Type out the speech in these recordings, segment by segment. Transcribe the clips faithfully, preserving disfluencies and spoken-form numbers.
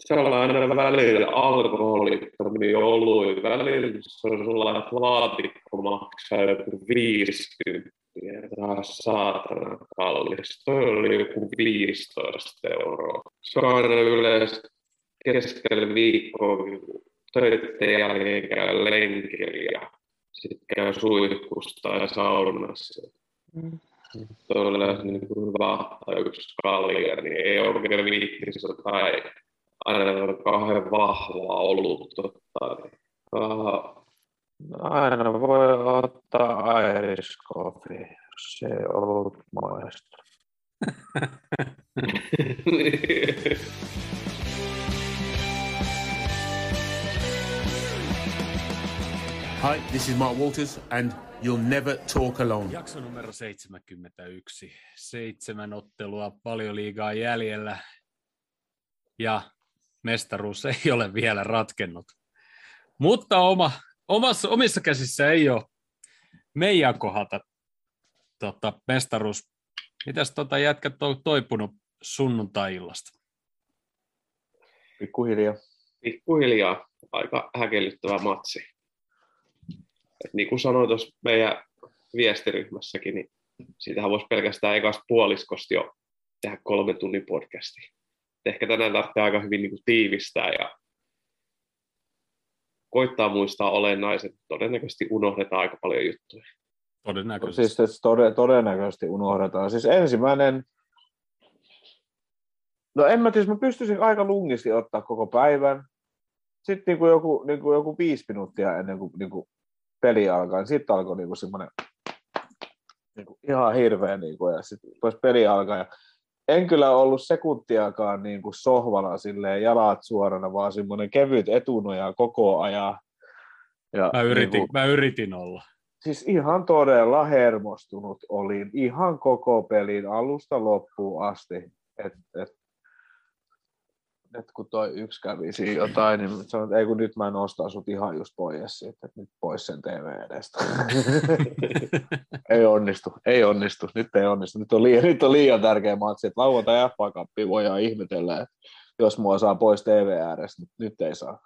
sellainen välillä alkoholittomia oluita, välillä se on sellainen, että laatikko maksaa joku viisikymmentä, taas saatana kallis. Toi oli joku viisitoista euroa. Se on aina yleensä keskellä viikkoa töiden jälkeen käy lenkillä ja sitten käy suihkusta ja saunassa. Mm. Todella niin hyvä tai yksi kalja, niin ei oikein viittisi tai aina kauhean vahvaa olutta. Uh, aina voi ottaa Irish coffee, jos se ei ollut maista. Hi, this is Mark Walters and you'll never talk alone. Jakso numero seitsemänkymmentäyksi. Seitsemän ottelua, paljon liigaa jäljellä ja mestaruus ei ole vielä ratkennut. Mutta oma, omassa, omissa käsissä ei ole meidän kohdata tota, mestaruus. Mitäs tota jätkät on toipunut sunnuntai-illasta? Pikkuhiljaa. Pikkuhiljaa. Aika häkellyttävä matsi. Et niin kuin sanoin tuossa meidän viestiryhmässäkin, niin siitähän voisi pelkästään ekasta puoliskosta jo tehdä kolme tunnin podcastia. Ehkä tänään tarvitsee aika hyvin niin kuin tiivistää ja koittaa muistaa olennaiset. Todennäköisesti unohdetaan aika paljon juttuja. Todennäköisesti. Siis todennäköisesti unohdetaan. Siis ensimmäinen, no en mä tiedä, mä pystyisin aika lungisti ottaa koko päivän. Sitten niin kuin joku, niin kuin joku viisi minuuttia ennen kuin, niin kuin peli alkaa, niin sitten alkoi niin kuin semmoinen niin kuin ihan hirveä, niin kuin, ja sitten peli alkaa. Ja en kyllä ollut sekuntiakaan niin kuin sohvalla silleen jalat suorana, vaan semmoinen kevyt etunoja koko ajan. Ja mä, yritin, niin kuin, mä yritin olla. Siis ihan todella hermostunut olin ihan koko pelin alusta loppuun asti. Et, et, et kun toi yksi kävi siinä jotain, niin sanoin, että ei kun nyt mä nostan sut ihan just pois siitä, että nyt pois sen T V edestä. ei onnistu, ei onnistu, nyt ei onnistu. Nyt on liian, nyt on liian tärkeä matsi, että lauantai F A-kappi voidaan ihmetellä, että jos mua saa pois T V äärestä, mutta nyt ei saa.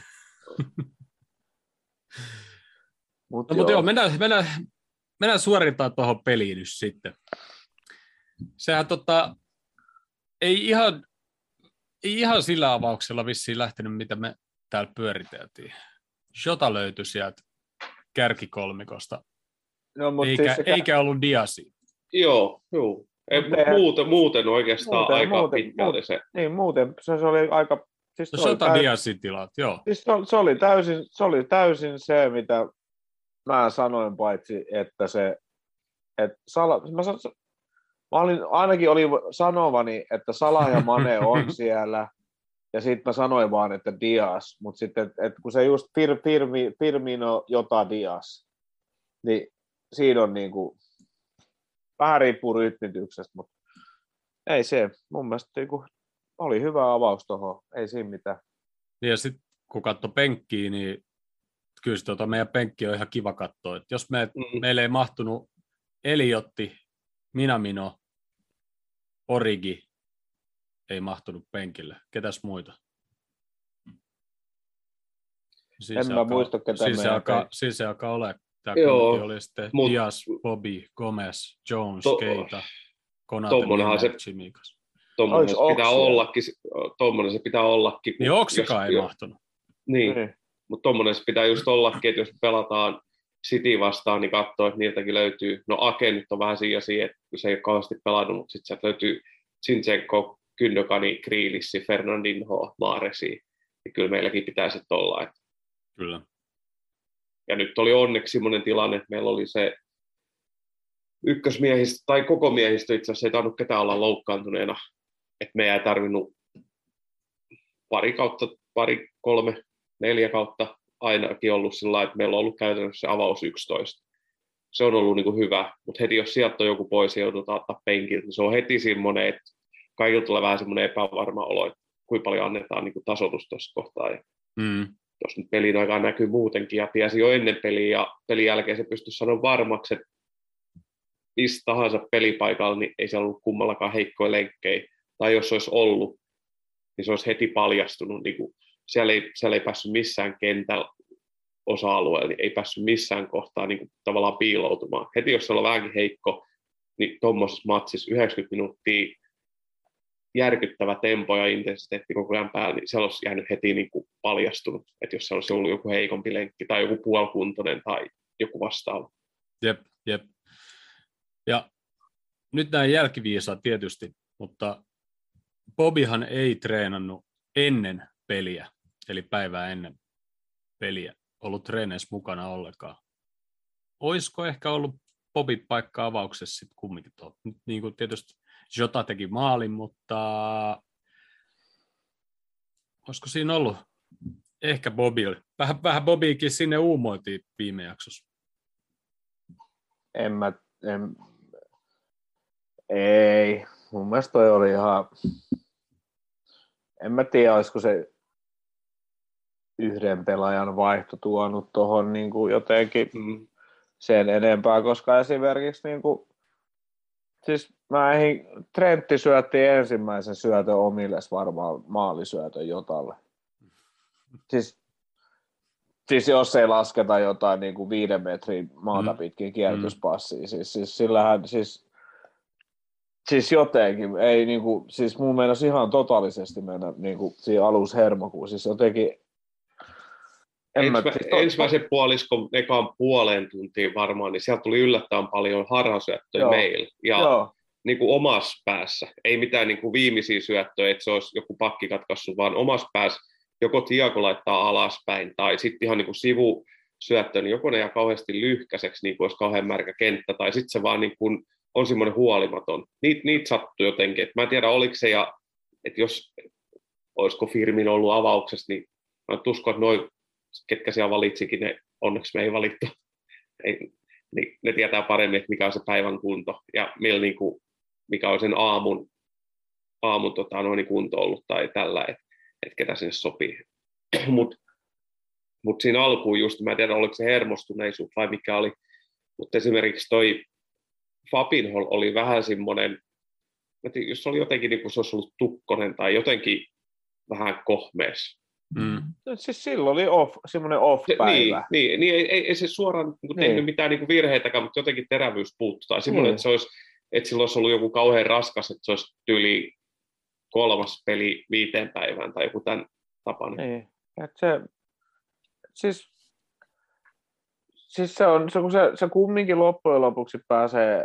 Mut no, mutta joo, mennään, mennään, mennään suorittamaan tuohon peliin nyt sitten. Sehän tota, ei ihan, ei ihan sillä avauksella vissiin lähtenyt, mitä me täällä pyöriteltiin. Jota löytyi sieltä kärkikolmikosta, no, eikä, siis sekä... eikä ollut Diasi. Joo, joo. Ei, muuten, muuten oikeastaan muuten, aika muuten, pitkälti muuten, se. Niin, muuten se, se oli aika... Siis no Jota täysin, Diasin tilat, joo. Siis se, se, oli täysin, se oli täysin se, mitä... Mä sanoin paitsi, että se, että Sala, mä, san, mä olin, ainakin oli sanovani, että Salah ja Mane on siellä, ja sitten mä sanoin vaan, että Dias, mutta sitten, että, että kun se just Fir, Firmi, Firmino, Jota, Dias, niin siinä on niin kuin, vähän riippuu rytmityksestä, mutta ei se, mun mielestä niin kuin, oli hyvä avaus tuohon, ei siinä mitään. Ja sitten kun katsoi penkkiä, niin kyllä se, tuota, meidän penkki on ihan kiva katsoa. Et jos me, mm. meille ei mahtunut Eliotti, Minamino, Origi, ei mahtunut penkille. Ketäs muita? Siis en mä alkaa, muista, ketä siis se alkaa, siis se alkaa ole. Tämä kunti oli sitten mut, Dias, Bobby, Gomez, Jones, to, Keita, Konate, Mine, Chimikas. Tuommoinen se pitää ollakin. Tuommoinen se pitää ollakin. Niin Oksikaan ei jo, mahtunut. Niin. Mm. Mutta tuommoinen se pitää just ollakin, että jos pelataan City vastaan, niin katsoo, että niiltäkin löytyy, no Ake nyt on vähän siinä siihen, että se ei ole kauheasti pelannut, mutta sitten sieltä löytyy Zinchenko, Kyndokani, Kriilissi, Fernandinho, Maaresi, ja kyllä meilläkin pitää sitten olla. Että. Kyllä. Ja nyt oli onneksi semmoinen tilanne, että meillä oli se ykkösmiehistö, tai koko miehistö itse asiassa ei tainnut ketään olla loukkaantuneena, että meidän ei tarvinnut pari kautta, pari, kolme, neljä kautta ainakin ollut sillä lailla, että meillä on ollut käytännössä avaus yksitoista. Se on ollut niin kuin hyvä, mutta heti jos sieltä on joku pois ja joudutaan ottaa penkiltä, niin se on heti semmoinen, että kaikilla tulee vähän semmoinen epävarma olo, että kuinka paljon annetaan niin kuin tasoitus tuossa kohtaa. Ja mm. jos nyt pelin aikaan näkyy muutenkin ja tiesi jo ennen peliä ja pelin jälkeen se pystyisi sanoa varmaksi, että missä tahansa pelipaikalla, niin ei siellä ollut kummallakaan heikkoja lenkkejä. Tai jos olisi ollut, niin se olisi heti paljastunut. Niin kuin, siellä, ei, siellä ei päässyt missään kentällä osa-alueella, niin ei päässyt missään kohtaa niin kuin, tavallaan piiloutumaan. Heti jos se on vähänkin heikko, niin tuommoisessa matsissa yhdeksänkymmentä minuuttia järkyttävä tempo ja intensiteetti koko ajan päällä, niin se olisi jäänyt heti niin kuin paljastunut, että jos se olisi ollut joku heikompi lenkki tai joku puolikuntoinen tai joku vastaava. Jep, jep. Ja nyt näin jälkiviisaat tietysti, mutta Bobihan ei treenannut ennen peliä, eli päivää ennen peliä, ollut treeneissä mukana ollenkaan. Olisiko ehkä ollut Bobi paikka avauksessa sitten kumminkin tuo? Niin kuin tietysti Jota teki maalin, mutta olisiko siinä ollut ehkä Bobille? Vähän, vähän Bobiikin sinne uumoitiin viime jaksossa. En mä, en, ei, mun mielestä toi oli ihan, en mä tiedä, olisiko se yhden pelaajan vaihto tuonut tuohon niin kuin jotenkin mm. sen enempää, koska esimerkiksi niin kuin, siis mä eihin, Trentti syötti ensimmäisen syötön omilles varmaan maalisyötön Jotalle. Siis, siis jos ei lasketa jotain niin kuin viiden metrin maata pitkin kierrätyspassia, siis, siis sillähän, siis, siis jotenkin, ei niin kuin, siis mun mielestä ihan totaalisesti mennä niin kuin siinä alushermokuun, siis jotenkin Ensimä, ensimmäisen puoliskon ekaan puoleen tuntiin varmaan, niin sieltä tuli yllättävän paljon harhasyöttöjä meillä. Ja Joo. Niin kuin omassa päässä, ei mitään niin kuin viimeisiä syöttöjä, että se olisi joku pakki katkaissut, vaan omassa päässä joko Tiago laittaa alaspäin tai sitten ihan niin kuin sivusyöttö, niin joko ne jää kauheasti lyhkäiseksi, niin kuin olisi kauhean märkä kenttä, tai sitten se vaan niin kuin on semmoinen huolimaton. Niitä niit sattuu jotenkin. Et mä en tiedä, oliko se, ja, että jos olisiko Firmin ollut avauksessa, niin mä uskon, että noin ketkä siellä valitsikin, ne onneksi me ei valittu, ei, niin ne tietää paremmin, että mikä on se päivän kunto ja millä, niin kuin, mikä on sen aamun, aamun tota, noin, kunto ollut tai tällä, että et ketä sinne sopii. Mutta mut siinä alkuun just, mä en tiedä, oliko se hermostuneisuus vai mikä oli, mutta esimerkiksi toi Fabinho oli vähän semmoinen, jos se oli jotenkin niin kuin se olisi ollut tukkonen tai jotenkin vähän kohmeessa. Mm. Siis silloin oli off, semmoinen off-päivä. Niin, niin, niin ei, ei, ei se suoraan niin niin. tehnyt mitään niin kuin virheitäkään, mutta jotenkin terävyys puuttuu. Tai semmoinen, niin. että, se olisi, että silloin olisi ollut joku kauhean raskas, että se olisi tyyli kolmas peli viiteen päivään tai joku tämän tapainen. Niin, että se, siis, siis se on, se, kun se, se kumminkin loppujen lopuksi pääsee,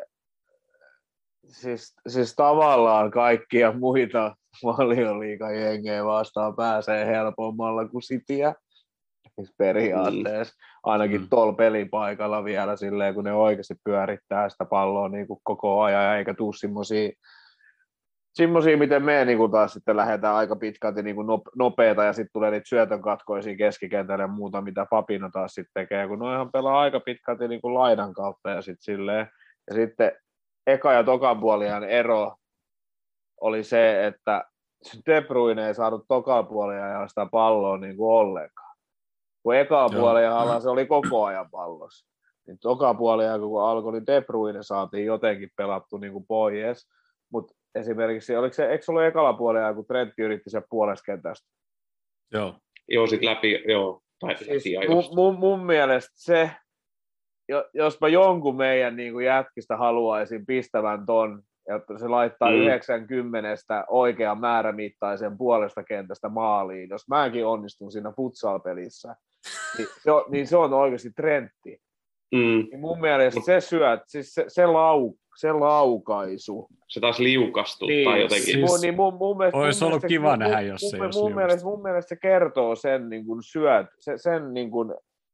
siis, siis tavallaan kaikkia muita Valioliigan jengejä vastaan pääsee helpommalla kuin Cityä. Siis periaatteessa. Ainakin mm. tuolla pelipaikalla vielä silleen, kun ne oikeasti pyörittää sitä palloa niin kuin koko ajan, eikä tule semmosia, semmosia, miten me niin kuin taas sitten lähdetään aika pitkälti niin kuin nopeeta ja sitten tulee niitä syötön katkoisia keskikentällä ja muuta, mitä Fabinho taas sitten tekee, kun noihan pelaa aika pitkälti niin kuin laidan kautta ja sitten silleen. Ja sitten eka ja tokan puolihan ero oli se, että De Bruyne ei saanut tokan puolella ja sitä palloa niin kuin ollenkaan. Kun eka puolella se oli koko ajan pallossa. Niin tokan puolella, kun alkoi, niin De Bruyne saatiin jotenkin pelattu niin kuin pois. Mutta esimerkiksi, oliko se, eikö se ollut ekalla puolella, kun Trentti yritti sen puoleskentästä? Joo. Joo, sit läpi, joo. Tai siis mun, mun, mun mielestä se, jos mä jonkun meidän niin kuin jätkistä haluaisin pistävän ton, että se laittaa mm. yhdeksänkymmentä oikean määrämittaisen puolesta kentästä maaliin. Jos mäkin onnistun siinä futsal-pelissä, niin se on, niin se on oikeasti Trentti. Mm. Niin mun mielestä se syöt, siis se, se, lau, se laukaisu. Se taas liukastuu niin, tai jotenkin. Siis, niin mun, mun mielestä, olisi mun ollut mielestä, kiva mun, nähdä, mun, jos se mun, olisi mun, mielestä, mun mielestä se kertoo sen niin kuin syöt, se, sen, niin kuin,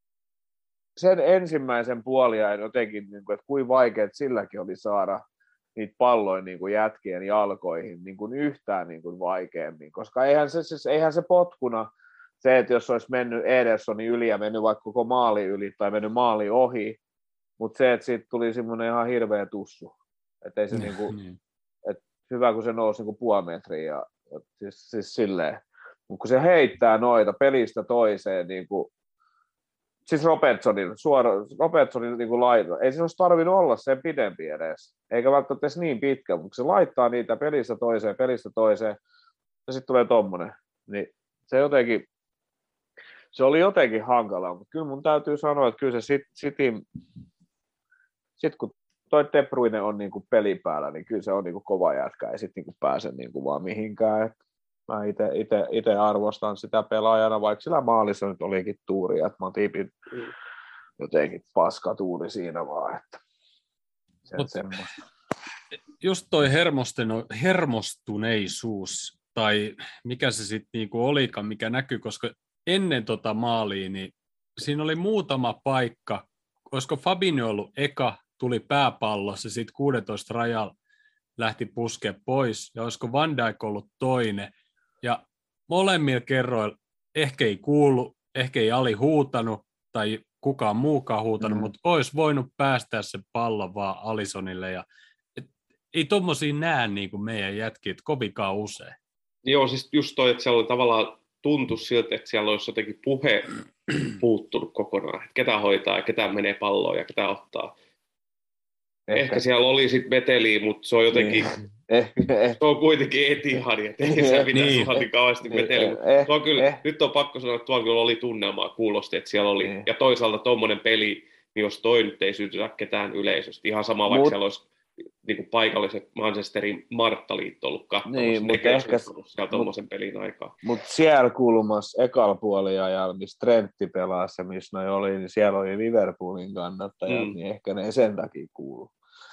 sen ensimmäisen puoliajan jotenkin, niin kuin, että kuinka vaikeat silläkin oli saada niitä palloja niin kuin jätkien jalkoihin niin kuin yhtään niin kuin vaikeammin, koska eihän se, siis, eihän se potkuna, se, että jos olisi mennyt Edersonin yli ja mennyt vaikka koko maali yli tai mennyt maali ohi, mutta se, että siitä tuli semmoinen ihan hirveä tussu, että ei se niin kuin, että hyvä kun se nousi niin kuin puoli metriä, ja, siis, siis silleen, mutta kun se heittää noita pelistä toiseen, niin kuin, siis Robertsonin, suora, Robertsonin niin kuin laita. Ei se olisi tarvinnut olla sen pidempi edes, eikä välttämättä edes niin pitkä, mutta se laittaa niitä pelistä toiseen, pelistä toiseen. ja sitten tulee tommonen. Niin se jotenkin, se oli jotenkin hankalaa, mutta kyllä mun täytyy sanoa, että kyllä se City, sit kun toi De Bruyne on niinku pelin päällä, niin kyllä se on niinku kova jätkä, ei sit niinku pääse niinku vaan mihinkään. Et mä ite, ite, ite arvostan sitä pelaajana, vaikka sillä maalissa nyt olikin tuuri, että Matipin mm. jotenkin paskatuuri siinä vaan, että sen Mut, semmoista. Just toi hermostuneisuus, tai mikä se sitten niinku olikaan, mikä näkyy, koska ennen tota maalia, niin siinä oli muutama paikka, olisiko Fabinho ollut eka, tuli pääpallossa, sitten kuusitoista rajalla lähti puskea pois, ja olisiko Van Dijk ollut toinen, ja molemmilla kerroilla ehkä ei kuulu, ehkä ei Ali huutanut, tai kukaan muukaan huutanut, mm. mutta olisi voinut päästää se pallo vaan Alissonille, ja et, ei tommosia näe niin kuin meidän jätkit kovinkaan usein. Joo, siis just toi, että siellä oli tavallaan tuntui siltä, että siellä olisi jotenkin puhe puuttunut kokonaan, että ketä hoitaa ja ketä menee palloon ja ketä ottaa. Ehkä, Ehkä siellä oli sitten meteliä, mutta se on jotenkin, eh, eh. se on kuitenkin Etihad, että ei se pitäisi niin. olla niin kauheasti meteliä. Eh, on kyllä, eh. Nyt on pakko sanoa, että tuolla kyllä oli tunnelmaa, kuulosti, että siellä oli. Eh. Ja toisaalta tuommoinen peli, niin jos toi nyt ei sytytä ketään yleisöstä, ihan sama vaikka Mut, siellä olisi niin kuin paikalliset Manchesterin Marttaliitto ollut katsomassa, niin, ne ehkä siellä tuommoisen pelin aikaa. Mutta siellä kulmassa ekalla puoliajalla, missä Trentti pelasi ja missä noi oli, niin siellä oli Liverpoolin kannattajat, mm. niin ehkä ne ei sen takia kuulu.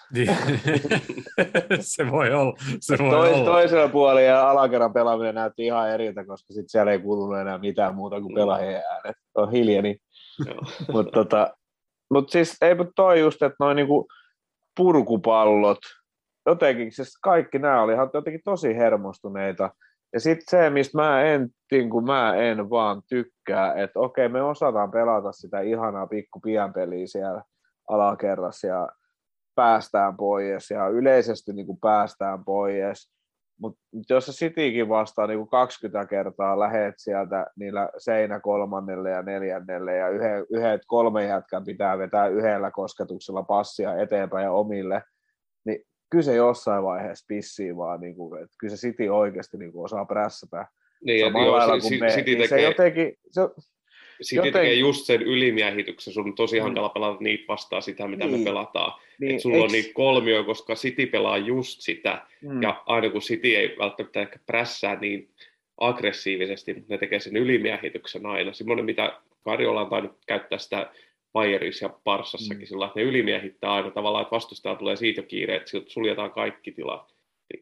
se voi olla. Se voi Tois, olla. Toisella puolella ja alakerran pelaaminen näytti ihan eriltä, koska sit siellä ei kuulunut enää mitään muuta kuin pelaajien äänet. On hiljeni. Mutta tota, mut siis eipä toi just, että noin niinku purkupallot, jotenkin, siis kaikki nämä oli jotenkin tosi hermostuneita. Ja sitten se, mistä mä en, kun mä en vaan tykkää, että okei, me osataan pelata sitä ihanaa pikku pienpeliä siellä alakerrassa ja päästään pois ja yleisesti niin kuin päästään pois. Mutta jos sä Citykin vastaa niin kuin kaksikymmentä kertaa lähet sieltä niillä seinä kolmannelle ja neljännelle ja yhdet, yhdet kolme jätkän pitää vetää yhdellä kosketuksella passia eteenpäin ja omille, niin kyllä se jossain vaiheessa pissii vaan, niin kuin, että kyllä se City oikeasti niin kuin osaa prässätä. Niin, samalla lailla kuin me, niin se jotenkin... Se, Sitten joten... tekee just sen ylimiehityksen, sun on tosi hankala pelata niitä vastaan sitä, mitä niin. me pelataan. Niin. Et sulla Eks... on niitä kolmio, koska City pelaa just sitä, mm. ja aina kun City ei välttämättä ehkä prässää niin aggressiivisesti, mutta ne tekee sen ylimiehityksen aina. Semmoinen, mitä Guardiola on tainnut käyttää sitä Bayernissa ja Barssassakin, mm. sillä että ne ylimiehittää aina tavallaan, että vastustaja tulee siitä jo kiire, että suljetaan kaikki tilat.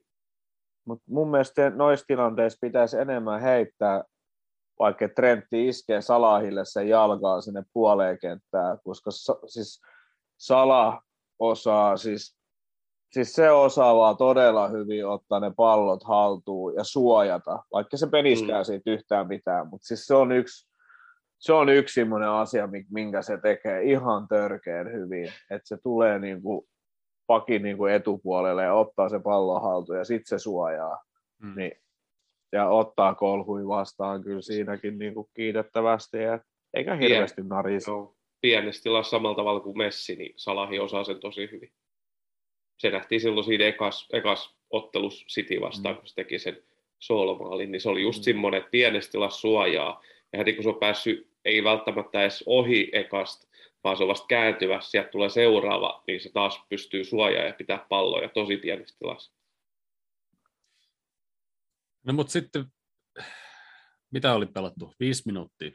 Mut mun mielestä noissa tilanteissa pitäisi enemmän heittää, vaikka Trentti iskee Salahille sen jalkaa sinne puoleen kenttään, koska siis Salah osaa, siis, siis se osaa vaan todella hyvin ottaa ne pallot haltuun ja suojata, vaikka se peniskää mm. siitä yhtään mitään, mutta siis se on yksi, se on yksi semmoinen asia, minkä se tekee ihan törkeän hyvin, että se tulee niin kuin pakin niin kuin etupuolelle ja ottaa se pallon haltuun ja sitten se suojaa, mm. niin ja ottaa kolhui vastaan kyllä siinäkin niin kuin kiitettävästi, ja eikä hirveästi narisi. No, pienessä tilassa samalla tavalla kuin Messi, niin Salahi osaa sen tosi hyvin. Se nähtiin silloin siinä ekas, ekas ottelus City vastaan, mm. kun se teki sen soolomaalin, niin se oli just mm. semmoinen, että pienessä tilassa suojaa, ja heti kun se on päässyt, ei välttämättä edes ohi ekasta, vaan se on vasta kääntyvässä, sieltä tulee seuraava, niin se taas pystyy suojaamaan ja pitää palloja tosi pienessä tilassa. No mutta sitten, mitä oli pelattu? Viisi minuuttia.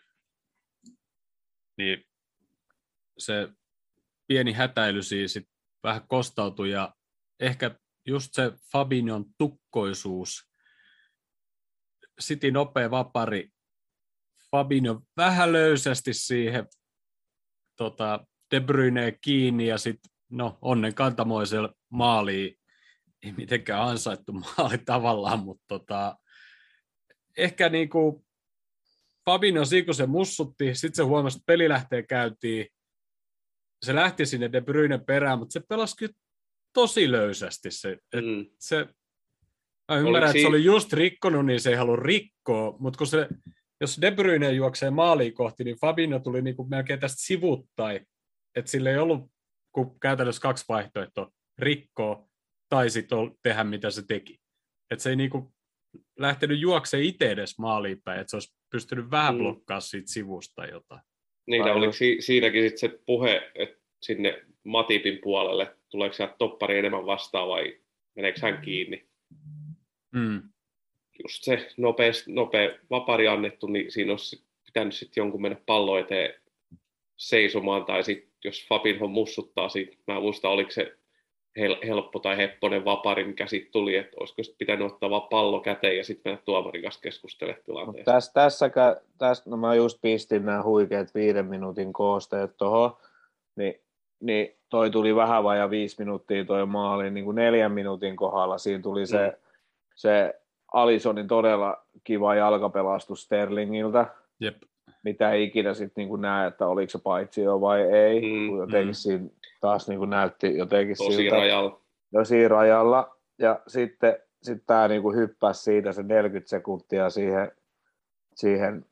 Niin se pieni hätäily siis sit vähän kostautui ja ehkä just se Fabinhon tukkoisuus, City nopea vapari, Fabinho vähän löysästi siihen tota, De Bruyne kiinni ja sitten no onnen kantamoisella maaliin, ei mitenkään ansaittu maali tavallaan, mutta tota, ehkä niinku Fabinho siinä kun se mussutti, sitten se huomasi, että peli lähtee käyntiin, se lähti sinne De Bruyne perään, mutta se pelasi kyllä tosi löysästi. Se, mm. se, mä ymmärrän, että se oli just rikkonut, niin se ei halua rikkoa, mutta kun se, jos De Bruyne juoksee maaliin kohti, niin Fabinho tuli niinku melkein tästä sivuttain, että sillä ei ollut kuin käytännössä kaksi vaihtoehtoa, rikkoa tai sitten tehdä mitä se teki. Että se ei niinku lähtenyt juoksemaan itse edes maaliin päin, että se olisi pystynyt vähän Mm. blokkaamaan siitä sivusta jotain. Niin, Tai oliko just- si- siinäkin sit se puhe, että sinne Matipin puolelle, tuleeko sieltä toppari enemmän vastaan vai meneekö hän kiinni? Mm. Just se nopea, nopea vapari annettu, niin siinä olisi pitänyt sitten jonkun mennä pallo eteen seisomaan, tai sitten jos Fabinho mussuttaa siitä, mä en muista, oliko se hel- helppo tai hepponen vapari, mikä siitä tuli, että olisiko sit pitänyt ottaa vaan pallo käteen ja sitten mennä tuomarin kanssa keskustelemaan tilanteesta. Tässä, tässäkä, tästä, no mä just pistin nämä huikeat viiden minuutin koosteet tuohon, niin, niin toi tuli vähän vajaa viisi minuuttia toi maali, niin kuin neljän minuutin kohdalla siinä tuli se, Mm. se Alissonin todella kiva jalkapelastus Sterlingiltä, Jep. mitä ei ikinä sitten niin näe, että oliko se paitsio vai ei, Mm, kun jotenkin mm. siinä taas niin kuin näytti jotenkin Tosi siltä, rajalla. jo siinä rajalla, ja sitten sit tämä niin kuin hyppäsi siitä se neljäkymmentä sekuntia siihen, siihen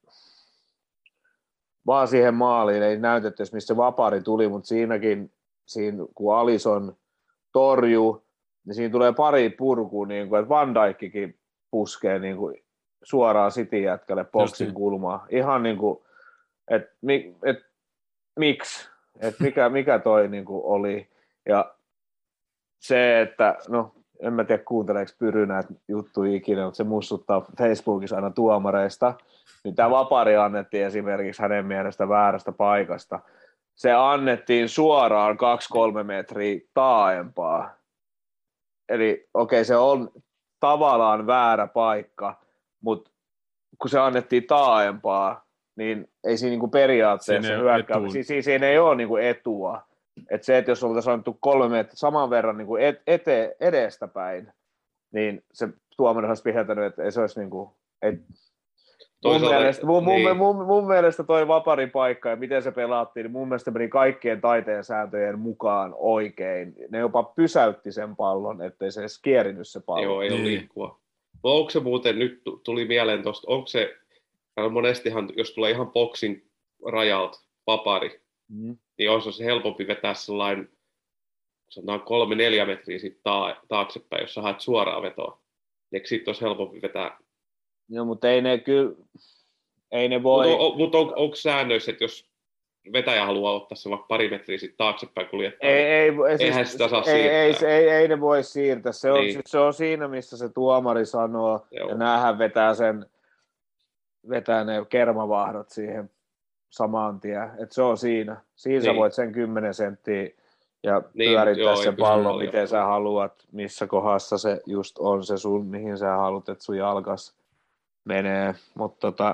vaan siihen maaliin, ei näytetty, missä se vapari tuli, mutta siinäkin, siinä, kun Alisson torjuu, niin siinä tulee pari purkua, niin kuin, että Van Dijkkin puskee niin kuin, suoraan Cityn jätkälle boksin niin. kulmaan. Ihan niin kuin, että mi, et, miksi, että mikä, mikä toi niin kuin, oli. Ja se, että no, en mä tiedä kuunteleeko Pyry näitä juttuja ikinä, mutta se muistuttaa Facebookissa aina tuomareista, niin tämä vapari annettiin esimerkiksi hänen mielestä väärästä paikasta. Se annettiin suoraan kaksi kolme metriä taaempaa. Eli okei, okay, se on tavallaan väärä paikka, mutta kun se annettiin taaempaa, niin ei siinä niinku periaatteessa Siinä ei ole hyökkää. etua. Si- si- siinä ei ole niinku etua. Että se, että jos oltaisiin annettu kolme metriä saman verran niinku et- ete- edestäpäin, niin se tuomari olisi viheltänyt, että ei se olisi niinku... Et mun, Toisaalta- mielestä, mun, mun, niin. mun, mun mielestä toi vaparin paikka ja miten se pelattiin, niin mun mielestä meni kaikkien taiteen sääntöjen mukaan oikein. Ne jopa pysäytti sen pallon, ettei se edes kierinyt se pallo. Joo, ei ole Niin. liikkua. Onko se muuten, nyt tuli mieleen tuosta, onko se, monestihan jos tulee ihan boksin rajalta vapari, Mm. niin olisi se helpompi vetää sellainen, sanotaan kolme neljä metriä sit ta- taaksepäin, jos sä haet suoraan vetoa. Eikö siitä olisi helpompi vetää? No, mutta ei ne kyllä, ei ne voi... Mutta on, mut on, onko säännöissä, että jos vetäjä haluaa ottaa se vaikka pari metriä sit taaksepäin kuljettaa, Ei, niin ei, ei, Eihän siis, sitä saa ei, ei, siirtää. ei, ei ne voi siirtää. Se on, Niin. siis se on siinä, missä se tuomari sanoo, Joo. ja näähän vetää sen, vetää ne kermavahdot siihen samaan tien. Et se on siinä. Siinä sä Niin. voit sen kymmenen senttiä ja Niin, pyörittää joo, ei sen pysty pallon, paljon. miten sä haluat, missä kohdassa se just on se sun, mihin sä haluat, että sun jalkas menee. Mutta tota,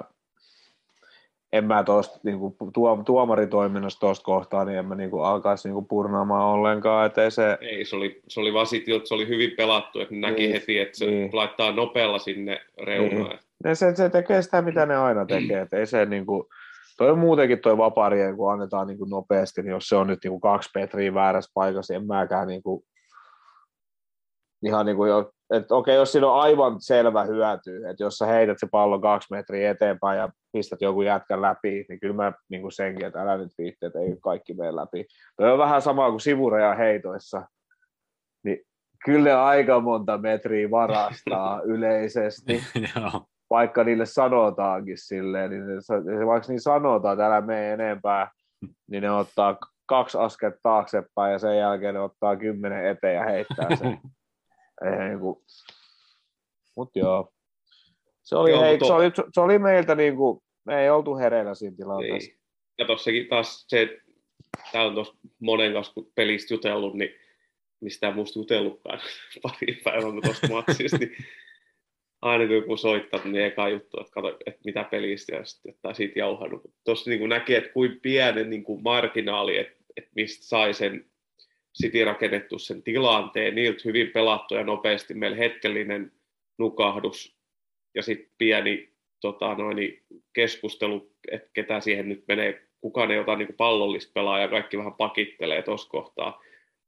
en mä tosta, niinku, tuo, tuomaritoiminnasta tuosta kohtaa, niin en mä niinku, alkaisi niinku, purnaamaan ollenkaan, ettei se... ei, se oli, se oli vaan sit, se oli hyvin pelattu, että ne näki Niin, heti, että se niin. laittaa nopealla sinne reunaan. Niin. Ne se, se tekee sitä, mitä ne aina tekee. Et ei se, niinku, toi on muutenkin toi vapari, kun annetaan niinku, nopeasti, niin jos se on nyt niinku, kaksi metriä väärässä paikassa, niin en mäkään niinku, ihan niinku, jo, että okei, jos siinä on aivan selvä hyöty, että jos sä heität se pallo kaksi metriä eteenpäin ja pistät joku jätkän läpi, niin kyllä mä niinku senkin, että älä nyt viitti, että ei kaikki mene läpi. Toi on vähän sama kuin sivurajan heitoissa, niin kyllä ne aika monta metriä varastaa yleisesti, Joo. vaikka niille sanotaankin silleen, niin ne, vaikka niin sanotaan, että älä mene enempää, niin ne ottaa kaksi askelta taaksepäin ja sen jälkeen ne ottaa kymmenen eteen ja heittää sen. Ei, niin kuin... Mut joo. Se oli, Joo, hei, mutta- se, oli, se oli meiltä niin kuin, me ei oltu hereillä siinä tilanteessa. Niin. Ja tossakin taas se, tää on tuossa monen kanssa, kun pelistä jutellut, niin mistään muusta jutellutkaan pari päivää tuosta matsista, niin aina kun joku soittaa, niin eka juttu, että kato, että mitä pelistä, ja sitten tai siitä jauhannut. Tuossa niin näki, että kuin pienen niin kuin marginaali, että, että mistä sai sen City rakennettu sen tilanteen, niiltä hyvin pelattu ja nopeasti meillä hetkellinen nukahdus ja sitten pieni tota, noin, keskustelu, että ketä siihen nyt menee, kukaan ei ota niin kuin pallollista pelaa ja kaikki vähän pakittelee tuossa kohtaa.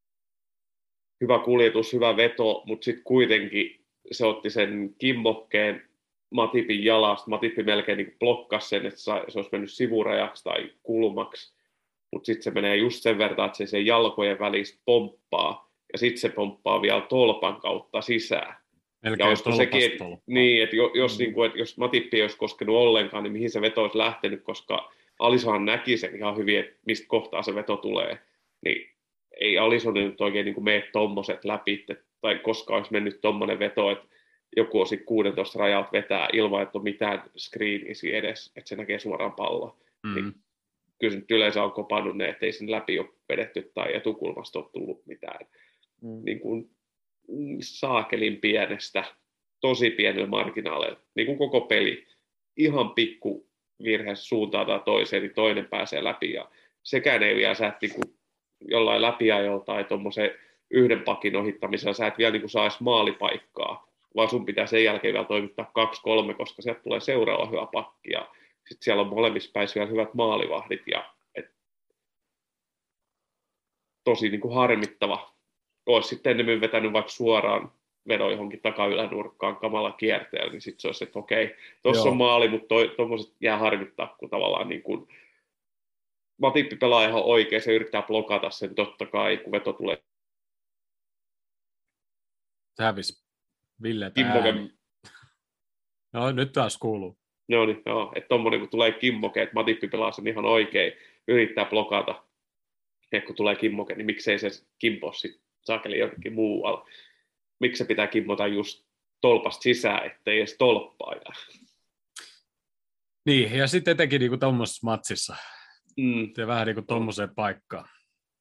Hyvä kuljetus, hyvä veto, mutta sitten kuitenkin se otti sen kimmokkeen Matipin jalasta. Matippi melkein niin blokkasi sen, että se olisi mennyt sivurajaksi tai kulmaksi. Mutta sitten se menee just sen verran, että se sen jalkojen välistä pomppaa. Ja sitten se pomppaa vielä tolpan kautta sisään. Melkein sekin, että, niin, että jos, mm. niin kuin, että jos Matippi ei olisi koskenut ollenkaan, niin mihin se veto olisi lähtenyt, koska Alisonhan näki sen ihan hyvin, että mistä kohtaa se veto tulee. Niin ei Alison nyt oikein niin kuin mene tommoset läpi, tai koska olisi mennyt tommonen veto, että joku olisi kuusitoista rajalta vetää ilman, että on mitään screenisi edes, että se näkee suoraan palloa. Mm. Niin, kyllä se nyt yleensä on kopannut ne, ettei sen läpi ole vedetty tai etukulmasta ole tullut mitään. Mm. Niin kuin saakelin pienestä, tosi pienellä marginaaleilla, niin kuin koko peli. Ihan pikku virhe suuntaan tai toiseen, niin toinen pääsee läpi. Ja sekään ei vielä sä et niin kuin jollain läpiajolla tai tuommoisen yhden pakin ohittamisella sä et vielä niin kuin saa edes maalipaikkaa, vaan sun pitää sen jälkeen vielä toimittaa kaksi kolme, koska sieltä tulee seuraava hyvä pakki. Ja sitten siellä on molemmissa päissä vielä hyvät maalivahdit. Ja, et, tosi niin kuin harmittava. Olisi sitten enemmän vetänyt vaikka suoraan vedon johonkin takaylänurkkaan kamala kierteellä, niin sitten se olisi, että okei, tuossa on maali, mutta tuommoiset jää harmittaa, kun tavallaan niin kuin Matippi pelaa ihan oikein, se yrittää blokata sen totta kai, kun veto tulee. Se hävisi Ville Kimmoke... No nyt taas kuuluu. Joo, niin, joo. Että tommoinen kun tulee kimmoke, että Matippi pelaa sen ihan oikein, yrittää blokata, ja kun tulee kimmoke, niin miksei se kimpo sitten saakeli jonnekin muualla. Miksi se pitää kimmota just tolpasta sisään, ettei edes tolppaa. Niin, ja sitten etenkin niinku tuommoisessa matsissa. Mm. Se vähän niinku tuommoiseen paikkaan.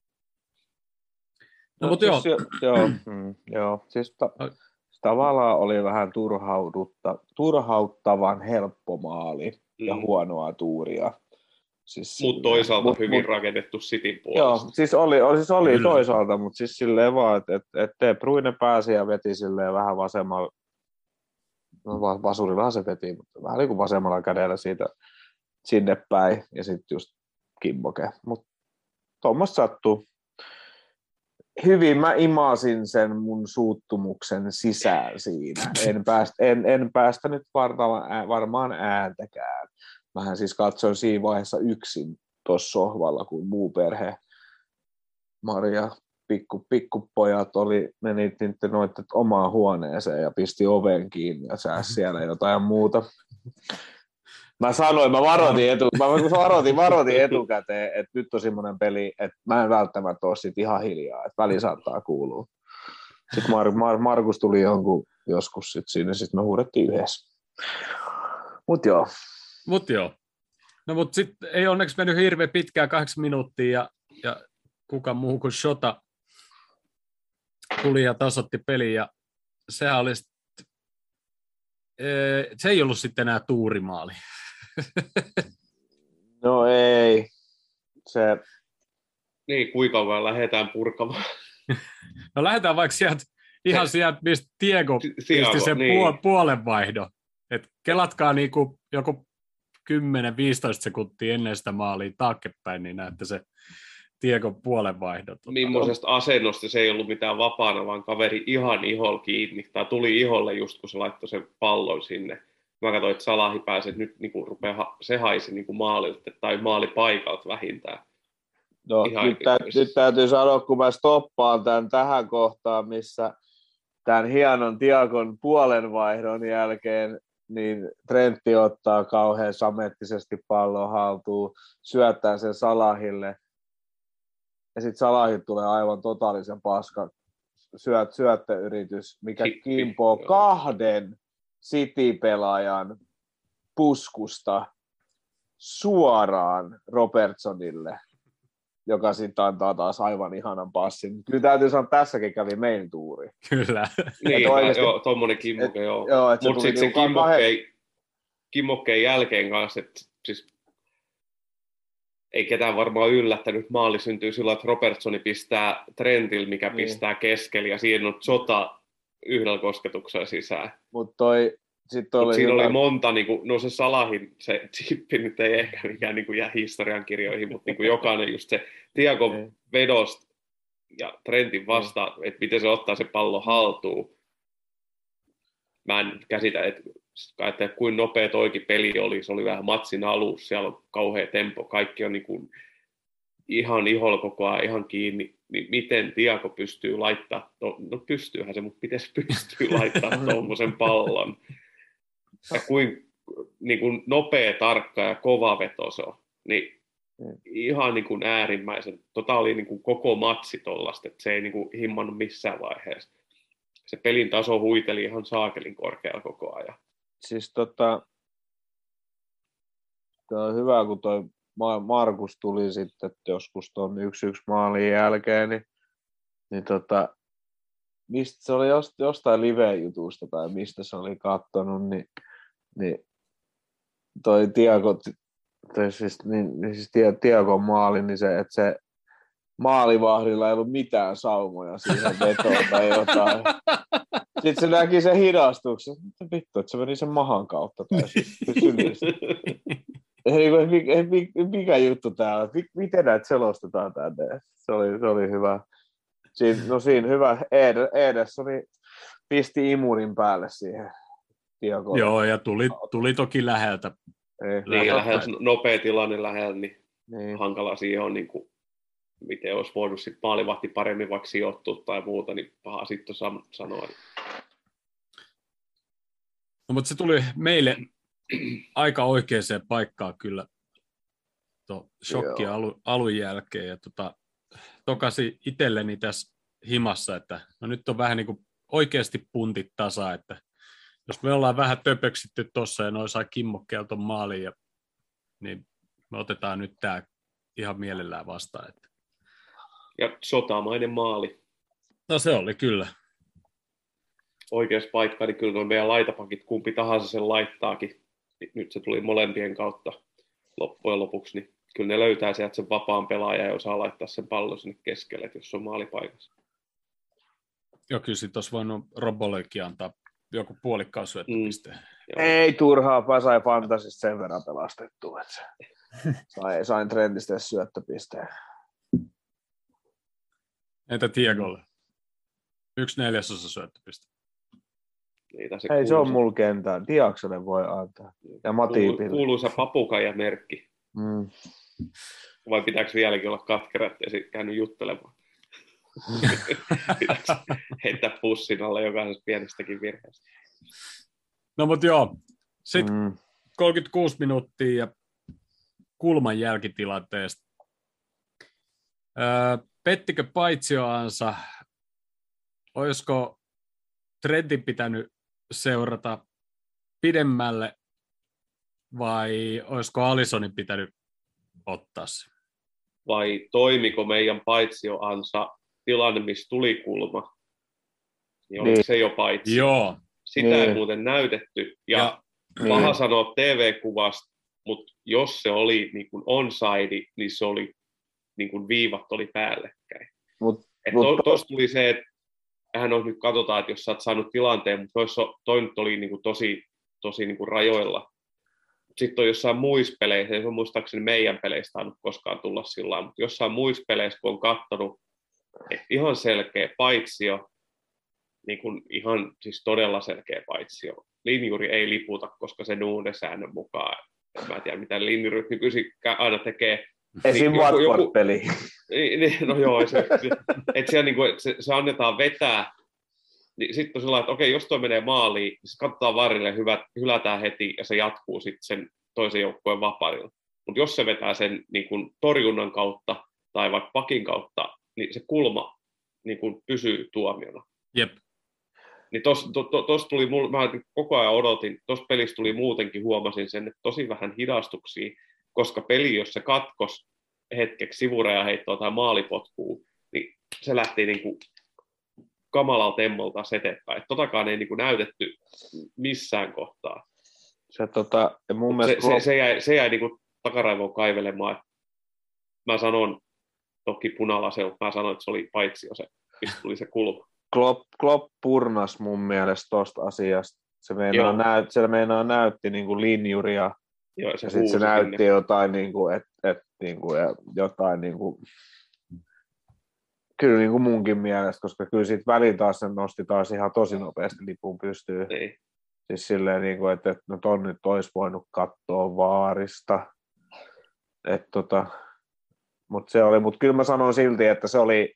No, no mutta siis joo. Jo, joo, mm, joo. Siis ta- tavallaan oli vähän turhaudutta, turhauttavan helppo maali mm. ja huonoa tuuria. Siis mutta toisaalta mut, hyvin mut, rakennettu Cityn puolesta. Joo, siis oli, siis oli toisaalta, mutta siis silleen vaan, että et, et De Bruyne pääsi ja veti silleen vähän vasemmalla, no vasurillahan se veti, mutta vähän niin kuin vasemmalla kädellä siitä sinne päin ja sitten just kimmoke. Mutta tuommoista sattuu. Hyvin mä imasin sen mun suuttumuksen sisään siinä. En, päästä, en, en päästänyt varmaan, varmaan ääntäkään. Mähän siis katsoin siinä vaiheessa yksin tuossa sohvalla, kun muu perhe, Maria, pikku, pikkupojat oli, meni noitte omaan huoneeseen ja pisti oven kiinni ja sääsi siellä jotain muuta. Mä sanoin, mä varoitin, etu, mä varoitin, varoitin etukäteen, että nyt on semmoinen peli, että mä en välttämättä ole sit ihan hiljaa, että väli saattaa kuulua. Sitten Mar- Mar- Markus tuli jonkun joskus sit sinne, sitten me huudettiin yhdessä. Mut joo. Mut joo. No mut sitten ei onneksi mennyt hirveän pitkään, kahdeksan minuuttia, ja, ja kuka muu kuin Shota tuli ja tasoitti peli, ja sehän oli sit, ee, se ei ollut sitten enää tuurimaali. No ei. Se... Niin, kuinka kauan lähdetään purkamaan. No lähdetään vaikka sieltä, ihan sieltä, mistä Diego pisti sen niin. puolen vaihdon. Et kelatkaa niinku joku kymmenen viisitoista sekuntia ennen sitä maalia taaksepäin, niin näette se Diego puolen vaihdon. Millaisesta asennosta se ei ollut mitään vapaana, vaan kaveri ihan iholla kiinni, tai tuli iholle just kun se laittoi sen pallon sinne. Mä katsoin, että Salahi pääsi, että nyt niin kuin rupeaa, se haisi niin kuin maalilta tai maalipaikalta vähintään. No nyt, tä, nyt täytyy sanoa, kun mä stoppaan tämän tähän kohtaan, missä tämän hienon Diagon puolenvaihdon jälkeen niin Trentti ottaa kauhean samettisesti pallon haltuun, syöttää sen Salahille, ja sitten Salahille tulee aivan totaalisen paska syöt, syöttöyritys, mikä kimpoo kahden City-pelaajan puskusta suoraan Robertsonille, joka sitten antaa taas aivan ihanan passin. Kyllä täytyy sanoa, että tässäkin kävi meidän tuuri. Kyllä. Niin, oikeasti, joo, tommonen kimmoke, joo. joo mutta sitten se kimmokkeen, kahden... kimmokkeen jälkeen kanssa, että siis ei ketään varmaan yllättänyt. Maali syntyy sillä, että Robertsoni pistää Trentillä, mikä niin. pistää keskellä, ja siinä on Jota yhdellä kosketuksella sisään. Mutta toi... Sitten oli siinä hyvä. oli monta, niin kuin, no se Salahin, se chippi nyt ei ehkä mikään niin kuin jää historiankirjoihin, mutta niin kuin jokainen just se Diagon vedosta ja Trentin vastaan, mm. että miten se ottaa se pallo haltuun. Mä en käsitä, että, että kuin nopea toikin peli oli, se oli vähän matsin alussa, siellä on kauhea tempo, kaikki on niin kuin ihan iholla koko ajan, ihan kiinni, niin miten Tiago pystyy laittaa, to- no pystyyhän se, mutta miten se pystyy laittaa tuommoisen pallon. Ja kuin, niin kuin nopea, tarkka ja kova veto se on. Niin ihan niin kuin äärimmäisen, tota oli niin kuin koko matsi tollaista, että se ei niin kuin himmannut missään vaiheessa. Se pelin taso huiteli ihan saakelin korkealla koko ajan. Siis tota, on hyvä, kun toi Markus tuli sitten joskus tuon yksi yksi maalin jälkeen, niin, niin tota, mistä se oli jostain live-jutusta tai mistä se oli kattonut, niin, niin toi Tiago, toi siis, niin, niin siis Tiagon maali, niin se, että se maalivahdilla ei ollut mitään saumoja siihen vetoon tai jotain. Sitten se näki sen hidastuksen. Vittu, että se meni sen mahan kautta tai siis sylistä. Mikä juttu tää on? Miten näitä selostetaan tänne? Se oli, se oli hyvä. Siin, no siinä hyvä. Edersoni pisti imurin päälle siihen Tiagolle. Joo, ja tuli, tuli toki läheltä. Niin, läheltä nopea tilanne lähellä, niin, niin. hankala siihen on, niin kuin, miten olisi voinut sitten maalivahti paremmin vaikka sijoittua tai muuta, niin paha sitten sanoa. No, mutta se tuli meille aika oikeaan paikkaan kyllä tuo shokki alu, alun jälkeen. Ja tota, tokasi itselleni tässä himassa, että no nyt on vähän niin kuin oikeasti puntit tasa, että jos me ollaan vähän töpöksitty tuossa ja noin saa kimmokkeelta ton maaliin, ja, niin me otetaan nyt tämä ihan mielellään vastaan. Että. Ja sotamainen maali. No se oli kyllä. Oikeassa paikkaa, niin kyllä on meidän laitapakit, kumpi tahansa sen laittaakin. Nyt se tuli molempien kautta loppujen lopuksi, niin kyllä ne löytää sieltä sen vapaan pelaajan ja osaa laittaa sen pallon sinne keskelle, että jos on maalipaikassa. Joo, kyllä sitten olisi voinut Robollekin antaa joku puolikkaan syöttöpisteen. Mm. Ei turhaa, sai fantasista sen verran pelastettua, että sain, sain trendistä syöttöpisteen. Entä Tiegolle? Yksi neljäsosa syöttöpiste. Se Ei se on mulla kentään. Diakselle voi antaa. Ja Matipille. Kuuluisa papukaija-merkki. Mm. Vai pitääkö vieläkin olla katkera, ettei käynyt juttelemaan? Pitääkö heittää pussin alle jokaisesta pienestäkin virheestä? No mutta joo. Sitten Mm. kolmekymmentäkuusi minuuttia ja kulman jälkitilanteesta. Öö, pettikö paitsioansa? Olisiko Trentin pitänyt seurata pidemmälle vai olisiko Alissonin pitänyt ottaa se? Vai toimiko meidän paitsioansa tilanne, missä tuli kulma? Niin oliko niin. se jo paitsi? Joo. Sitä niin. ei muuten näytetty. Ja, ja paha niin. sanoa T V-kuvasta, mutta jos se oli niin kuin onside, niin se oli niin kuin viivat oli päällekkäin. Mut, Tuossa mut, to, tuli se, että hän on nyt katsotaan, että jos sä oot saanut tilanteen, mutta toissa, toi nyt oli niin kuin tosi, tosi niin kuin rajoilla. Sitten on jossain muissa peleissä, ei se on muistaakseni meidän peleistä saanut koskaan tulla sillä lailla, mutta jossain muissa peleissä, kun on katsonut, että ihan selkeä paitsio, niin kuin ihan siis todella selkeä paitsio. Linjuri ei liputa, koska se Nuune-säännön mukaan, en mä tiedä mitä linjuri nykyisin aina tekee. Esim. Niin Watford-peli. Niin, no joo, se, että siellä, niin kuin, se, se annetaan vetää, niin sitten on sellainen, että okei, jos toi menee maaliin, niin se katsotaan varille, hyvät, hylätään heti ja se jatkuu sitten sen toisen joukkueen vaparilla. Mutta jos se vetää sen niin kuin torjunnan kautta tai vaikka pakin kautta, niin se kulma niin kuin pysyy tuomiona. Jep. Niin tuossa to, to, tuli, mä koko ajan odotin, tuossa pelissä tuli muutenkin, huomasin sen, että tosi vähän hidastuksia, koska peli, jos se katkos hetkeksi sivurajaheittoa tai maalipotkuu, niin se lähti niin kuin kamalalla temmolta eteenpäin. Totakaan ei niin kuin näytetty missään kohtaa. Se, tota, mun se, mielestä... se, se jäi, se jäi niin kuin takaraivoon kaivelemaan. Mä sanon, toki punalasella, mä sanoin, että se oli paitsio se, mistä tuli se kulma. Klopp, Klopp purnas mun mielestä tosta asiasta. Se meinaa, näyt, se meinaa näytti niin kuin linjuria. Joo, se ja sitten se näytti sinne jotain, niin kuin, et, et, niin kuin, ja jotain niin kuin, kyllä niin kuin munkin mielestä, koska kyllä siitä väliin taas se nosti taas ihan tosi nopeasti lipun pystyy. Niin. Siis silleen, niin kuin, että, että no ton nyt olisi voinut katsoa vaarista. Että tota, Mutta se oli, mutta kyllä mä sanon silti, että se oli,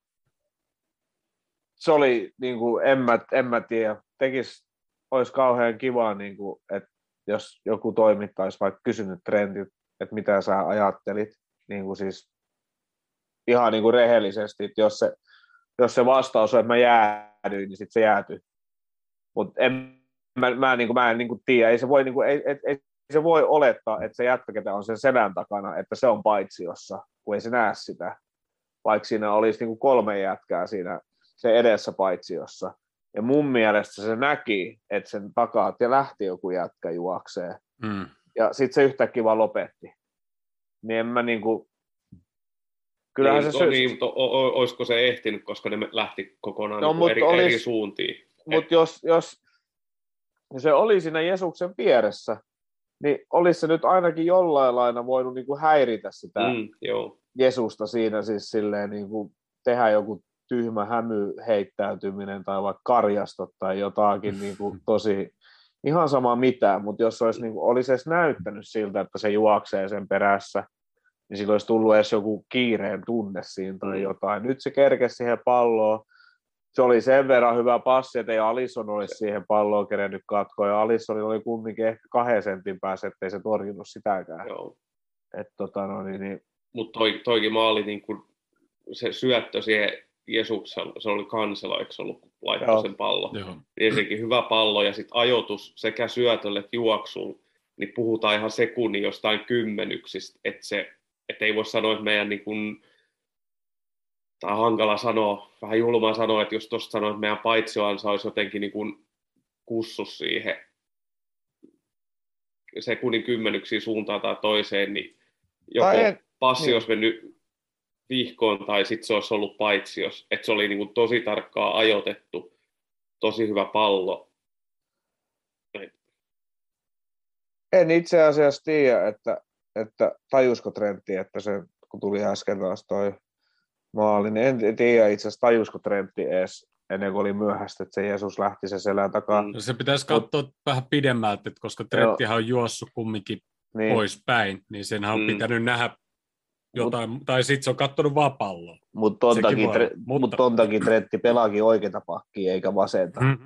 se oli niin kuin, en mä, en mä tiedä, tekis, olisi kauhean kivaa, niin kuin, että jos joku toimittaisi vaikka kysynyt trendit, että mitä sä ajattelit, niin kuin siis ihan niin kuin rehellisesti, että jos se, jos se vastaus on, että mä jäädyin, niin sitten se jäätyy. Mutta mä, mä, niin kuin, mä en niin kuin tiedä, ei se voi, niin kuin, ei, ei, ei se voi olettaa, että se jätkä, ketä on sen selän takana, että se on paitsiossa, kun ei se näe sitä, vaikka siinä olisi niin kuin kolme jätkää siinä se edessä paitsiossa. Ja mun mielestä se näki, että sen takaa ja lähti joku jätkä juoksee. Mm. Ja sitten se yhtäkkiä vaan lopetti. Niin en mä niinku... Kyllähän niin, se... Sy- niin, mutta o- o- olisiko se ehtinyt, koska ne lähti kokonaan no, niin eri, olis, eri suuntiin? Mutta jos, jos se oli siinä Jesuksen vieressä, niin olisi se nyt ainakin jollain lailla voinut niinku häiritä sitä mm, joo. Jesusta siinä, siis silleen niinku tehdä joku tyhmä hämyheittäytyminen tai vaikka karjastot tai jotakin niin kuin tosi, ihan sama mitä, mutta jos olisi, niin kuin, olisi edes näyttänyt siltä, että se juoksee sen perässä, niin sillä olisi tullut edes joku kiireen tunne siinä tai jotain. Nyt se kerkesi siihen palloon. Se oli sen verran hyvä passi, että ei Alisson olisi siihen palloon kerennyt katkoa, ja Alisson oli kumminkin ehkä kahden sentin päässä, ettei se torjunut sitäkään. Et, tota, no, niin, niin. Mutta toi, toikin maali, niin kun se syöttö siihen Jesuksella, se oli Kanselo, eikö se ollut, kun laittoi sen pallon. Ensinnäkin hyvä pallo ja sitten ajoitus sekä syötölle että juoksuun, niin puhutaan ihan sekunnin jostain kymmenyksistä, että se, et ei voi sanoa, että meidän niin kun, tai on hankala sanoa, vähän julmaa sanoa, että jos tuosta sanoo, että meidän paitsioansa olisi jotenkin niin kun kussus siihen sekunnin kymmenyksiin suuntaan tai toiseen, niin joko en, passi niin. olisi mennyt vihkoon tai sitten se olisi ollut paitsios. Että se oli niin kuin tosi tarkkaan ajoitettu, tosi hyvä pallo. En itse asiassa tiedä, että, että tajusko Trentti, että se, kun tuli äsken taas toi maali, niin en tiedä itse asiassa tajusko Trentti edes ennen kuin oli myöhäistä, että se Jeesus lähti se selän takaa. No se pitäisi katsoa Mut, vähän pidemmältä, koska Trenttihän on juossut kumminkin niin. pois päin, niin senhän on mm. pitänyt nähdä jotain, mut, tai sitten se on kattonut vaan palloa. Mutta ton, tre, mut ton takia Trentti pelaakin oikeita pakkia, eikä vasenta. mm.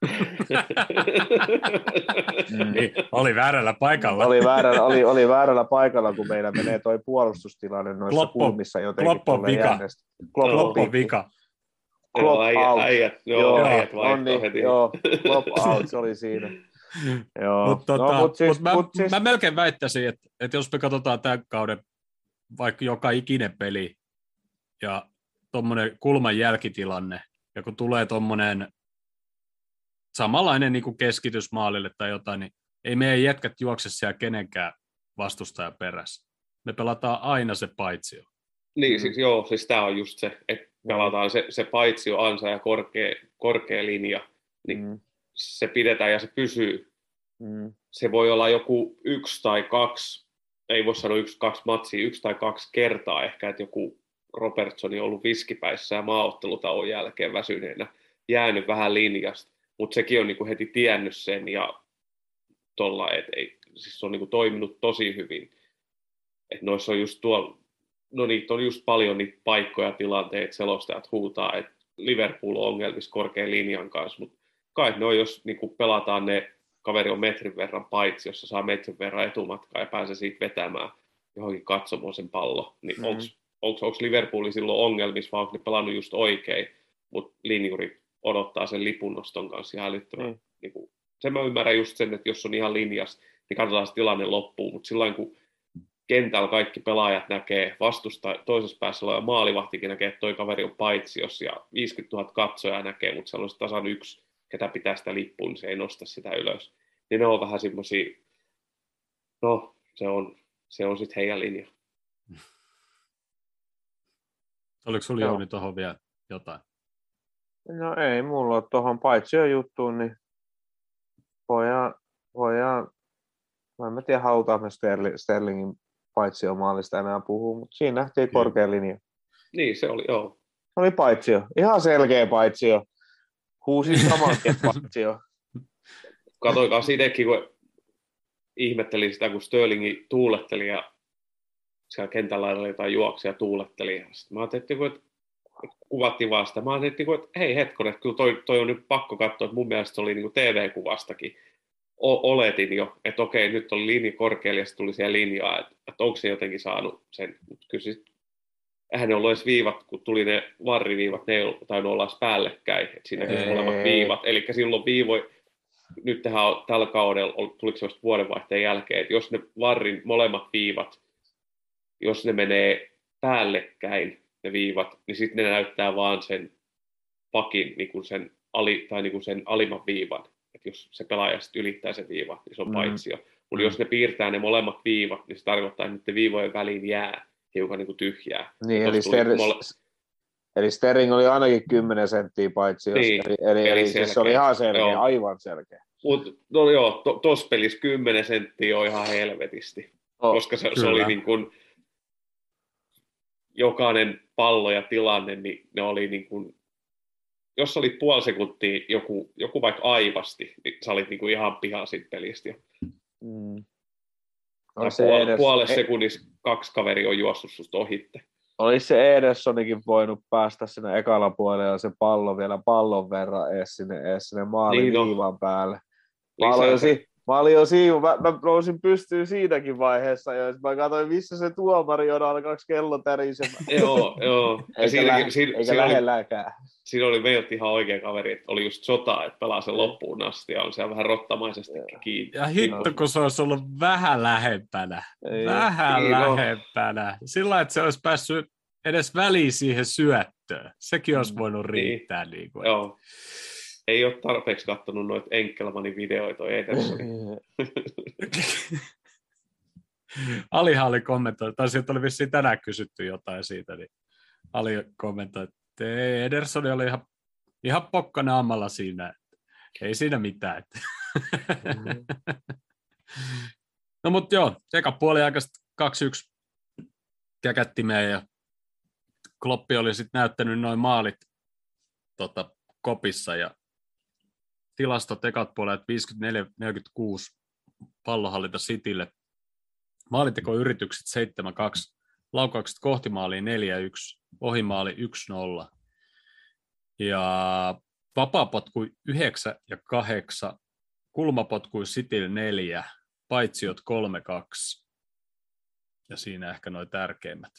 niin, oli väärällä paikalla. oli, väärällä, oli, oli väärällä paikalla, kun meillä menee toi puolustustilanne noissa Kloppo, kulmissa jotenkin. Kloppo vika. Kloppo vika. Klop out. Äijät, joo, joo, äijät vaihtoo heti. Joo, klop out, se oli siinä. Joo. Mut, tota, no, mut siis, mut mä, mut siis... mä melkein väittäisin, että, että jos me katsotaan tämän kauden vaikka joka ikinen peli ja tuommoinen kulman jälkitilanne, ja kun tulee tuommoinen samanlainen niin kuin keskitys maalille tai jotain, niin ei meidän jätkät juokse siellä kenenkään vastustajan perässä. Me pelataan aina se paitsio. Niin, siis, joo, siis tämä on just se, että pelataan se, se paitsio, ansa ja korkea, korkea linja, niin mm. se pidetään ja se pysyy. Mm. Se voi olla joku yksi tai kaksi, ei voi sanoa yksi, kaksi matsia, yksi tai kaksi kertaa ehkä, että joku Robertson on ollut viskipäissä ja maaottelutauon jälkeen väsyneenä jäänyt vähän linjasta, mutta sekin on niinku heti tiennyt sen ja tolla, et ei, siis se on niinku toiminut tosi hyvin. Et noissa on just tuolla, no niitä on just paljon niitä paikkoja ja tilanteita, selostajat huutaa, että Liverpool on ongelmissa korkean linjan kanssa, mutta kai ne on, jos niinku pelataan ne, kaveri on metrin verran paitsi, jossa saa metrin verran etumatkaa ja pääsee siitä vetämään johonkin katsomaan sen pallo, niin mm. onko Liverpooli silloin ongelmissa, vai onko ne pelannut just oikein, mutta linjurit odottaa sen lipunnoston kanssa ihan älyttömän. Mm. Niin kuin, sen mä ymmärrän just sen, että jos on ihan linjas, niin katsotaan se tilanne loppuun, mutta silloin kun kentällä kaikki pelaajat näkee vastusta, toisessa päässä oleva maalivahtikin näkee, että toi kaveri on paitsioss ja viisikymmentätuhatta katsojaa näkee, mutta siellä on tasan yksi, ketä pitää sitä lippua, niin se ei nosta sitä ylös. Niin ne on vähän semmosia, no se on, se on sitten heidän linja. Oliko sulla Jouni tuohon vielä jotain? No ei mulla ole tuohon paitsio juttuun, niin voidaan, voidaan mä en tiedä halutaanko Sterling, Sterlingin paitsiomaalista enää puhua, mutta siinä nähtiin Kyllä. korkea linja. Niin se oli, joo. Se oli paitsio, ihan selkeä paitsio. Huusin saman paitsio. Katoikaa sitäkin, kun ihmettelin sitä, kun Sterlingi tuuletteli ja siellä kentällä oli jotain juoksia tuuletteli. Sitten mä ajattelin, että kuvattiin vaan sitä. Mä ajattelin, että hei hetkonen, kyllä toi, toi on nyt pakko katsoa, että mun mielestä se oli niin kuin T V-kuvastakin. O- oletin jo, että okei, nyt oli linja korkealla ja sitten tuli siellä linjaa, että, että onko se jotenkin saanut sen. Mutta kyllä siis, eihän ne ollut edes viivat, kun tuli ne varriviivat, ne ei tainnut olla päällekkäin, että siinä ei olemat viivat. Eli silloin viivoi, nyt tähän, tällä kaudella, tuliko se vuodenvaihteen jälkeen, että jos ne varrin molemmat viivat, jos ne menee päällekkäin, ne viivat, niin sitten ne näyttää vaan sen pakin, niin kuin sen, ali, tai niin kuin sen alimman viivan. Että jos se pelaaja sitten ylittää sen viivan, niin se on paitsio. Mm. Mutta mm. jos ne piirtää ne molemmat viivat, niin se tarkoittaa, että niiden viivojen väliin jää hiukan niin kuin tyhjää. Niin, eli, ster- mole- eli Stering oli ainakin kymmenen senttiä paitsi, niin, eli, eli, eli siis se oli ihan selkeä, joo. Aivan selkeä. Mut, no joo, to, tossa pelissä kymmenen senttiä on ihan helvetisti, oh, koska se, se oli niin kuin jokainen pallo ja tilanne, niin ne oli niin kuin, jos olit puoli sekuntia joku, joku vaikka aivasti, niin sä olit niin kuin ihan pihaa siitä pelistä. Mm. Tai puol- edes... puolessa sekunnissa kaksi kaveria on juossut susta ohitte. Olisi se Edersonikin voinut päästä sinne ekalla puolella ja se pallo vielä pallon verran ees sinne, ees sinne maalin niin viivan päälle. Mä olin jo, si- mä olin jo siinä, mä, mä nousin pystyyn siinäkin vaiheessa, ja mä katsoin, missä se tuomari on, alkaaks kello tärisemään. Joo, joo. Eikä, siinäkin, lä- siinä, eikä siinä lähelläkään. Siinä oli meiltä ihan oikea kaveri, että oli just sota, että pelaa sen loppuun asti, ja on siellä vähän rottamaisestikin kiinni. Ja hitto, kun se olisi ollut vähän lähempänä. Ei, vähän niin, lähempänä. No. Sillä että se olisi päässyt edes väliin siihen syöttöön. Sekin olisi voinut riittää. Niin. Niin kuin. Joo. Ei ole tarpeeksi katsonut noita Enkelmanin videoita Edersoni. Alihan oli kommentoinut, tai sieltä oli vissiin tänään kysytty jotain siitä, niin Ali kommentoi, että Edersoni oli ihan, ihan pokkanaamalla siinä, ei siinä mitään. Mm-hmm. No mutta joo, eka puoli aikaista kaksi yksi käkättimeen ja Kloppi oli sitten näyttänyt noin maalit tota, kopissa ja tilastot ekat puolet viisikymmentäneljä neljäkymmentäkuusi pallohallinta Citylle. Maalintekoyritykset seitsemän kaksi, laukaukset kohti maaliin neljä yksi, ohimaali yksi nolla. Ja vapaapotkui yhdeksän ja kahdeksan, kulmapotkui Citylle neljä, paitsiot kolme kaksi. Ja siinä ehkä noin tärkeimmät.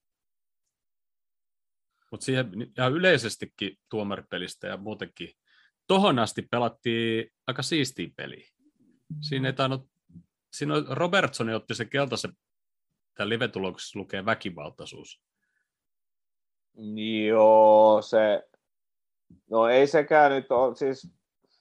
Mutta siihen ihan yleisestikin tuomaripelistä ja muutenkin tohon asti pelattiin aika siistiä peliä. Siinä ei tainnut, siinä Robertson otti se keltaisen, tämän live-tuloksessa lukee väkivaltaisuus. Joo, se, no ei sekään nyt ole, siis...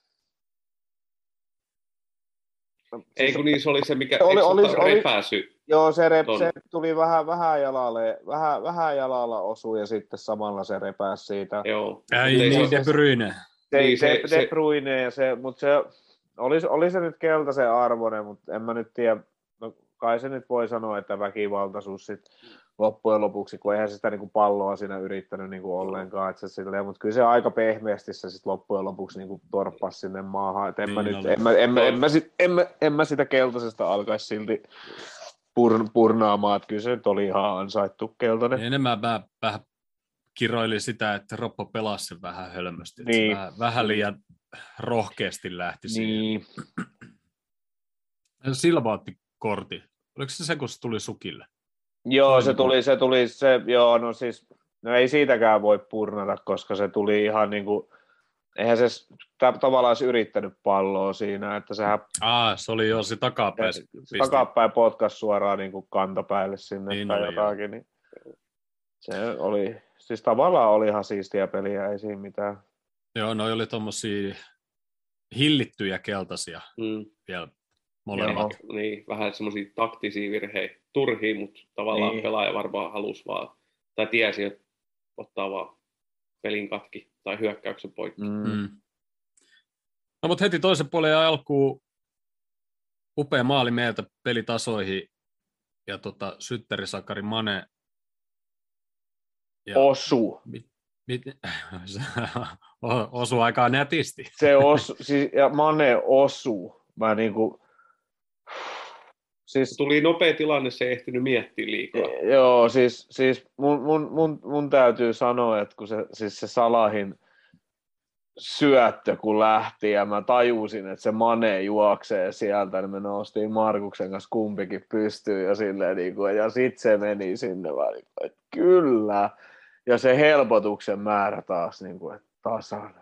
Ei kun niin, se oli se, mikä oli, oli, oli, repäsy. Joo, se, rep, se tuli vähän, vähän, jalalle, vähän, vähän jalalla osu ja sitten samalla se repäsi siitä. Joo. Ei niin, De Bruyne. Se, niin, se, se, De Bruyne, ja se, mutta se, oli, oli se nyt keltaisen arvoinen, mutta en mä nyt tiedä, no kai se nyt voi sanoa, että väkivaltaisuus sitten loppujen lopuksi, kun eihän sitä niinku palloa siinä yrittänyt niinku ollenkaan, että se silleen, mutta kyllä se aika pehmeästi se sit loppujen lopuksi niinku torppasi sinne maahan, että en, niin, mä nyt, en, mä, en, mä, en, mä sit, en, mä, en mä sitä keltaisesta alkaisi silti pur, purnaamaan, että kyllä se nyt oli ihan ansaittu keltainen. Enemmän mä vähän kiroilin sitä, että Roppo pelasi sen vähän hölmösti, niin. vähän, vähän liian rohkeasti lähti niin. siihen. Silva otti kortin. Oliko se se, kun se tuli Sukille? Joo, se tuli, se tuli, se, joo, no siis, no ei siitäkään voi purnata, koska se tuli ihan niin kuin, eihän se tavallaan olisi yrittänyt palloa siinä, että sehän... Aa, se oli jo se takapäin. Se, se takapäin potkasi suoraan niin kuin kantapäälle sinne niin tai jotakin, niin se oli, siis tavallaan oli ihan siistiä peliä, ei siinä mitään. Joo, noi oli tommosia hillittyjä keltaisia mm. vielä molemmat. Ja, niin, vähän semmoisia taktisia virheitä, turhia, mutta tavallaan niin. Pelaaja varmaan halusi vaan, tai tiesi, että ottaa vaan pelin katki tai hyökkäyksen poikki. Mm. No mutta heti toisen puolen alkuun upea maali meiltä pelitasoihin ja tota, Sytteri, Sakari, Mane. Ja osu. Mit, mit, osu aika nätisti. Se osu, siis, ja Mane osuu. Mä niinku... siis, tuli nopea tilanne, se ei ehtinyt miettiä liikaa. joo, siis, siis mun, mun, mun, mun täytyy sanoa, että kun se, siis se Salahin syöttö kun lähti ja mä tajusin, että se Mane juoksee sieltä, niin me noustiin Markuksen kanssa kumpikin pystyyn ja silleen niin kuin, ja sit se meni sinne vaan, että kyllä. Ja se helpotuksen määrä taas, niin kuin, että tasan.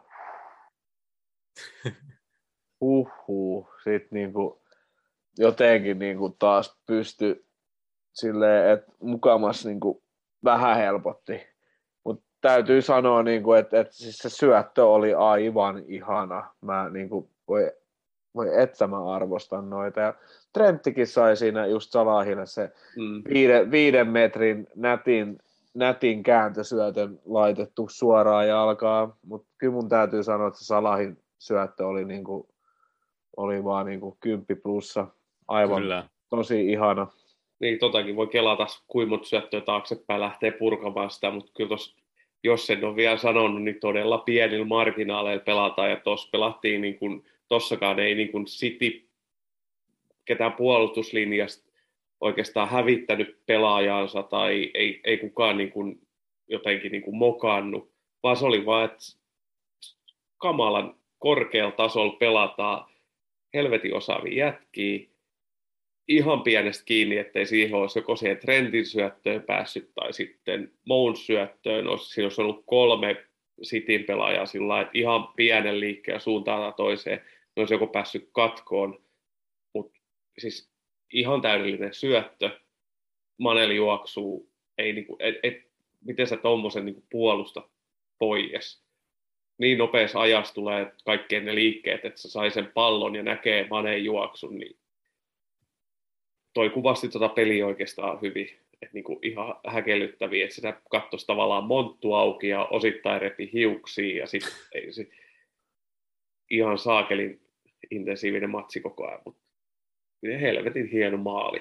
Huhhuh. Sitten niin kuin, jotenkin niin kuin taas pystyi silleen, että mukamas niin kuin vähän helpotti. Mutta täytyy sanoa, niin kuin, että, että siis se syöttö oli aivan ihana. Mä niin kuin, voi, voi että mä arvostan noita. Ja Trenttikin sai siinä just Salahille se mm. viiden, viiden metrin nätin, nätin kääntösyötön laitettu suoraan jalkaan. Mutta kyllä mun täytyy sanoa, että se Salahin syöttö oli, niin kuin, oli vaan niin kuin kymppi plussa. Aivan kyllä. Tosi ihana. Niin, totakin voi kelata, kuinka monta syöttöä taaksepäin lähtee purkamaan sitä, mutta kyllä tos, jos sen on vielä sanonut, niin todella pienillä marginaaleilla pelataan, ja tuossa pelattiin, niin kuin, tossakaan ei niin kuin City ketään puolustuslinjasta oikeastaan hävittänyt pelaajansa, tai ei, ei kukaan niin kuin, jotenkin niin kuin mokannut, vaan se oli vaan, että kamalan korkealla tasolla pelataan, helvetin osaavia jätkiä, ihan pienestä kiinni, ettei siihen olisi joko siihen Trentin syöttöön päässyt tai sitten Mount syöttöön. Olisi, siinä olisi ollut kolme Cityn pelaajaa sillä lailla, että ihan pienen liikkeen suuntaan tai toiseen. Ne olisi joko päässyt katkoon, mutta siis ihan täydellinen syöttö. Maneli juoksuu, ei niinku, et, et, miten sä tommosen niinku puolusta pois. Niin nopeassa ajassa tulee kaikkien ne liikkeet, että sä sai sen pallon ja näkee Maneen juoksun, niin toi kuvasti tuota peliä oikeastaan hyvin, että niinku ihan häkellyttäviä, että sitä katsoisi tavallaan monttu auki ja osittain repi hiuksia ja sitten sit, ihan saakelin intensiivinen matsi koko ajan, mutta helvetin hieno maali.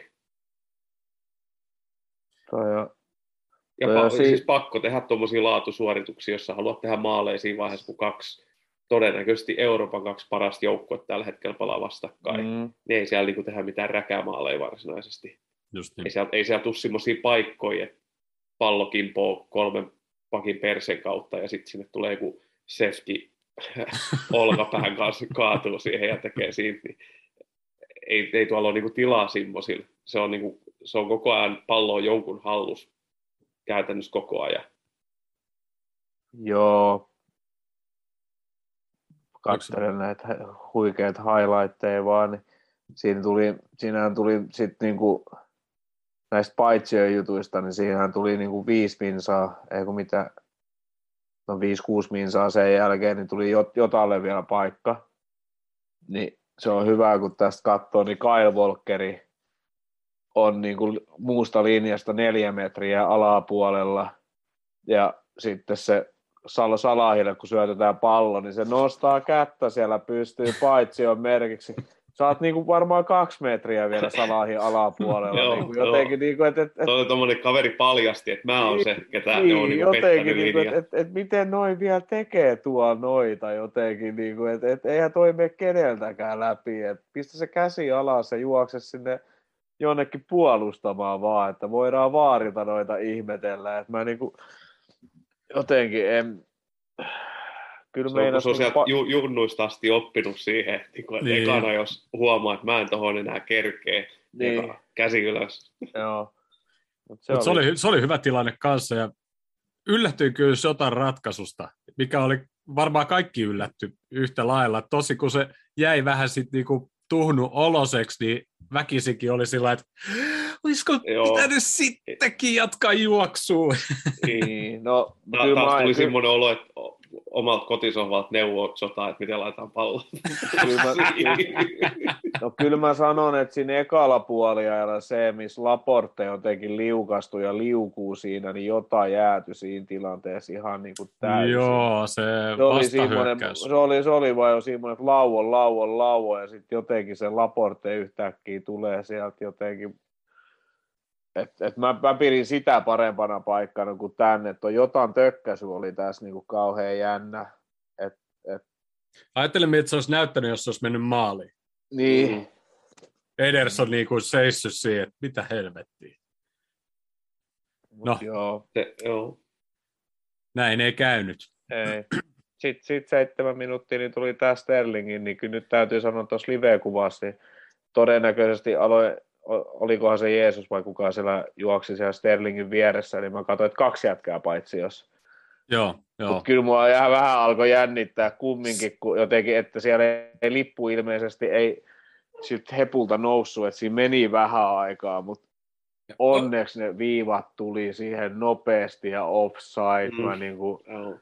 Toi on, ja toi on pa- si- siis pakko tehdä tuommoisia laatusuorituksia, jos sä haluat tehdä maaleja siinä vaiheessa, kun kaksi todennäköisesti Euroopan kaksi parasta joukkuetta tällä hetkellä palaa vastakkain, mm. niin ei siellä niinku tehdä mitään räkämaaleja varsinaisesti. Just niin. Ei siellä, ei siellä tule semmoisia paikkoja, että pallo kimpoo kolmen pakin persen kautta ja sitten sinne tulee joku sefki olkapään kanssa kaatuu siihen ja tekee siitä. Niin ei, ei tuolla ole niinku tilaa semmoisille. Se on, niinku, se on koko ajan palloa jonkun hallus käytännössä koko ajan. Joo. Katselen näitä huikeita highlightteja vaan, niin siinä tuli, siinähän tuli sitten niinku näistä paitsiojutuista, niin siinähän tuli niinku viisi minsaa, eikö mitä, no viisi kuusi minsaa sen jälkeen, niin tuli jot, Jotalle vielä paikka. Niin se on hyvä, kun tästä katsoo, niin Kyle Walkeri on niinku muusta linjasta neljä metriä alapuolella, ja sitten se Sal- Salahille, kun syötetään pallo, niin se nostaa kättä siellä, pystyy paitsion merkiksi. Sä oot niinku varmaan kaksi metriä vielä Salahin alapuolella. Joo, niinku jotenkin, niinku, et, et, Toi tommonen kaveri paljasti, että mä oon se, ketä niin, ne on niinku pettänyt niinku, linjaa. että et, et miten noi vielä tekee tuolla noita jotenkin, niinku, että et, eihän toi mene keneltäkään läpi. Et pistä se käsi alas ja juokse sinne jonnekin puolustamaan vaan, että voidaan vaarilta noita ihmetellä. Et mä niinku, jotenkin en... Kyllä se on, se on sieltä pa- ju, junnuista asti oppinut siihen, että niin. niin. ekana jos huomaa, että mä en tohon enää kerkee, niin. käsi ylös. Joo. Mut se, Mut oli... Se, oli, se oli hyvä tilanne kanssa, ja yllätyin kyllä Shotan ratkaisusta, mikä oli varmaan kaikki yllätty yhtä lailla. Tosi kun se jäi vähän sitten niinku tuhnu oloseksi, niin väkisikin oli sillä, että olisiko pitänyt sittenkin jatkaa juoksua? Niin, no, Ta- kyllä taas mä, tuli kyllä... semmoinen olo, että omalta kotisohvalta neuvoa Shotaa, että miten laitetaan pallo. Kyllä mä, no kyllä mä sanon, että siinä ekalla puoliajalla se, missä Laporte jotenkin liukastui ja liukuu siinä, niin jotain jääty siinä tilanteessa ihan niin kuin täysin. Joo, se, se vastahyökkäys. Se oli, se oli vaan jo semmoinen, että lauon, lauon, lauon, ja sitten jotenkin se Laporte yhtäkkiä tulee sieltä jotenkin. Et, et mä, mä pidin sitä parempana paikkana kuin tänne, että jotain tökkäisy oli tässä niinku kauhean jännä. Et, et... Ajattelin, että se olisi näyttänyt, jos se olisi mennyt maaliin. Niin. Ederson niin kuin seissyt siihen, että mitä helvettiä. No, joo. Se, joo. näin ei käynyt. Ei. Sitten sit seitsemän minuuttia niin tuli tämä Sterlingin, niin kyllä nyt täytyy sanoa tuossa live-kuvassa, niin todennäköisesti aloin, olikohan se Jeesus vai kuka siellä juoksi siellä Sterlingin vieressä, niin mä katsoin, että kaksi jätkää paitsi jos. Joo, joo. Mut kyllä mua ihan vähän alkoi jännittää kumminkin, kun jotenkin, että siellä ei lippu ilmeisesti ei sit hepulta noussut, että siinä meni vähän aikaa, mutta onneksi ne viivat tuli siihen nopeasti ja offside. Mm. Mä niinku...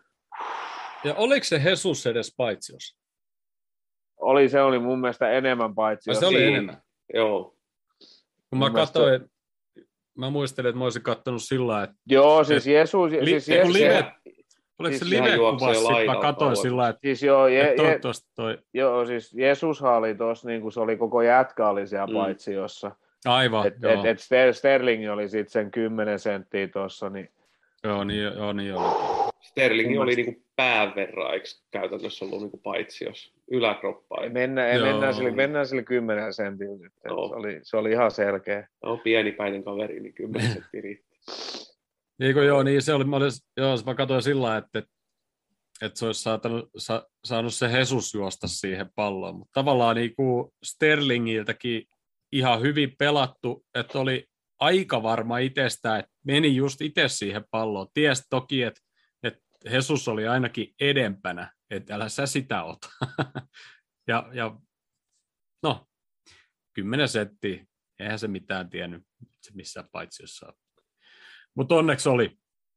Ja oliko se Jesus edes paitsiossa? Oli, se oli mun mielestä enemmän paitsiossa. Se oli enemmän? Joo. Kun mä katsoin, se... mä muistelin, että mä olisin katsonut sillä lailla, että... Joo, siis Jeesus... Li... Siis Jeesus live... Oliko siis se live-kuvassa, mä katsoin sillä lailla, että, siis joo, je, että toivottavasti toi... Joo, siis Jesushan oli tuossa, niin kuin se oli koko jätkä oli siellä mm. paitsiossa. Aivan, et, joo. Et, et Sterling oli sitten sen kymmenen senttiä tuossa, niin... Joo, niin, joo, niin oli. Sterling oli niinku pään verran, eikö käytännössä ollut niinku paitsiossa yläkroppaa? Mennään, mennään, sille, mennään sille kymmenen sentillä nyt, no. se, oli, se oli ihan selkeä. No, pienipäinen kaveri, niin kymmenen senttiä riittää. Eikö joo, niin se oli, mä, olin, joo, mä katsoin sillä lailla, että, että, että se olisi saatanut, sa, saanut se Jesus juosta siihen palloon, mutta tavallaan niin kuin Sterlingiltäkin ihan hyvin pelattu, että oli aika varma itsestään, että meni just itse siihen palloon. Ties toki, että, että Jesus oli ainakin edempänä, että älä sä sitä ota. ja, ja no, kymmenen senttiä, eihän se mitään tiennyt, missään paitsi jossain. Mutta onneksi oli.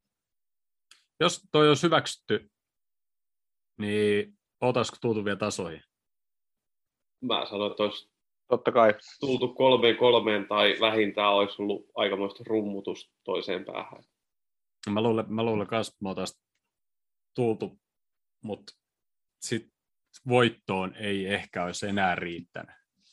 Jos toi olisi hyväksytty, niin otaisiko tultu vielä tasoihin? Mä sanoin, että olisi totta kai tultu kolmeen kolmeen tai vähintään olisi ollut aikamoista rummutusta toiseen päähän. Mä luulen, mä luulen kanssa, että me oltaisiin tultu, mutta sitten voittoon ei ehkä olisi enää riittänyt.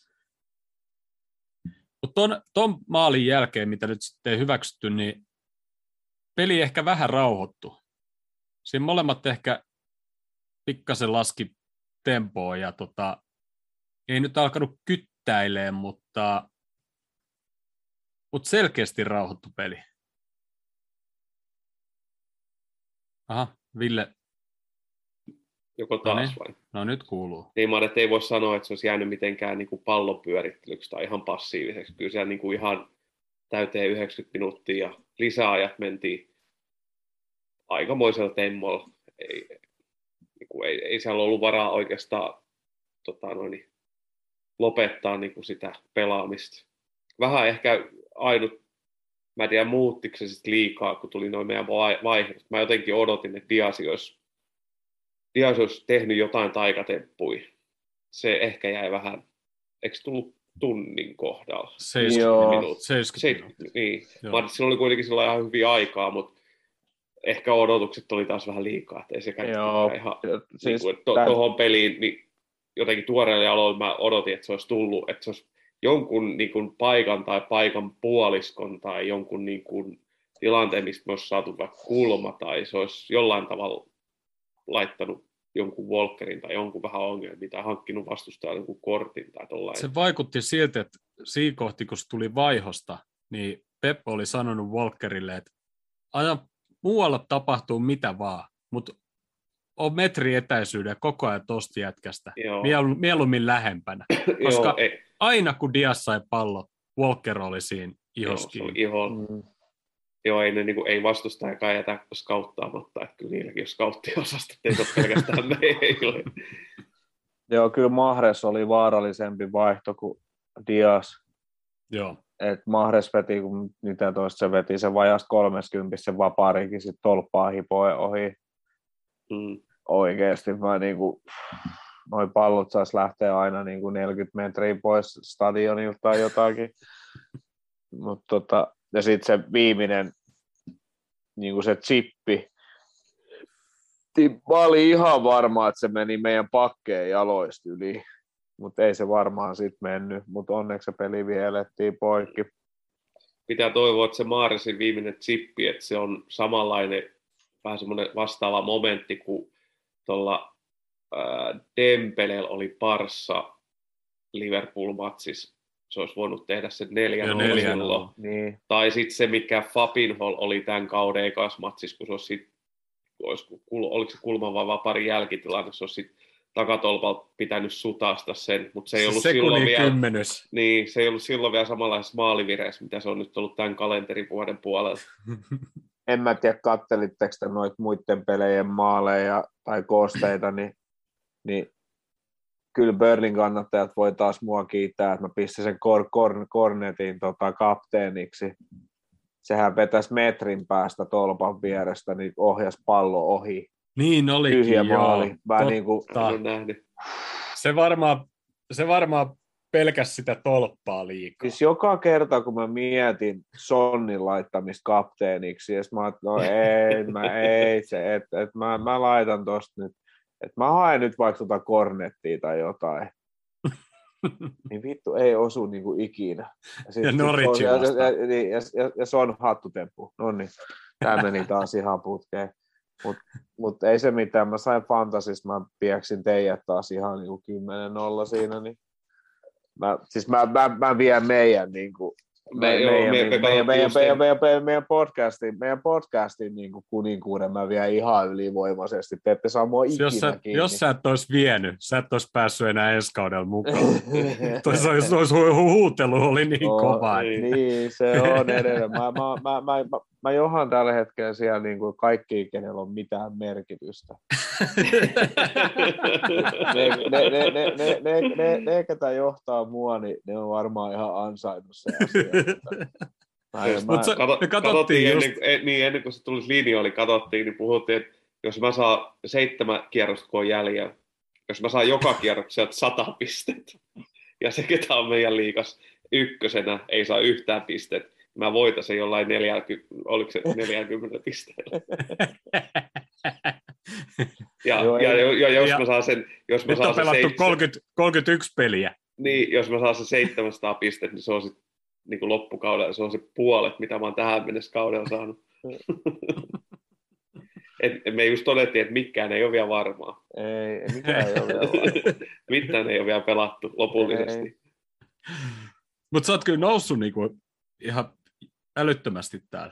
Mutta ton, ton maalin jälkeen, mitä nyt sitten ei hyväksytty, niin peli ehkä vähän rauhoittu. Siinä molemmat ehkä pikkasen laski tempoa ja tota, ei nyt alkanut kyttäilemään, mutta, mutta selkeästi rauhoittu peli. Aha, Ville. Joko taas no niin. vai? No nyt kuuluu. Niin mä että ei voi sanoa, että se olisi jäänyt mitenkään niin kuin pallopyörittelyksi tai ihan passiiviseksi. Kyllä siellä niin kuin ihan täyteen yhdeksänkymmentä minuuttia ja lisäajat mentiin aikamoisella temmolla. Ei, niin kuin ei, ei siellä ollut varaa oikeastaan tota noin, lopettaa niin kuin sitä pelaamista. Vähän ehkä ainut, mä en tiedä muuttiko se sitten liikaa, kun tuli noin meidän vaiheet. Mä jotenkin odotin, että Dias olisi, Dias olisi tehnyt jotain taikatemppuja. Se ehkä jäi vähän, eikö tullut tunnin kohdalla? seitsemänkymmentä minuuttia. seitsemänkymmentä minuuttia. Niin. Mä, siinä oli kuitenkin sillä ihan hyvin aikaa, mutta ehkä odotukset oli taas vähän liikaa, että ei sekään ihan siis niin to, tämän... tuohon peliin, niin jotenkin tuoreella jaloilla mä odotin, että se olisi tullut, että se olisi jonkun niin kuin paikan tai paikan puoliskon tai jonkun niin kuin tilanteen, mistä me olisi saatu vaikka kulma tai se olisi jollain tavalla laittanut jonkun Walkerin tai jonkun vähän ongelmia tai hankkinut vastustajan jonkun kortin tai tollainen. Se vaikutti siltä, että siinä kohti, kun se tuli vaihosta, niin Pep oli sanonut Walkerille, että aina muualla tapahtuu mitä vaan, mutta on metri etäisyyden koko ajan tosta jätkästä, Mielu, mieluummin lähempänä, koska Joo, aina kun Dias sai pallo, Walker oli siinä ihoskiin. Joo, mm. Joo, ei, ne, niin kuin, ei vastustajakaan jätä skauttaamatta, että kyllä niilläkin on skauttiosasto, ei ole pelkästään meille. Joo, kyllä Mahrez oli vaarallisempi vaihto kuin Dias. Joo. Et Mahrez veti, kun niitä toista se veti sen vajasta kolmekymmentä sen vaparinkin sit tolppaa hipoen ohi. Mm. Oikeesti mä niinku, noi pallot sais lähteä aina niinku neljäkymmentä metriä pois stadionilta tai jotakin. Mut tota, ja sitten se viimeinen, niinku se chippi, mä olin ihan varma, että se meni meidän pakkeen jaloista yli, mutta ei se varmaan sitten mennyt, mutta onneksi se peli vielettiin poikki. Pitää toivoa, että se Mahrezin viimeinen chippi, että se on samanlainen, vähän semmoinen vastaava momentti, kuin tuolla Dembelellä oli Barssa Liverpool-matsissa. se olisi voinut tehdä sen neljä nolla silloin. Niin. Tai sitten se, mikä Fabinho oli tämän kauden ekassa matsissa, kun se olisi sit, olisiko, oliko se kulman vai vapari jälkitilanne, se olisi sit takatolpalta pitänyt sutasta sen, mutta se ei ollut silloin vielä, niin, se ei ollut silloin vielä samanlaisessa maalivireessä, mitä se on nyt ollut tämän kalenterivuoden puolella. En mä tiedä, kattelitteko te noita muiden pelejen maaleja tai koosteita, niin, niin kyllä Burnleyn kannattajat voi taas mua kiittää, että mä pistin sen Cor- Cor- Cornetin tota, kapteeniksi. Sehän vetäisi metrin päästä tolpan vierestä, niin ohjas pallo ohi. Niin olikin, tyhjä joo. maali. Mä niin kuin... Se varmaan, se varmaan pelkäs sitä tolppaa liikaa. Siis joka kerta, kun mä mietin Sonnin laittamista kapteeniksi, ja mä oon, no ei, mä, ei se, että et mä, mä laitan tosta nyt, että mä haen nyt vaikka tota Cornettia tai jotain. Niin vittu, ei osu niinku ikinä. Ja, sit, ja Norwich ja, ja, ja, ja, ja se on hattutemppu. No niin, tää meni taas ihan putkeen. Mutta mut ei se mitään, mä sain fantasissa, mä pieksin teijät taas ihan niinku kymmenen nolla siinä, niin mä, siis mä, mä, mä vien meidän niinku, me, me, meidän, me, meidän, meidän, meidän, meidän, meidän, meidän, meidän podcastin, meidän podcastin niinku kuninkuuden mä vien ihan ylivoimaisesti, te ette saa mua ikinä jos sä, kiinni. Jos sä et ois vienyt, sä et ois päässyt enää ensi kaudella mukaan. Tois ois, ois huutelu oli niin oh, kova. Niin, se on edelleen. Mä, mä, mä, mä, mä, mä johan tällä hetkellä siellä niin kuin kaikki, kenellä on mitään merkitystä. ne, ne, ne, ne, ne, ne, ne, ne, ketä johtaa mua, niin ne on varmaan ihan ansainnut se asia. Mä, mä, mä, Kato, katsottiin, katsottiin just... ennen, niin ennen kuin se tuli linjoille, katsottiin, niin puhuttiin, että jos mä saan seitsemän kierrosta, kun on jäljellä, jos mä saan joka kierrokselta sata pistettä, ja se, ketä on meidän liigas ykkösenä, ei saa yhtään pistettä, mä voitan sen jollain neljäkymmentä, oliko se neljäkymmentä pisteellä. ja, Joo, ja, ja, ja jos ja, mä saan sen... Jos mä nyt saan on pelattu seitsemän, kolmekymmentä, kolmekymmentäyksi peliä. Niin, jos mä saan se seitsemänsataa pistettä, niin se on sitten niin kuin loppukaudella, se on se puolet, mitä mä oon tähän mennessä kaudella saanut. Et, et me just todettiin, että mikään ei ole vielä varmaa. Ei, mikään ei ole vielä varmaa. Mitään ei ole vielä pelattu lopullisesti. Mutta sä oot kyllä noussut niinku ihan älyttömästi täällä.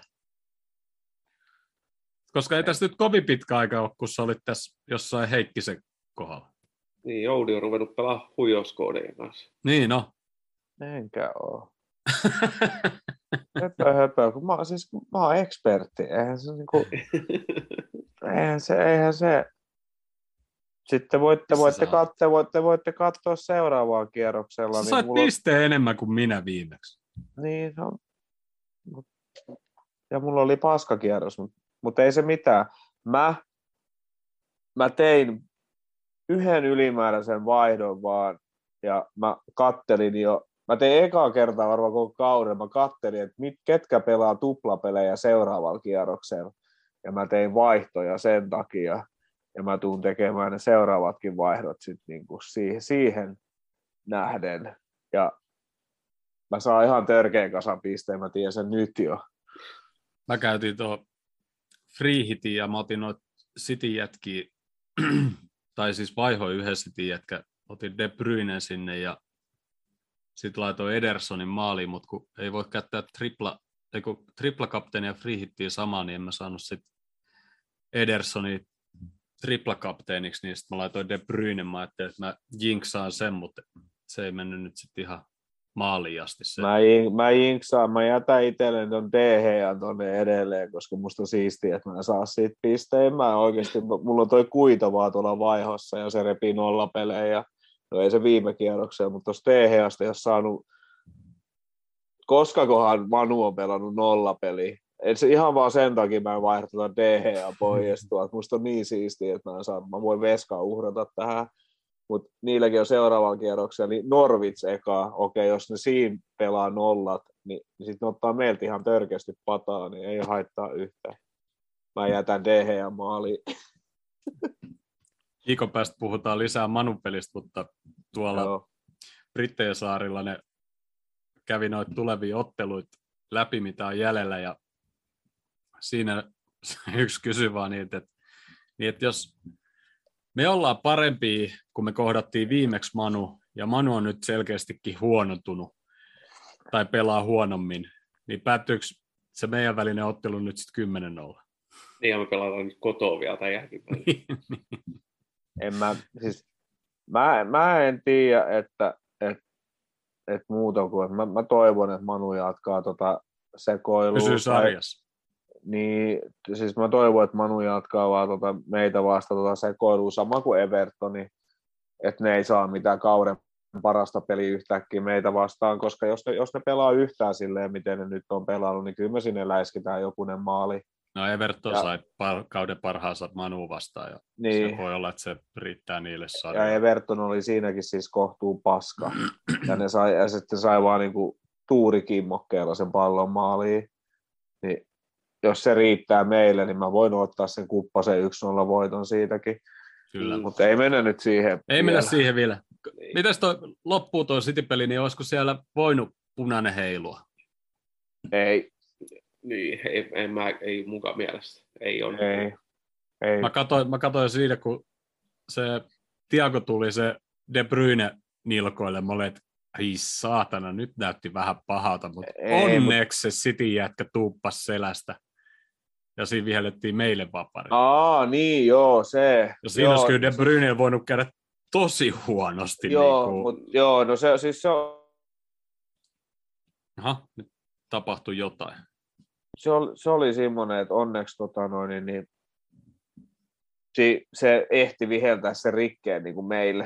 Koska ei tässä nyt kovin pitkä aika ole, kun sä olit tässä jossain Heikkisen kohdalla. Niin, Joudi on ruvennut pelaamaan huijauskoodien kanssa. Niin, no. Enkä oo. höpö, höpö. Kun mä, siis, mä oon ekspertti. Eihän se niinku... eihän se, eihän se... Sitten voitte, voitte, katsoa, voitte, voitte katsoa seuraavaan kierroksella. Sä niin sait mulla... pisteen enemmän kuin minä viimeksi. Niin, no. Ja mulla oli paskakierros, mutta mut ei se mitään. Mä, mä tein yhden ylimääräisen vaihdon vaan, ja mä kattelin jo, mä tein ekaa kertaa varmaan koko kauden, mä kattelin, että mit, ketkä pelaa tuplapelejä seuraavalla kierroksella, ja mä tein vaihtoja sen takia, ja mä tuun tekemään ne seuraavatkin vaihdot sit niinku siihen, siihen nähden, ja mä saan ihan törkeän kasan pisteen, mä tiedän sen nyt jo. Mä käytin tuo free hitin ja mä otin noita City-jätkiä, tai siis vaihoin yhden City-jätkä, otin De Bruynen sinne ja sitten laitoin Edersonin maaliin, mutta kun ei voi käyttää tripla, ei kun tripla kapteenia ja free hittiä samaan, niin en mä saanut sitten Edersonin tripla kapteeniksi, niin sitten mä laitoin De Bruynen, mä ajattelin, että mä jinksaan sen, mutta se ei mennyt nyt sitten ihan maaliin asti. Se. Mä, mä jinksaan, mä jätän itselleni ton D H tonne edelleen, koska musta on siistiä, että mä en saa siitä pisteen. Mä oikeasti, mulla on toi Kuitavaa tuolla vaihossa ja se repii nollapelejä. No ei se viime kierroksella, mutta tuossa D H Sta ei ole saanut, koskakohan Manu on pelannut nollapeliä. Et se ihan vaan sen takia mä en vaihda tuota D H pois tuolta. Musta on niin siistiä, että mä en saa, mä voin Veskaa uhrata tähän. Mutta niilläkin on seuraavalla kierroksella, niin Norwich eka, okei, jos ne siinä pelaa nollat, niin, niin sitten ne ottaa meiltä ihan törkeästi pataa, niin ei haittaa yhtään. Mä jätän D H maaliin. Viikon päästä puhutaan lisää Manu-pelistä, mutta tuolla Joo. Brittejen saarilla ne kävi noita tulevia otteluita läpi, mitä on jäljellä, ja siinä yksi kysyi vaan niin, että, niin, että jos me ollaan parempia, kun me kohdattiin viimeksi Manu, ja Manu on nyt selkeästikin huonontunut, tai pelaa huonommin, niin päättyykö se meidän välinen ottelu nyt sitten kymmenen nolla? Niin, ja me pelataan nyt kotoa vielä tämän jälkeen. En mä, siis, mä, mä en tiedä, että et, et muuta kuin, että mä, mä toivon, että Manu jatkaa tota sekoilua. Pysyy sarjassa. Niin, siis mä toivon, että Manu jatkaa vaan tota meitä vasta tota sekoilua, sama kuin Evertoni, että ne ei saa mitään kauden parasta peliä yhtäkkiä meitä vastaan, koska jos ne, jos ne pelaa yhtään silleen, miten ne nyt on pelannut, niin kyllä me sinne läiskitään jokunen maali. No Everton ja, sai par, kauden parhaansa Manu vastaan, ja niin, se voi olla, että se riittää niille ja sarjoille. Ja Everton oli siinäkin siis kohtuu paska, ja ne sai, ja sitten sai vaan niinku tuurikimmokkeella sen pallon maaliin, niin jos se riittää meille, niin mä voin ottaa sen kuppasen yksi nolla voiton siitäkin. Kyllä. Mutta ei mennä nyt siihen. Ei vielä. mennä siihen vielä. Mitäs toi loppuu tuo City-peli, niin olisiko siellä voinut punainen heilua? Ei. Niin, ei, en mä, ei mukaan mielestä. Ei ole. Ei. Ei. Mä katsoin, mä katsoin siinä, kun se Thiago tuli se De Bruyne nilkoille. Mä olin, että ai saatana, nyt näytti vähän pahalta, mutta ei, onneksi mut... se City-jätkä tuuppas selästä. Ja siinä vihellettiin meille vapari. Aa, niin joo, se. Ja siinä joo, olisi kyllä De Bruyne voinut käydä tosi huonosti. Joo, niin kuin... mut, joo, no se, siis se on... Aha, nyt tapahtui jotain. Se oli, se oli semmoinen, että onneksi tota noin, niin, si, se ehti viheltää sen rikkeen niin kuin meille.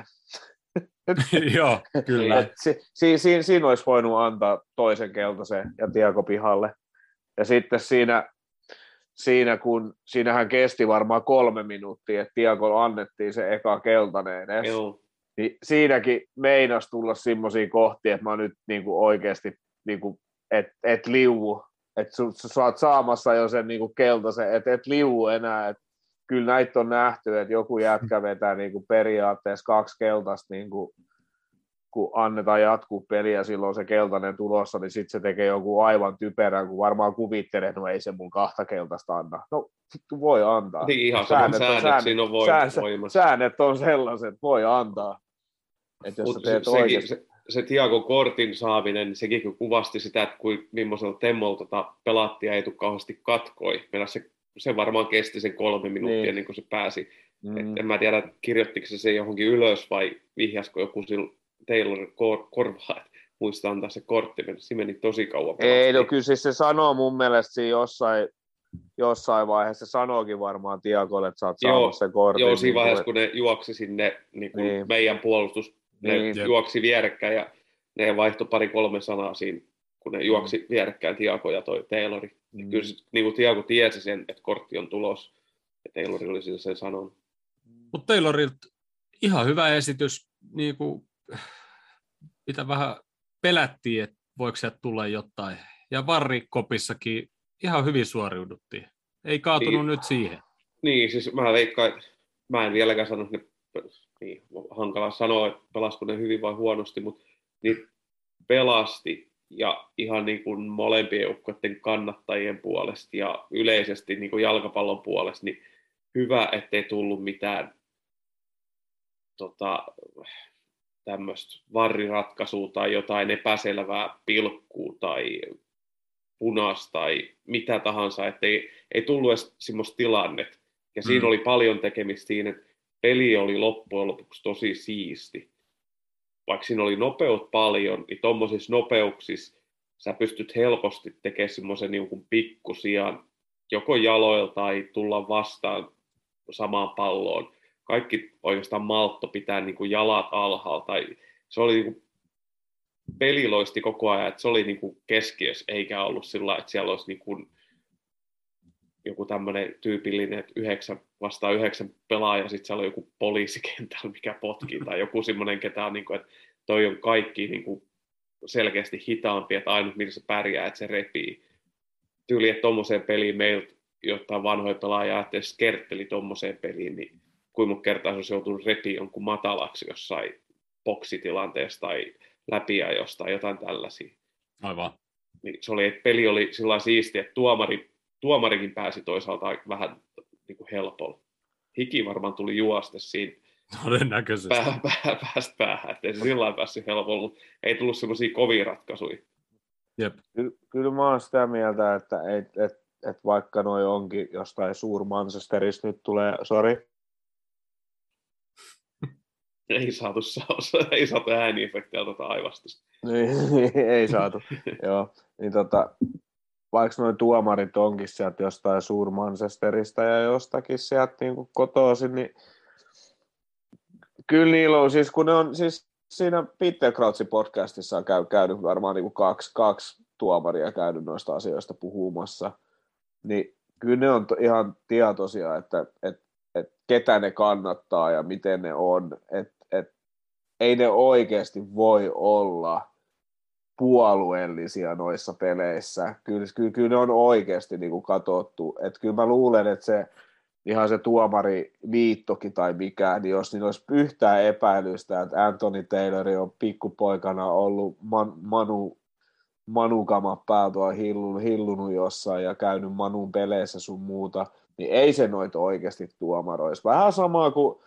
Joo, kyllä. Si, si, si, siinä olisi voinut antaa toisen keltaisen ja Thiago pihalle. Ja sitten siinä, siinä kun, siinähän kesti varmaan kolme minuuttia, että Thiago annettiin se eka keltainen edes. Joo. Niin siinäkin meinasi tulla semmoisia kohtia, että mä nyt niin kuin oikeasti, niin kuin, et, et liuvu. Että sä oot saamassa jo sen niin kuin keltaisen, että et liuvu enää. Et kyllä näitä on nähty, että joku jätkä vetää niin kuin periaatteessa kaksi keltaista, niin kuin, kun annetaan jatkuu peliä, silloin se keltainen tulossa, niin sitten se tekee joku aivan typerän, kun varmaan kuvittelee, että no ei se mun kahta keltaista anna. No, voi antaa. Niin ihan säännöt, säännöt, säännöt siinä on voimassa. Säännöt, säännöt on sellaiset, voi antaa. Että jos sä teet se, oikeasti... se, se Thiago kortin saaminen, sekin kuvasti sitä, että kuin millaisella temmolla tota pelattiin ja ei tule kauheasti katkoi. Meillä se, se varmaan kesti sen kolme minuuttia, niin, niin kuin se pääsi. Mm. Et en mä tiedä, kirjoittiko se se johonkin ylös vai vihjasko joku Taylorin kor- korvaa, että muista antaa se kortti. Se meni tosi kauan. Ei, no kyllä siis se sanoo mun mielestä siinä jossain, jossain vaiheessa, se sanookin varmaan Thiagolle, että sä oot saamassa sen kortin. Joo, siinä niin vaiheessa, kun kun ne juoksi sinne niin kuin niin. meidän puolustus, ne niin. juoksi vierekkäin ja ne vaihtoi pari-kolme sanaa siinä, kun ne juoksi mm. vierekkäin Thiago ja toi Taylori. Mm. Kyllä niin kuin Thiago tiesi sen, että kortti on tulos, ja Taylori oli sen sanonut. Mutta Taylorilta ihan hyvä esitys, niin kuin, mitä vähän pelättiin, että voiko sieltä tulla jotain. Ja varrikopissakin ihan hyvin suoriuduttiin. Ei kaatunut niin, nyt siihen. Niin, siis mä veikkaan, että mä en vieläkään sano, että ne, niin, hankala sanoa, että pelasiko ne hyvin vai huonosti, mutta niin pelasti ja ihan niin kuin molempien joukkueiden kannattajien puolesta ja yleisesti niin kuin jalkapallon puolesta, niin hyvä, ettei tullut mitään tota, tämmöistä varriratkaisua tai jotain epäselvää pilkkua tai punaista tai mitä tahansa, ettei ei tullut edes semmoista tilannetta. Ja siinä mm. oli paljon tekemistä siinä, että peli oli loppujen lopuksi tosi siisti. Vaikka siinä oli nopeut paljon, niin tuommoisissa nopeuksissa sä pystyt helposti tekemään semmoisen niin pikkusijan joko jaloilla tai tulla vastaan samaan palloon. Kaikki oikeastaan maltto pitää niin kuin jalat alhaalla. Tai se oli niin kuin, peli loisti koko ajan, että se oli niin kuin keskiössä, eikä ollut sillä, että siellä olisi niin kuin joku tämmöinen tyypillinen, että yhdeksän vastaan yhdeksän pelaaja, ja sitten siellä on joku poliisi kentällä, mikä potkii, tai joku semmoinen, ketä on, niin kuin, että toi on kaikki niin kuin selkeästi hitaampi, että ainut millä se pärjää, että se repii. Tyyli, että tommoseen peliin meiltä jotain vanhoja pelaajia, että jos kertteli tommoseen peliin, niin kuinka monta kertaa se olisi joutunut repiä jonkun matalaksi jossain boksitilanteessa tai läpiajosta tai jotain tällaisia. Aivan. Niin se oli, että peli oli sillä siistiä, että tuomari, tuomarikin pääsi toisaalta vähän niin kuin helpolla. Hiki varmaan tuli juosta siinä todennäköisesti pää, pää, päästä päähän, ettei se sillä lailla päässyt helpolla. Ei tullut semmoisia kovia ratkaisuja. Jep. Kyllä, kyllä mä oon sitä mieltä, että et, et, et vaikka noi onkin jostain suur Manchesterista nyt tulee, sori. Ei saatu, ei saatu ääniefektiä tuota aivastusta. Niin, ei saatu, joo. Niin tota, vaikka noi tuomarit onkin sieltä jostain suur Manchesterista ja jostakin sieltä niin kotoisin, niin kyllä niillä on, siis kun ne on, siis siinä Peter Crouchin podcastissa on käy, käynyt varmaan niin kuin kaksi, kaksi tuomaria käynyt noista asioista puhumassa, niin kyllä ne on to, ihan tietoisia, että et, et ketä ne kannattaa ja miten ne on, että et, ei ne oikeasti voi olla puolueellisia noissa peleissä. Kyllä, kyllä, kyllä ne on oikeasti niin kuin katsottu, että kyllä mä luulen, että se ihan se tuomariliittokin tai mikä, niin jos niin olisi yhtään epäilystä, että Anthony Taylor on pikkupoikana ollut man, Manu, Manukamat päältä hillunut, hillunut jossain ja käynyt Manun peleissä sun muuta, niin ei se noita oikeasti tuomaroisi. Vähän samaa kuin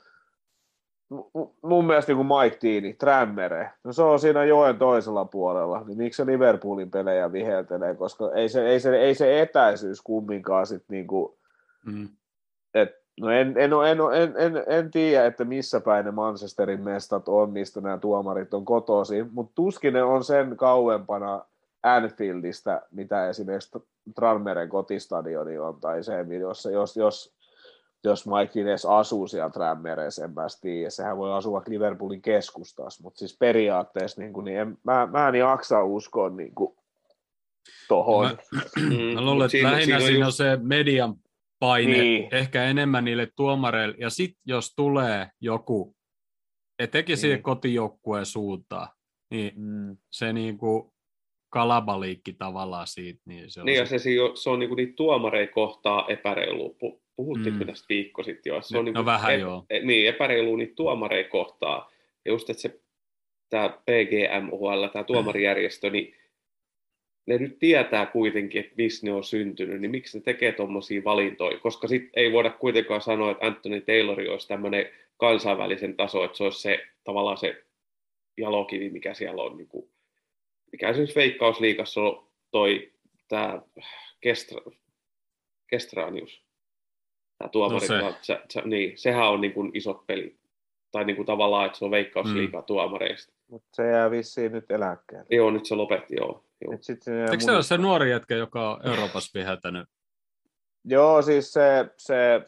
mun mielestä niin kuin Mike Deani, Tranmere, no se on siinä joen toisella puolella, niin miksi se Liverpoolin pelejä viheltelee, koska ei se, ei se, ei se etäisyys kumminkaan sit niin kuin, mm. et, no en, en, en, en, en, en tiedä, että missä päin ne Manchesterin mestat on, mistä nämä tuomarit on kotoisin, mutta tuskin ne on sen kauempana Anfieldistä, mitä esimerkiksi Tranmeren kotistadioni on, tai se, jos, jos, jos jos Mike edes asuu siellä Tranmereessa, en päästä tiedä. Sehän voi asua Liverpoolin keskustassa, mutta siis periaatteessa niin kuin, niin en, mä, mä en jaksa uskoa niin kuin, tohon. Mä, mä luulen, että lähinnä siinä, siinä on just se median paine, niin. Ehkä enemmän niille tuomareille, ja sitten jos tulee joku, etenkin siihen niin. Kotijoukkueen suuntaan, niin mm. se niin kuin kalabaliikki tavallaan siitä. Niin, se on, niin se... ja se, se on niin kuin niitä tuomareja kohtaa epäreilua. Puhuttiinko mm. tästä viikko sitten jo? Se on no, niin no vähän ep- joo. Niin, epäreilua niitä tuomareja kohtaa. Ja just, että se tämä P G M U L, tämä tuomarijärjestö, niin ne nyt tietää kuitenkin, että missä ne on syntynyt, niin miksi ne tekee tuommoisia valintoja? Koska sitten ei voida kuitenkaan sanoa, että Anthony Taylor olisi tämmöinen kansainvälisen taso, että se olisi se tavallaan se jalokivi, mikä siellä on. Niin kuin, mikä esimerkiksi Veikkausliigassa on toi tämä Kestra, Kestranius. Tämä tuomari, no se. Se, se, niin, sehän on niin kuin isot pelit. Tai niin kuin tavallaan, että se on Veikkausliigan mm. tuomareista. Mutta se jää vissiin nyt eläkkeelle. Joo, nyt se lopetti, joo. joo. Se Eikö se ole se nuori jätkä, joka on Euroopassa viheltänyt? Joo, siis se... se...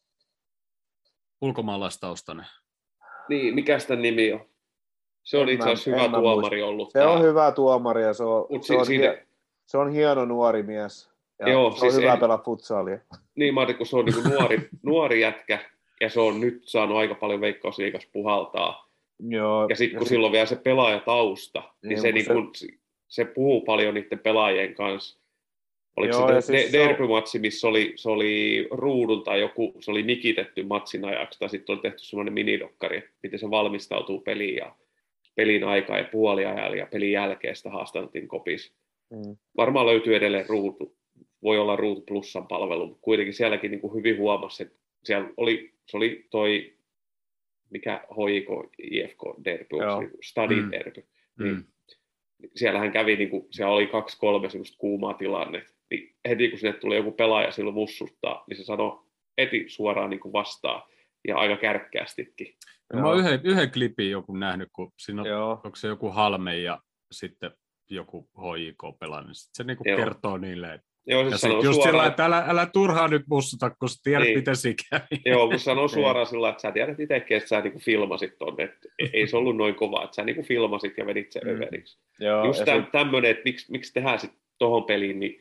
ulkomaalaistaustainen. Niin, mikä sitä nimi on? Se on itse asiassa hyvä tuomari muista. ollut. Se tää. on hyvä tuomari ja se on, se si- on, siinä... hie... se on hieno nuori mies. Ja joo, se siis on hyvä en... pelaa futsalia. Niin, mä ajattelin, kun se on niin nuori, nuori jätkä ja se on nyt saanut aika paljon Veikkausliigassa puhaltaa. Joo, ja sitten kun sit... silloin vielä se pelaajatausta, niin, niin se, niin kun, se... se puhuu paljon niiden pelaajien kanssa. Oliko joo, se de- siis de- derby-matsi, missä oli, se oli ruudun tai joku, se oli mikitetty matsin ajaksi, tai sitten oli tehty semmoinen minidokkari, että miten se valmistautuu peliin ja pelin aikaa ja puoliajalla ja pelin jälkeen sitä haastatteltiin kopissa. Mm. Varmaan löytyy edelleen ruutu, voi olla Ruutu Plussan palvelu, mutta kuitenkin sielläkin niin kuin hyvin huomasi, että siellä oli, se oli toi, mikä H I K, I F K derby, Stadin mm. derby, niin mm. siellähän kävi, niin kuin, siellä oli kaksi kolme semmoista kuumaa tilannetta, niin heti kun sinne tuli joku pelaaja silloin mussuttaa, niin se sanoi heti suoraan niin kuin vastaan ja aika kärkkäästikin. No, mä oon yhden, yhden klipin joku nähnyt, kun siinä on, onko se joku Halme ja sitten joku H I K pelannut, se niin kuin kertoo niille, että joo, siis ja sitten just suoraan, sillä, että älä, älä turhaan nyt mussuta, kun sä tiedät, niin. miten se kävi. Joo, kun sanoo suoraan sillä, että sä tiedät itsekin, että sä niinku filmasit tonne. Että ei se ollut noin kova, että sä niinku filmasit ja vedit sen mm. överiksi. Joo, just täm, sit... tämmöinen, että miksi, miksi tehdään sitten tohon peliin niin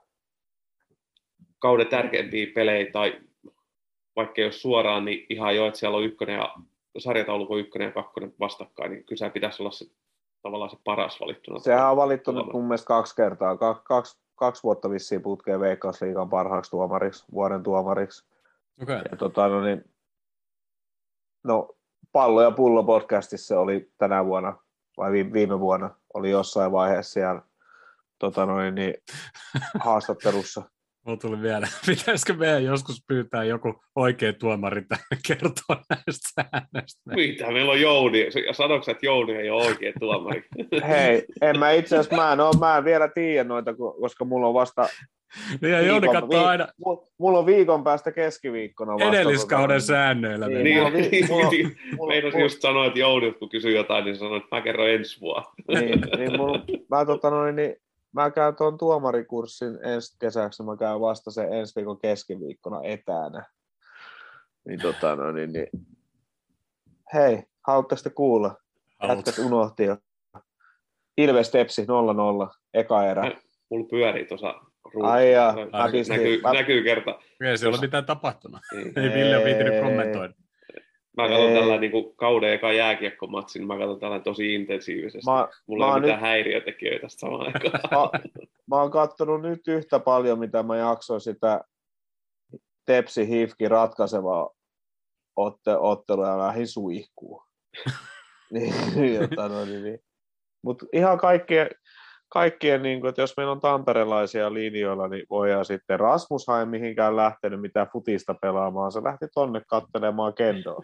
kauden tärkeimpiä pelejä, tai vaikka jos suoraan, niin ihan jo, että siellä on ykkönen ja sarjataulukon ykkönen ja kakkonen vastakkain, niin kyllä se pitäisi olla se, tavallaan se paras valittuna. Sehän on valittu nyt mun mielestä kaksi kertaa, Ka- kaksi Kaksi vuotta vissiin putkeen Veikkausliigan parhaaksi tuomariksi, vuoden tuomariksi. Okay. Ja tota, no, niin, no, Pallo ja Pullo podcastissa oli tänä vuonna, vai viime vuonna, oli jossain vaiheessa siellä tota, no, niin, haastattelussa. Mulla tuli vielä, pitäisikö meidän joskus pyytää joku oikea tuomari tähän kertoa näistä säännöistä? Mitä? Meillä on Jouni. Sanoitko että Jouni ei ole oikea tuomari? Hei, en mä itse asiassa, mä en, ole, mä en vielä tiedä noita, koska mulla on vasta... Niin ja Jouni katsoo aina... Mulla on viikon päästä keskiviikkona vasta... Edelliskauden säännöillä. Niin, niin, mulla on vi- niin, mulla- niin. mulla- Meinasin mulla- just sanoa, että Jouni, kun kysyy jotain, niin sanoo, että mä kerron ensi vuonna. niin, niin mulla, mä, tota noin, niin, mä käyn tuon tuomarikurssin ensi kesäksi, mä käyn vasta sen ensi viikon keskiviikkona etänä. Niin, tota, no, niin, niin. Hei, haluatteko te kuulla? Jätkät unohti jo. Ilves Tepsi nolla nolla, eka erä. Mulla pyörii tuossa ruudussa. Ai jaa, Näkyy, pistin- näkyy, mä- näkyy kerta. Ei se ole mitään tapahtunut. Niin. Ei Ville ole viitinyt Ei. Mä kommentoida. katson Ei. tällä niin kuin kauden eka jääkiekkomatsin, niin mä katson tällä tosi intensiivisesti. Mä, Mulla mä ei oon ole mitään nyt- häiriötekijöitä tästä samaan aikaan. mä, mä oon kattonut nyt yhtä paljon, mitä mä jaksoin sitä Tepsi Hifki ratkaisevaa otte, ottelua ja lähdin suihkuun. niin, jota, no, niin, niin. Mutta ihan kaikkien, kaikkien niin kuin, että jos meillä on tamperelaisia linjoilla, niin voidaan sitten Rasmus ei mihinkään lähtenyt mitään futista pelaamaan. Se lähti tonne katselemaan kendoa.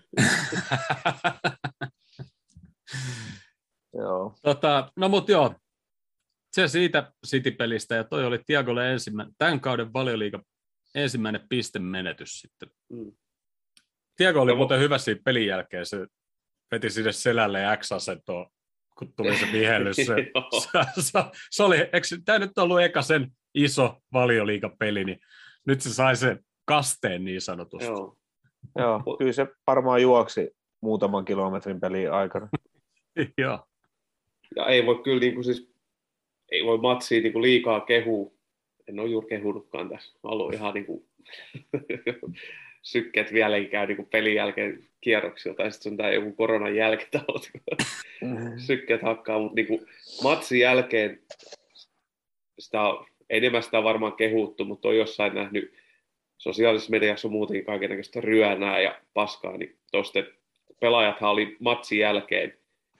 Joo. Tota, no mut joo, se siitä City-pelistä, ja toi oli Tiagolle ensimmäinen, tämän kauden Valioliigan ensimmäinen pistemenetys sitten. Mm. Tiago oli No, muuten hyvä siinä pelin jälkeen, se veti sinne selälle X-asentoon, kun tuli se vihellys. Se, Joo. se, se, se oli, eikö tämä nyt ollut eka sen iso Valioliiga-peli, niin nyt se sai sen kasteen niin sanotusti. Joo. Joo, kyllä se varmaan juoksi muutaman kilometrin pelin aikana. Joo. Ja ei voi kyllä niin kuin siis, ei voi matsia niin kuin liikaa kehua. En ole juuri kehunutkaan tässä. Mä haluan ihan niin kuin sykkeet vieläkin käy niin kuin pelin jälkeen kierroksia, tai sitten se on tämä joku koronan jälkitauti, sykkeet hakkaa, mutta niin kuin matsin jälkeen sitä on, enemmän sitä on varmaan kehuttu, mutta on jossain nähnyt sosiaalisessa mediassa on muutenkin kaikennäköistä ryönää ja paskaa, niin tuosta pelaajathan oli matsin jälkeen,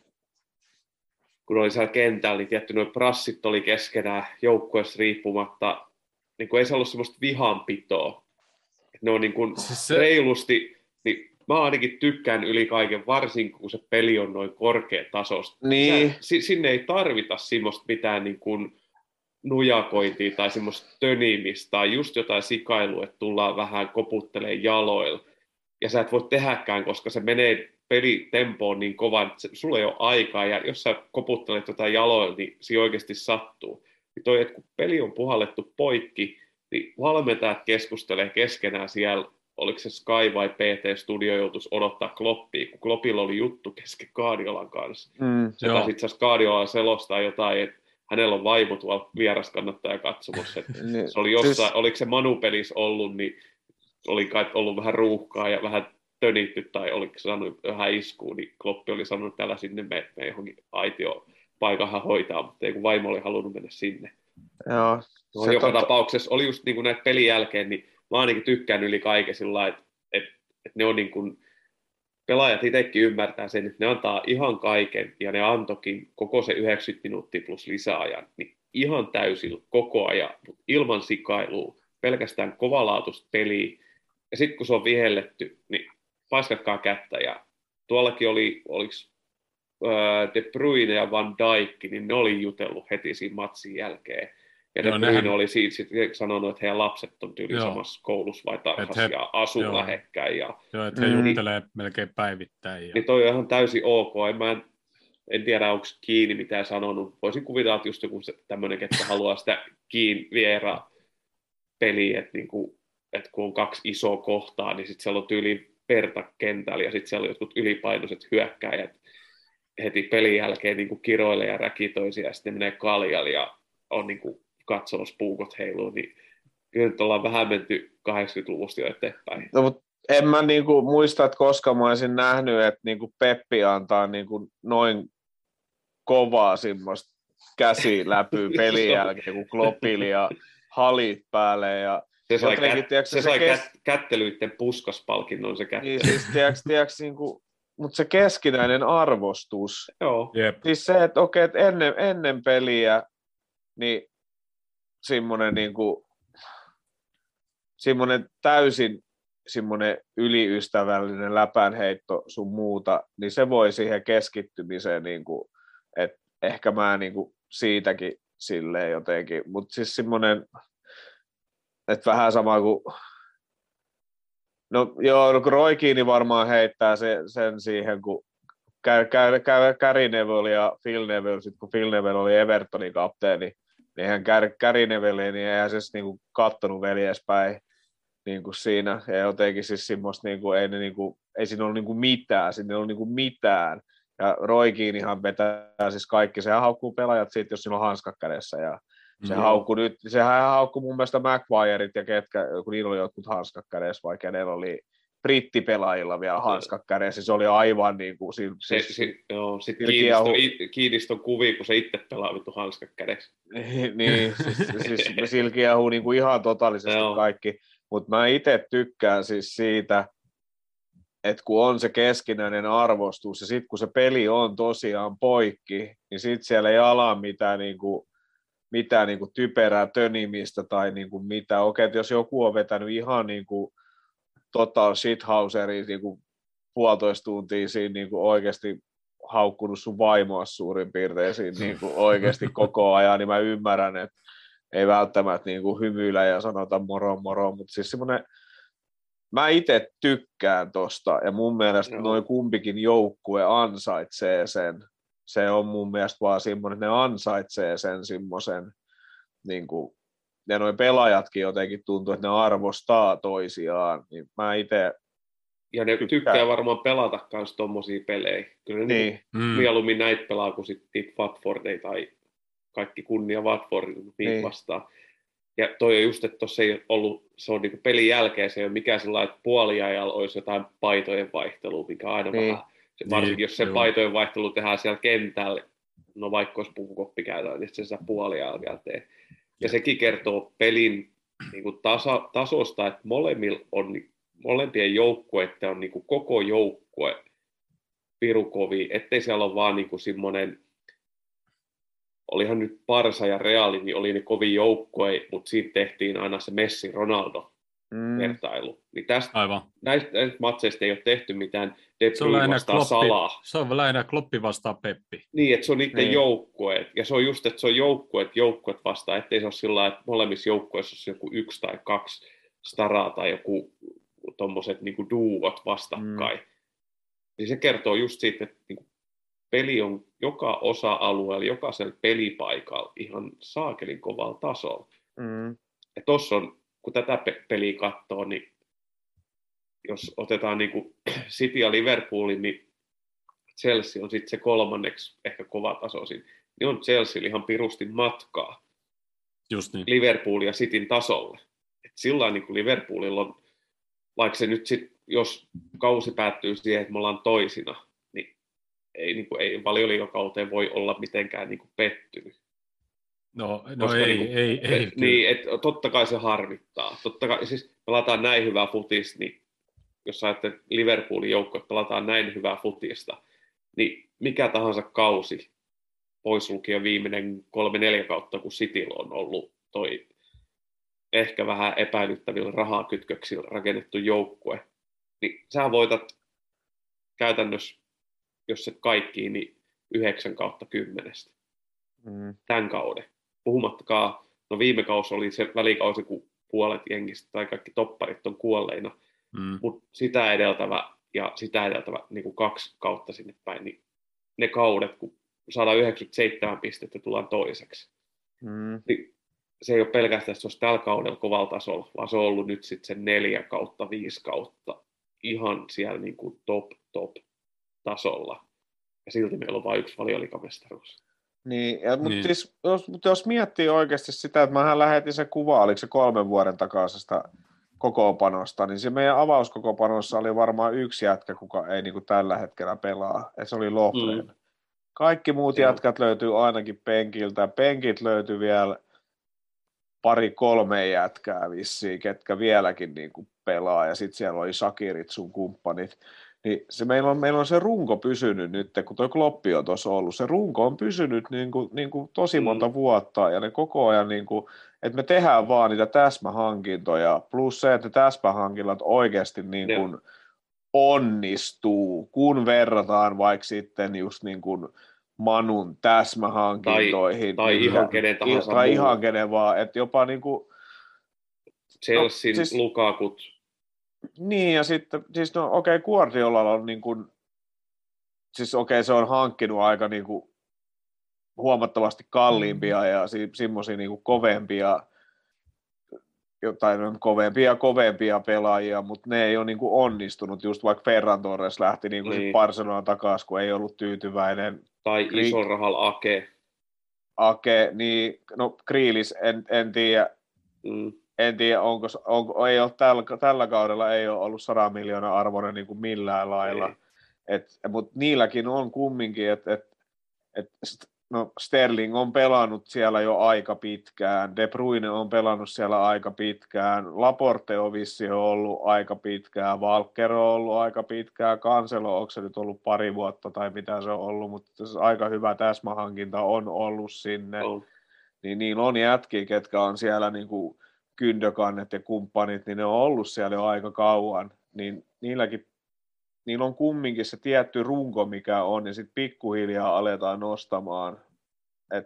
kun oli siellä kentällä, niin tietty nuo prassit oli keskenään joukkueessa riippumatta, niin kuin ei se ollut semmoista vihanpitoa. Ne on niin kuin Siis se- reilusti, niin mä ainakin tykkään yli kaiken, varsinkin kun se peli on noin korkeatasosta. Niin. Sä- si- sinne ei tarvita semmoista mitään niin kuin nujakointia tai semmoista tönimistä tai just jotain sikailua, että tullaan vähän koputtelemaan jaloilla. Ja sä et voi tehdäkään, koska se menee pelitempoon niin kova, että se, sulla ei ole aikaa, ja jos sä koputtelet jotain jaloilla, niin se oikeasti sattuu. Niin toi, että kun peli on puhallettu poikki, niin valmentajat keskustelee keskenään siellä, oliko se Sky vai P T-studio joutuisi odottaa Kloppia, kun Kloppilla oli juttu kesken Guardiolan kanssa. Mm. Se Joo. taisi itse asiassa Guardiola selostaa jotain, että hänellä on vaimo tuolla vieraskannattaja katsomassa. Että Niin, se oli jossain, siis- oliko se Manu-pelissä ollut, niin oli kai ollut vähän ruuhkaa ja vähän tönitty, tai oliko se saanut vähän iskuun, niin Kloppi oli sanonut, että täällä sinne me, me johonkin aitio paikahan hoitaa, mutta ei kun vaimo oli halunnut mennä sinne. Joo. No, Se joka totta- tapauksessa oli just niin kuin näitä pelin jälkeen, niin mä ainakin tykkään yli kaiken sillä lailla, että, että, että ne on niin kuin, pelaajat itsekin ymmärtää sen, että ne antaa ihan kaiken, ja ne antokin koko se yhdeksänkymmentä minuuttia plus lisäajan, niin ihan täysillä koko ajan, mutta ilman sikailua, pelkästään kovalaatuista peliä, ja sitten kun se on vihelletty, niin paiskatkaa kättä, ja tuollakin oli, oliko ää, De Bruyne ja Van Dijk, niin ne oli jutellut heti siinä matsin jälkeen, ja De Joo, Bruyne nehän- oli siitä sit sanonut, että heidän lapset on tyyli Joo. samassa koulussa vai tarhassa, Et he- ja asuu joo. lähekkäin, ja Joo, että he Mm. juttelee melkein päivittäin. Ja... niin toi on ihan täysin ok. En, mä en, en tiedä, onko Kiini mitään sanonut. Voisin kuvitella, että just joku tämmöinen, että haluaa sitä Kiin viera peliä, että, niinku, että kun on kaksi isoa kohtaa, niin sitten siellä on tyyliin verta kentällä ja sitten siellä on jotkut ylipainoiset hyökkäjät heti pelin jälkeen niinku kiroilee ja räkii toisia ja sitten menee kaljalle ja on niinku katsomassa puukot heiluu, niin kyllä nyt ollaan vähän menty kahdeksankymmentäluvusta jo eteenpäin. No, mutta en mä niinku muista, että koska mä olisin nähnyt, että niinku Peppi antaa niinku noin kovaa semmoista käsiläpyä pelin jälkeen, kun Kloppili ja halit päälle. Ja Se sai, jotenkin, kät, tiedätkö, se se sai kes- kät, kättelyiden puskaspalkinnon se kättely. niin siis, tiedätkö, tiedätkö, niinku, mutta se keskinäinen arvostus, Joo. Jep. siis se, että okei, että ennen, ennen peliä, niin semmoinen niinku, semmoinen täysin semmoinen yliystävällinen läpänheitto sun muuta, niin se voi siihen keskittymiseen, niin kuin, että ehkä mä niin kuin siitäkin silleen jotenkin, mutta siis semmoinen, että vähän sama kuin, no joo, no kun Roy Keane varmaan heittää se, sen siihen, kun Gary Neville ja Phil Neville, sit kun Phil Neville oli Evertonin kapteeni, niin eihän Gary Neville, niin eihän se niinku kattonut veljespäin niinku siinä, ja jotenkin siis semmoista, niinku, ei, ne, niinku, ei siinä ollut niinku mitään, siinä ei ollut niinku mitään, ja Roy Keanehan vetää siis kaikki, sehän haukkuu pelaajat siitä, jos siinä on hanskat kädessä, ja se no. haukkuu nyt, sehän haukkuu mun mielestä McGuireit ja ketkä, kun niillä oli jotkut hanskat kädessä, vai kenellä oli brittipelaajilla vielä hanskat kädessä, se oli aivan niin kuin... Se, se, se, joo, sitten Kiiniston, Kiiniston kuvi, kun se itse pelaa vittu hanskat kädessä. Niin, siis, siis me silkiähuu niin kuin ihan totaalisesti joo. kaikki, mutta mä itse tykkään siis siitä, että kun on se keskinäinen arvostus, ja sitten kun se peli on tosiaan poikki, niin sitten siellä ei ala mitään, niin kuin, mitään niin kuin typerää tönimistä tai niin kuin mitä. Okei, että jos joku on vetänyt ihan niin kuin total shithouseria niin kuin puolitoista tuntia siinä niin kuin oikeasti haukkunut sun vaimoa suurin piirtein siinä niin kuin oikeasti koko ajan, niin mä ymmärrän, että ei välttämättä niin kuin hymyillä ja sanota moro moro, mutta siis semmoinen, mä itse tykkään tosta, ja mun mielestä no. noin kumpikin joukkue ansaitsee sen. Se on mun mielestä vaan semmoinen, että ne ansaitsee sen semmoisen, niin kuin, ja noin pelaajatkin jotenkin tuntuu, että ne arvostaa toisiaan, niin mä itse ja ne tykkään. tykkää varmaan pelata kans tommosia pelejä. Kyllä ne niin. mm. mieluummin näitä pelaa kuin sitten Watfordia tai kaikki kunnia Watfordin niin vastaan. Ja toi on just, että tuossa ei ollut, se on niinku pelin jälkeen, se ei ole mikään sellainen, että puoliajalla olisi jotain paitojen vaihtelua, mikä on aina niin. vähän, se, varsinkin niin, jos se joo. paitojen vaihtelu tehdään siellä kentällä, no vaikka olisi pukukoppi käytävä, niin se puoliajalla vielä tee. Ja, ja sekin kertoo pelin niinku tasa, tasosta, että molemmilla on, molempien joukkueiden on niinku koko joukkue pirukovi, ettei siellä ole vaan niinku semmoinen, olihan nyt Barsa ja Reali, niin oli ne kovin joukkue, mutta siitä tehtiin aina se Messi-Ronaldo-vertailu. Mm. Niin tästä, näistä, näistä matseista ei ole tehty mitään De Bruyne vastaan Salah. Se on lähinnä Kloppi vastaan Peppi. Niin, että se on niiden niin. joukkueet. Ja se on just, että se on joukkueet, joukkueet vastaan, ettei se ole sillä lailla, että molemmissa joukkueissa olisi joku yksi tai kaksi staraa tai joku tommoset niinku duot vastakkain. Mm. Niin se kertoo just siitä, että niinku peli on joka osa-alueella, jokaisella pelipaikalla ihan saakelin kovalla tasolla. Mm. Ja tossa on, kun tätä pe- peliä katsoo, niin jos otetaan niin kuin City ja Liverpoolin, niin Chelsea on sitten se kolmanneksi ehkä kova tasoisin. Niin on Chelsea ihan pirusti matkaa just niin. Liverpool ja Cityn tasolle. Et sillain niin kuin Liverpoolilla on, vaikka se nyt sit, jos kausi päättyy siihen, että me ollaan toisina, ei, niin kuin, ei valioliigakauteen voi olla mitenkään niin kuin pettynyt. No, no ei, niin kuin, ei, ei, ei. Niin, että totta kai se harmittaa. Totta kai, siis pelataan näin hyvää futista, niin jos ajattelee Liverpoolin joukkoa, pelataan näin hyvää futista, niin mikä tahansa kausi, pois lukien viimeinen kolme neljä kautta, kun Cityllä on ollut toi ehkä vähän epäilyttävillä rahakytköksillä rakennettu joukkue, niin sä voitat käytännössä jos et kaikkiin, niin yhdeksän kautta kymmenestä. Mm. Tämän kauden. Puhumattakaan, no viime kausi oli se välikausi, kun puolet jengistä tai kaikki topparit on kuolleina, mm. mutta sitä edeltävä ja sitä edeltävä niin kuin kaksi kautta sinne päin, niin ne kaudet, kun saadaan yhdeksänkymmentäseitsemän pistettä, tullaan toiseksi. Mm. Niin se ei ole pelkästään, että se olisi tällä kaudella kovalla tasolla, vaan se on ollut nyt sitten se neljä kautta, viisi kautta ihan siellä niin kuin top, top tasolla. Ja silti meillä on vain yksi valioliigamestaruus. Niin, ja, mutta, niin. Siis, jos, mutta jos miettii oikeasti sitä, että mähän lähetin se kuva, oliko se kolmen vuoden takaisesta kokoopanosta, niin se meidän avauskokopanossa oli varmaan yksi jätkä, kuka ei niin kuin tällä hetkellä pelaa, että se oli Lovren. Mm. Kaikki muut se jätkät on. Löytyy ainakin penkiltä. Penkit löytyy vielä pari kolme jätkää vissiin, ketkä vieläkin niin kuin pelaa, ja sitten siellä oli Shakirit sun kumppanit. Niin se, meillä, on, meillä on se runko pysynyt nyt, kun tuo Kloppi on tuossa ollut, se runko on pysynyt niin kuin, niin kuin tosi monta mm. vuotta, ja ne koko ajan, niin kuin, että me tehdään vaan niitä täsmähankintoja, plus se, että täsmähankinnat oikeasti niin kuin onnistuu, kun verrataan vaikka sitten just niin kuin Manun täsmähankintoihin. Tai, tai mitkä, ihan kenen tahansa Tai muu. ihan kenen vaan, että jopa niin kuin Chelsean, no, siis, Lukakut. Niin, ja sitten, siis no okei, okay, Guardiolalla on niin kuin, siis okei, okay, se on hankkinut aika niin kuin huomattavasti kalliimpia ja si- semmoisia niin kuin kovempia, jotain kovempia ja kovempia pelaajia, mutta ne ei ole niin kuin onnistunut, just vaikka Ferran Torres lähti niin kuin niin. Barcelonaan takaisin, kun ei ollut tyytyväinen. Tai Kri- ison rahalla Ake. Ake, niin, no Kriilis, en, en tiedä, mm. en tiedä, onko, onko ei ole tällä, tällä kaudella ei ole ollut sata miljoonaa arvoinen niin kuin millään lailla, mutta niilläkin on kumminkin, että et, et, no Sterling on pelannut siellä jo aika pitkään, De Bruyne on pelannut siellä aika pitkään, Laporte on vissiin ollut aika pitkään, Walker on ollut aika pitkään, Cancelo onko se nyt ollut pari vuotta tai mitä se on ollut, mutta aika hyvä täsmähankinta on ollut sinne, oh. niin niillä on jätkiä, ketkä on siellä niin kuin Kyndökannet ja kumppanit, niin ne on ollut siellä jo aika kauan, niin niilläkin niillä on kumminkin se tietty runko, mikä on, ja sitten pikkuhiljaa aletaan nostamaan. Et,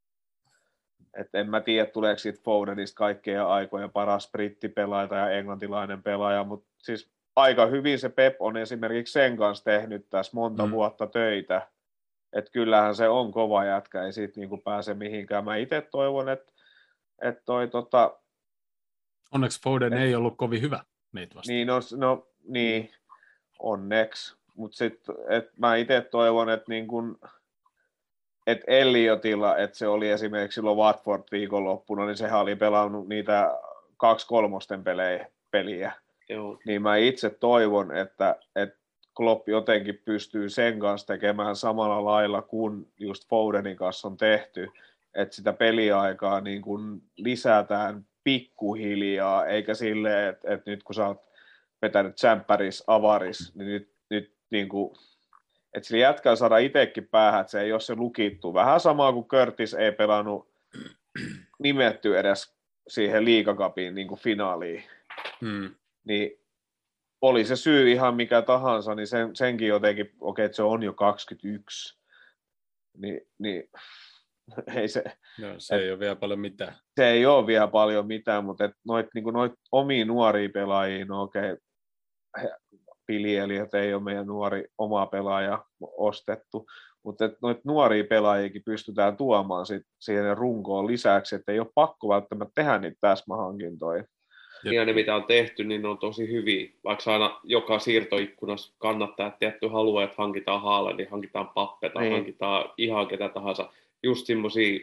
et en mä tiedä, tuleeko siitä Fodenista kaikkea aikojen paras brittipelaaja ja englantilainen pelaaja, mutta siis aika hyvin se Pep on esimerkiksi sen kanssa tehnyt tässä monta mm. vuotta töitä. Että kyllähän se on kova jätkä, ei siitä niinku pääse mihinkään. Mä itse toivon, että et toi tota... Onneksi Foden et, ei ollut kovin hyvä meitä vastaan. Niin, no, no niin... Onneksi, mutta sitten mä itse toivon, että niin kun, et Elliotilla, että se oli esimerkiksi silloin Watford viikonloppuna, niin sehän oli pelannut niitä kaksi kolmosten pelejä, peliä. Joo. Niin mä itse toivon, että, että Klopp jotenkin pystyy sen kanssa tekemään samalla lailla kuin just Fodenin kanssa on tehty, että sitä peliaikaa niin kun lisätään pikkuhiljaa, eikä silleen, että, että nyt kun sä oot vetänyt tsemppäris, avaris, niin nyt, nyt niin kuin, että sillä jätkää saada itsekin päähän, että se ei ole se lukittu. Vähän samaa kuin Curtis ei pelannut nimetty edes siihen liigakapiin niin kuin finaaliin. Hmm. Niin oli se syy ihan mikä tahansa, niin sen, senkin jotenkin, okei, okay, että se on jo kaksikymmentäyksi. Niin, niin ei se... No, se et, ei ole vielä paljon mitään. Se ei ole vielä paljon mitään, mutta noit, niin noit omia nuoria pelaajia, no okei, okay, Pili, eli että ei ole meidän nuori oma pelaaja ostettu, mutta noita nuoria pelaajiakin pystytään tuomaan sit siihen runkoon lisäksi, että ei ole pakko välttämättä tehdä niitä täsmähankintoja. Ja ne, mitä on tehty, niin ne on tosi hyviä. Vaikka aina joka siirtoikkunassa kannattaa, että tietty haluaa, että hankitaan Haaland, niin hankitaan Pappe tai niin. hankitaan ihan ketä tahansa. Just semmosia,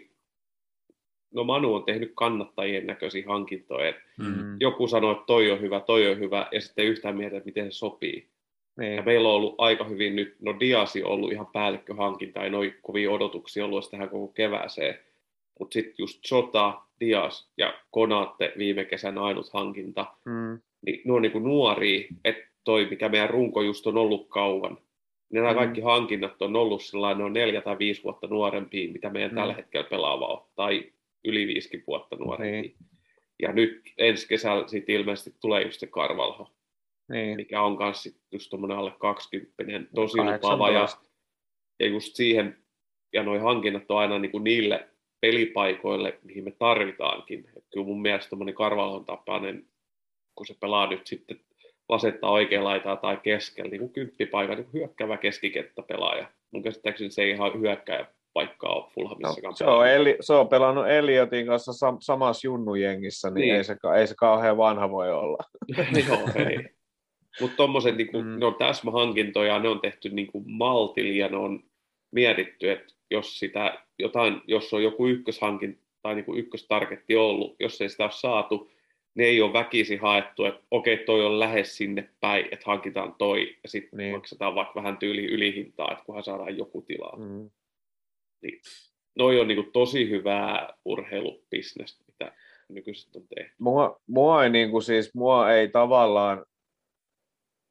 no Manu on tehnyt kannattajien näköisiä hankintoja. Mm. Joku sanoo, että toi on hyvä, toi on hyvä, ja sitten yhtään mietitä, että miten se sopii. Niin. Ja meillä on ollut aika hyvin nyt, no Diasi on ollut ihan päällikköhankinta, ei noin kovia odotuksia ollut tähän koko kevääseen. Mutta sitten just Jota, Dias ja Konate viime kesän ainut hankinta, mm. niin ne on niinku nuoria, että toi mikä meidän runko just on ollut kauan. Nämä mm. kaikki hankinnat on ollut sellainen, ne on neljä tai viisi vuotta nuorempia, mitä meidän mm. tällä hetkellä pelaava on, tai yli viisikin vuotta nuorempia. Niin. Ja nyt ensi kesällä siitä ilmeisesti tulee just se Carvalho, niin. mikä on kanssa just tuommoinen alle kaksikymppinen, tosi lupaava. Ja, ja just siihen, ja nuo hankinnat on aina niinku niille pelipaikoille, mihin me tarvitaankin. Et kyllä mun mielestä tuommoinen Carvalhon tapainen, kun se pelaa nyt sitten vasetta oikea laitaa tai keskellä, niin kuin kymppipaikka, niin kuin hyökkäävä keskikenttäpelaaja. Mun käsittääkseni se ei ihan hyökkääjä paikkaa ole Fulhamissakaan. No, se, on Eli, se on pelannut Elliotin kanssa sam- samassa junnujengissä, niin, niin. Ei, se, ei se kauhean vanha voi olla. Joo, ei. Mutta tuommoiset, niin mm. ne on täsmähankintoja, ne on tehty niin kuin maltilla ja ne on mietitty, että jos, sitä, jotain, jos on joku ykköshankin tai niin kuin ykköstargetti ollut, jos ei sitä ole saatu, ne ei ole väkisin haettu, että okei, toi on lähes sinne päin, että hankitaan toi ja sitten niin. maksetaan vaikka vähän tyyli ylihintaa, että kunhan saadaan joku tilaa. Mm. Niin, noi on niin kuin tosi hyvää urheilubisnestä, mitä nykyiset on tehty. Mua, mua, ei, niin kuin siis, mua ei tavallaan,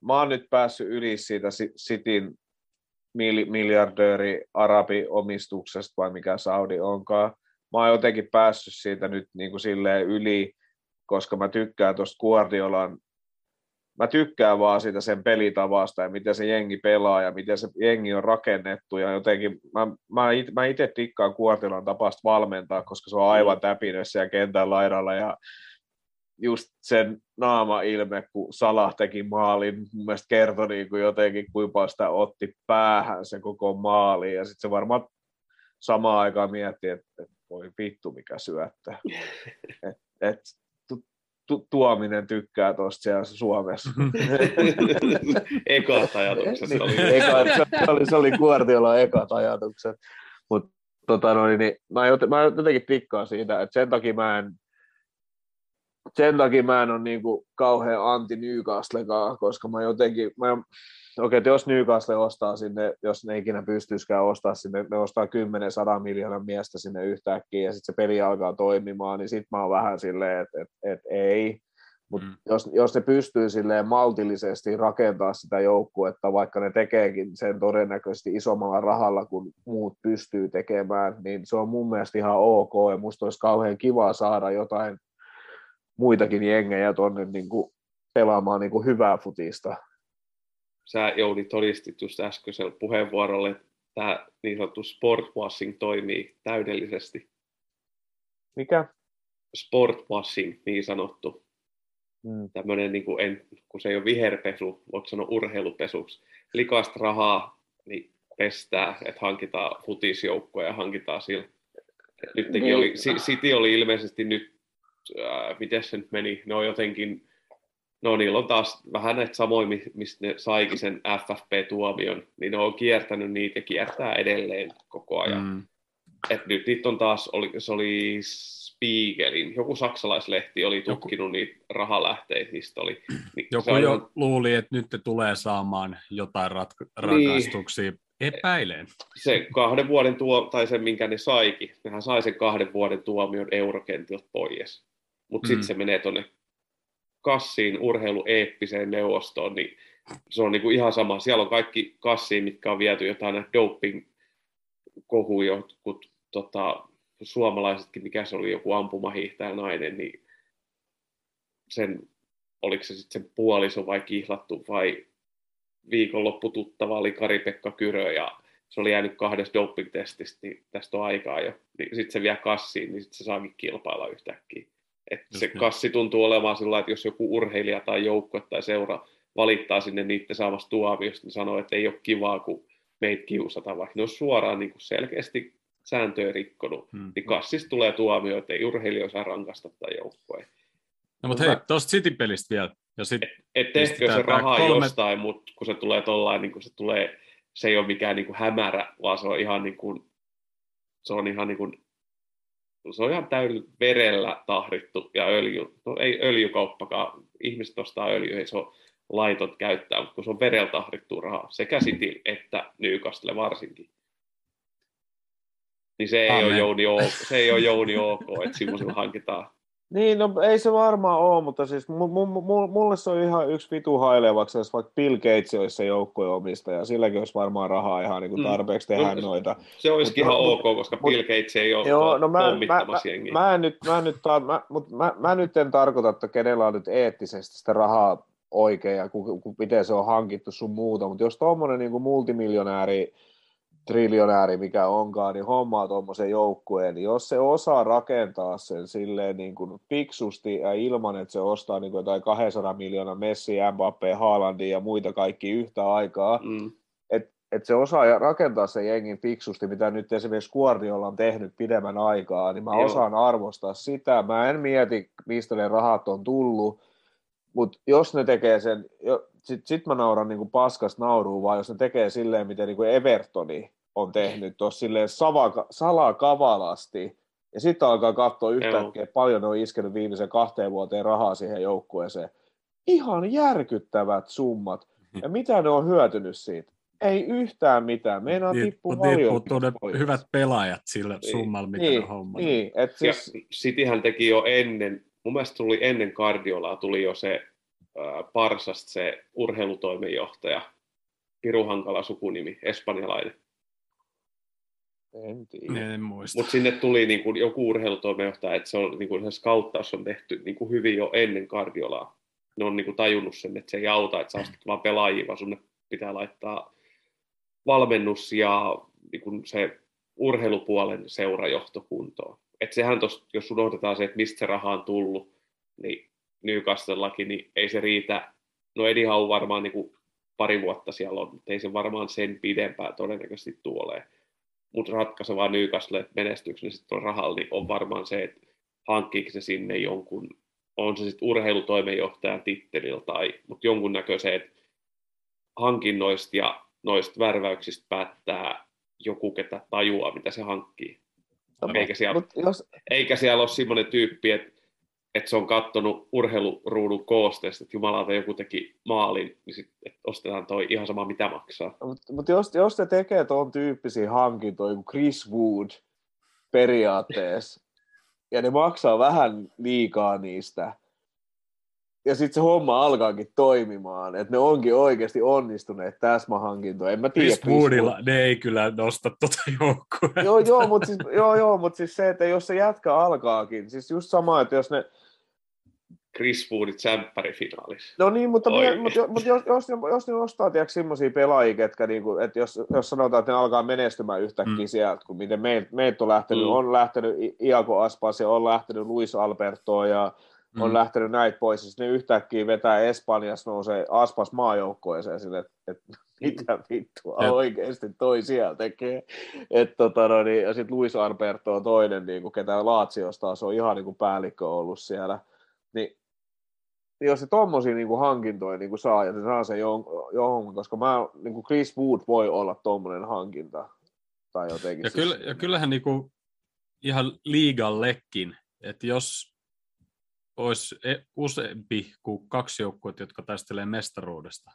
mä oon nyt päässyt yli siitä Cityn miljardööri arabiomistuksesta vai mikä Saudi onkaan. Mä oon jotenkin päässyt siitä nyt niin kuin silleen yli, koska mä tykkään tuosta Guardiolan, mä tykkään vaan siitä sen pelitavasta ja miten se jengi pelaa ja miten se jengi on rakennettu ja jotenkin mä, mä, it, mä itse tikkaan Guardiolan tapasta valmentaa, koska se on aivan täpinössä ja kentän laidalla ja just sen naama-ilme, kun Salah teki maalin, mun mielestä kertoi niin kuin jotenkin, kuinka sitä otti päähän se koko maali ja sitten se varmaan samaan aikaan mietti, että, että voi vittu mikä syöttää. Et, et, tu, tu, Tuominen tykkää tuosta siellä Suomessa. Ekat ajatukset niin, oli. Eka, se oli, se oli Guardiolan ekat ajatukset. Mutta tota noin, niin, mä, joten, mä jotenkin tikkaan siitä, että sen takia mä en sen takia mä en ole niinku kauhean anti Newcastlekaan, koska mä jotenkin, mä, okei, okay, jos Newcastle ostaa sinne, jos ne ikinä pystyisikään ostaa sinne, ne ostaa kymmenen sata miljoonan miestä sinne yhtäkkiä ja sitten se peli alkaa toimimaan, niin sitten mä oon vähän silleen, että et, et ei. Mutta mm. jos, jos ne pystyy silleen maltillisesti rakentaa sitä joukkuetta, vaikka ne tekeekin sen todennäköisesti isommalla rahalla kuin muut pystyy tekemään, niin se on mun mielestä ihan ok ja musta olisi kauhean kiva saada jotain muitakin jengejä tuonne niin kuin pelaamaan niin kuin hyvää futista. Sä, Jouni, todistit just äskeisellä puheenvuorolla, että tämä niin sanottu sportwashing toimii täydellisesti. Mikä? Sportwashing, niin sanottu. Hmm. Tämmöinen, niin kuin en, kun se ei ole viherpesu, voit sanoa urheilupesuksi. Likaista rahaa niin pestää, että hankitaan futisjoukkoja ja hankitaan sillä. Nytkin niin. oli, City oli ilmeisesti nyt, äh, miten se nyt meni, ne on jotenkin, no niillä on taas vähän näitä samoin, mistä ne saikin sen F F P-tuomion, niin ne on kiertänyt niitä ja kiertää edelleen koko ajan. Mm. Et nyt niitä on taas, oli, se oli Spiegelin, joku saksalaislehti oli tutkinut joku, niitä rahalähteitä, mistä oli. Niin joku jo on, luuli, että nyt te tulee saamaan jotain ratka- rangaistuksia. Niin, epäilen. Se kahden vuoden tuo, tai sen minkä ne saikin, nehän sai sen kahden vuoden tuomion eurokentiltä pois. Mutta mm. sitten se menee tuonne kassiin urheilueeppiseen neuvostoon, niin se on niinku ihan sama. Siellä on kaikki kassiin, mitkä on viety jotain näitä doping-kohuja, jotkut tota, suomalaisetkin, mikä se oli, joku ampumahiihtäjä nainen, niin sen, oliko se sitten sen puoliso vai kihlattu vai viikonloppututtava oli Kari-Pekka Kyrö ja se oli jäänyt kahdesta doping-testistä, niin tästä on aikaa jo. Niin sitten se vie kassiin, niin sitten se saakin kilpailla yhtäkkiä. Et se niin. Kassi tuntuu olemaan sillä, että jos joku urheilija tai joukkue tai seura valittaa sinne niiden saamasta tuomiosta, niin sanoo, että ei ole kivaa, kun meitä kiusataan, vaikka ne on suoraan niin kuin selkeästi sääntöjä rikkonut. Hmm. Niin kassista tulee tuomio, että ei urheilija saa rankasta tai joukkoja. No mutta hei, tuosta City-pelistä vielä. Et, et tehkö se rahaa kolme... jostain, mutta kun se tulee tollain, niin kun se tulee, se ei ole mikään niin kuin hämärä, vaan se on ihan niin kuin, se on ihan niin kuin, se on ihan täysin verellä tahdittu ja öljy, no ei öljykauppakaan, ihmiset ostaa öljyä, ei se ole laiton käyttää, mutta kun se on verellä tahdittu rahaa, sekä City että Newcastle varsinkin. Niin se ei, ole Jouni, se ei ole Jouni ok, että semmoisella hankitaan. Niin, no ei se varmaan ole, mutta siis m- m- m- mulle se on ihan yksi vitu hailevaksi, jos vaikka Bill Gates olisi se joukkueen omistaja, silläkin olisi varmaan rahaa ihan niin kuin tarpeeksi tehdä mm. noita. Se olisikin ihan ok, koska mut, Bill Gates ei ole joo, no mä, pommittamassa mä, jengiä. Mä, mä, nyt, mä, nyt, mä, mut mä, mä nyt en tarkoita, että kenellä on nyt eettisesti sitä rahaa oikein ja ku, ku, miten se on hankittu sun muuta, mutta jos tommonen niin kuin multimiljonääri, triljonääri, mikä onkaan, niin hommaa tuommoisen joukkueen, niin jos se osaa rakentaa sen silleen niin kuin fiksusti ja ilman, että se ostaa niin kuin jotain kaksisataa miljoonaa Messi, Mbappé, Haalandia ja muita kaikki yhtä aikaa, mm. että et se osaa rakentaa sen jengin fiksusti, mitä nyt esimerkiksi Guardiola on tehnyt pidemmän aikaa, niin mä Joo. osaan arvostaa sitä. Mä en mieti, mistä ne rahat on tullut, mutta jos ne tekee sen, sitten sit mä nauran niinku paskasta nauruun, vaan jos ne tekee silleen, miten niinku Evertoni on tehnyt tuossa silleen savaka, salakavalasti, ja sitten alkaa katsoa yhtäkkiä, että paljon ne on iskenyt viimeisen kahteen vuoteen rahaa siihen joukkueeseen. Ihan järkyttävät summat. Ja mitä ne on hyötynyt siitä? Ei yhtään mitään. Meinaa niin, tippua paljon. Hyvät pelaajat sillä niin, summalla, mitä niin, ne hommat. Niin, et siis... Ja Cityhän teki jo ennen, mun mielestä tuli ennen Guardiolaa tuli jo se Parsasta se urheilutoimenjohtaja, pirun hankala sukunimi, espanjalainen. En tiedä. En muista. Mutta sinne tuli niin kuin joku urheilutoimenjohtaja, että se, on, niin kuin, se skauttaus on tehty niin kuin hyvin jo ennen Guardiolaa. Ne on niin kuin tajunnut sen, että se ei auta, että sä ostat vaan pelaajia, vaan sunne pitää laittaa valmennus ja niin kuin se urheilupuolen seurajohto kuntoon. Että sehän tos, jos unohdetaan se, että mistä se raha on tullut, niin Newcastlellakin, niin ei se riitä. No Eddie Howe varmaan niin kuin pari vuotta siellä on, mutta ei se varmaan sen pidempään todennäköisesti tuolee. Mutta ratkaisevaa Newcastle menestyksen sitten on rahalla, niin on varmaan se, että hankkiiko se sinne jonkun, on se sitten urheilutoimenjohtajan tittelillä tai, mutta jonkunnäköiset hankinnoista ja noista värväyksistä päättää joku, ketä tajuaa, mitä se hankkii. No, eikä, siellä, jos... eikä siellä ole semmoinen tyyppi, että, että se on katsonut urheiluruudun koosteesta, että jumalauta joku teki maalin, niin sitten ostetaan toi ihan sama mitä maksaa. Mutta mut jos, jos se tekee tuon tyyppisiä hankintoja kuin Chris Wood periaatteessa, ja ne maksaa vähän liikaa niistä, ja sitten se homma alkaakin toimimaan, että ne onkin oikeasti onnistuneet täsmähankintoja. En mä tiedä, Chris Woodilla ne ei kyllä nosta tuota joukkuetta. Joo, joo, mutta siis, joo, joo, mut siis se, että jos se jätkä alkaakin, siis just sama, että jos ne... Chris Woodit sämppärifinaalissa. No niin, mutta, mie, mutta, mutta jos, jos, jos ne ostaa tiedätkö semmoisia pelaajia, ketkä, niin että jos, jos sanotaan, että ne alkaa menestymään yhtäkkiä mm. sieltä, kun miten meitä meit on lähtenyt, mm. on lähtenyt Iago Aspas ja on lähtenyt Luis Alberto ja on mm. lähtenyt näitä pois, ja sitten ne yhtäkkiä vetää Espanjassa, nousee Aspas maajoukkoeseen sille, että et, mitä vittua mm. oikeasti toi siellä tekee. Et, tota, no, niin, ja sitten Luis Alberto on toinen, niin kuin, ketä Laatsiosta taas on ihan niin kuin päällikkö ollut siellä. Niin, jos se tommosia niin kuin hankintoja niin kuin saa, ja se saa sen johonkin, koska mä, niin kuin Chris Wood voi olla tommonen hankinta. Tai jotenkin. Ja, siis, kyllä, ja kyllähän niin kuin ihan liigallekin, että jos olisi useampi kuin kaksi joukkuetta, jotka taistelee mestaruudesta.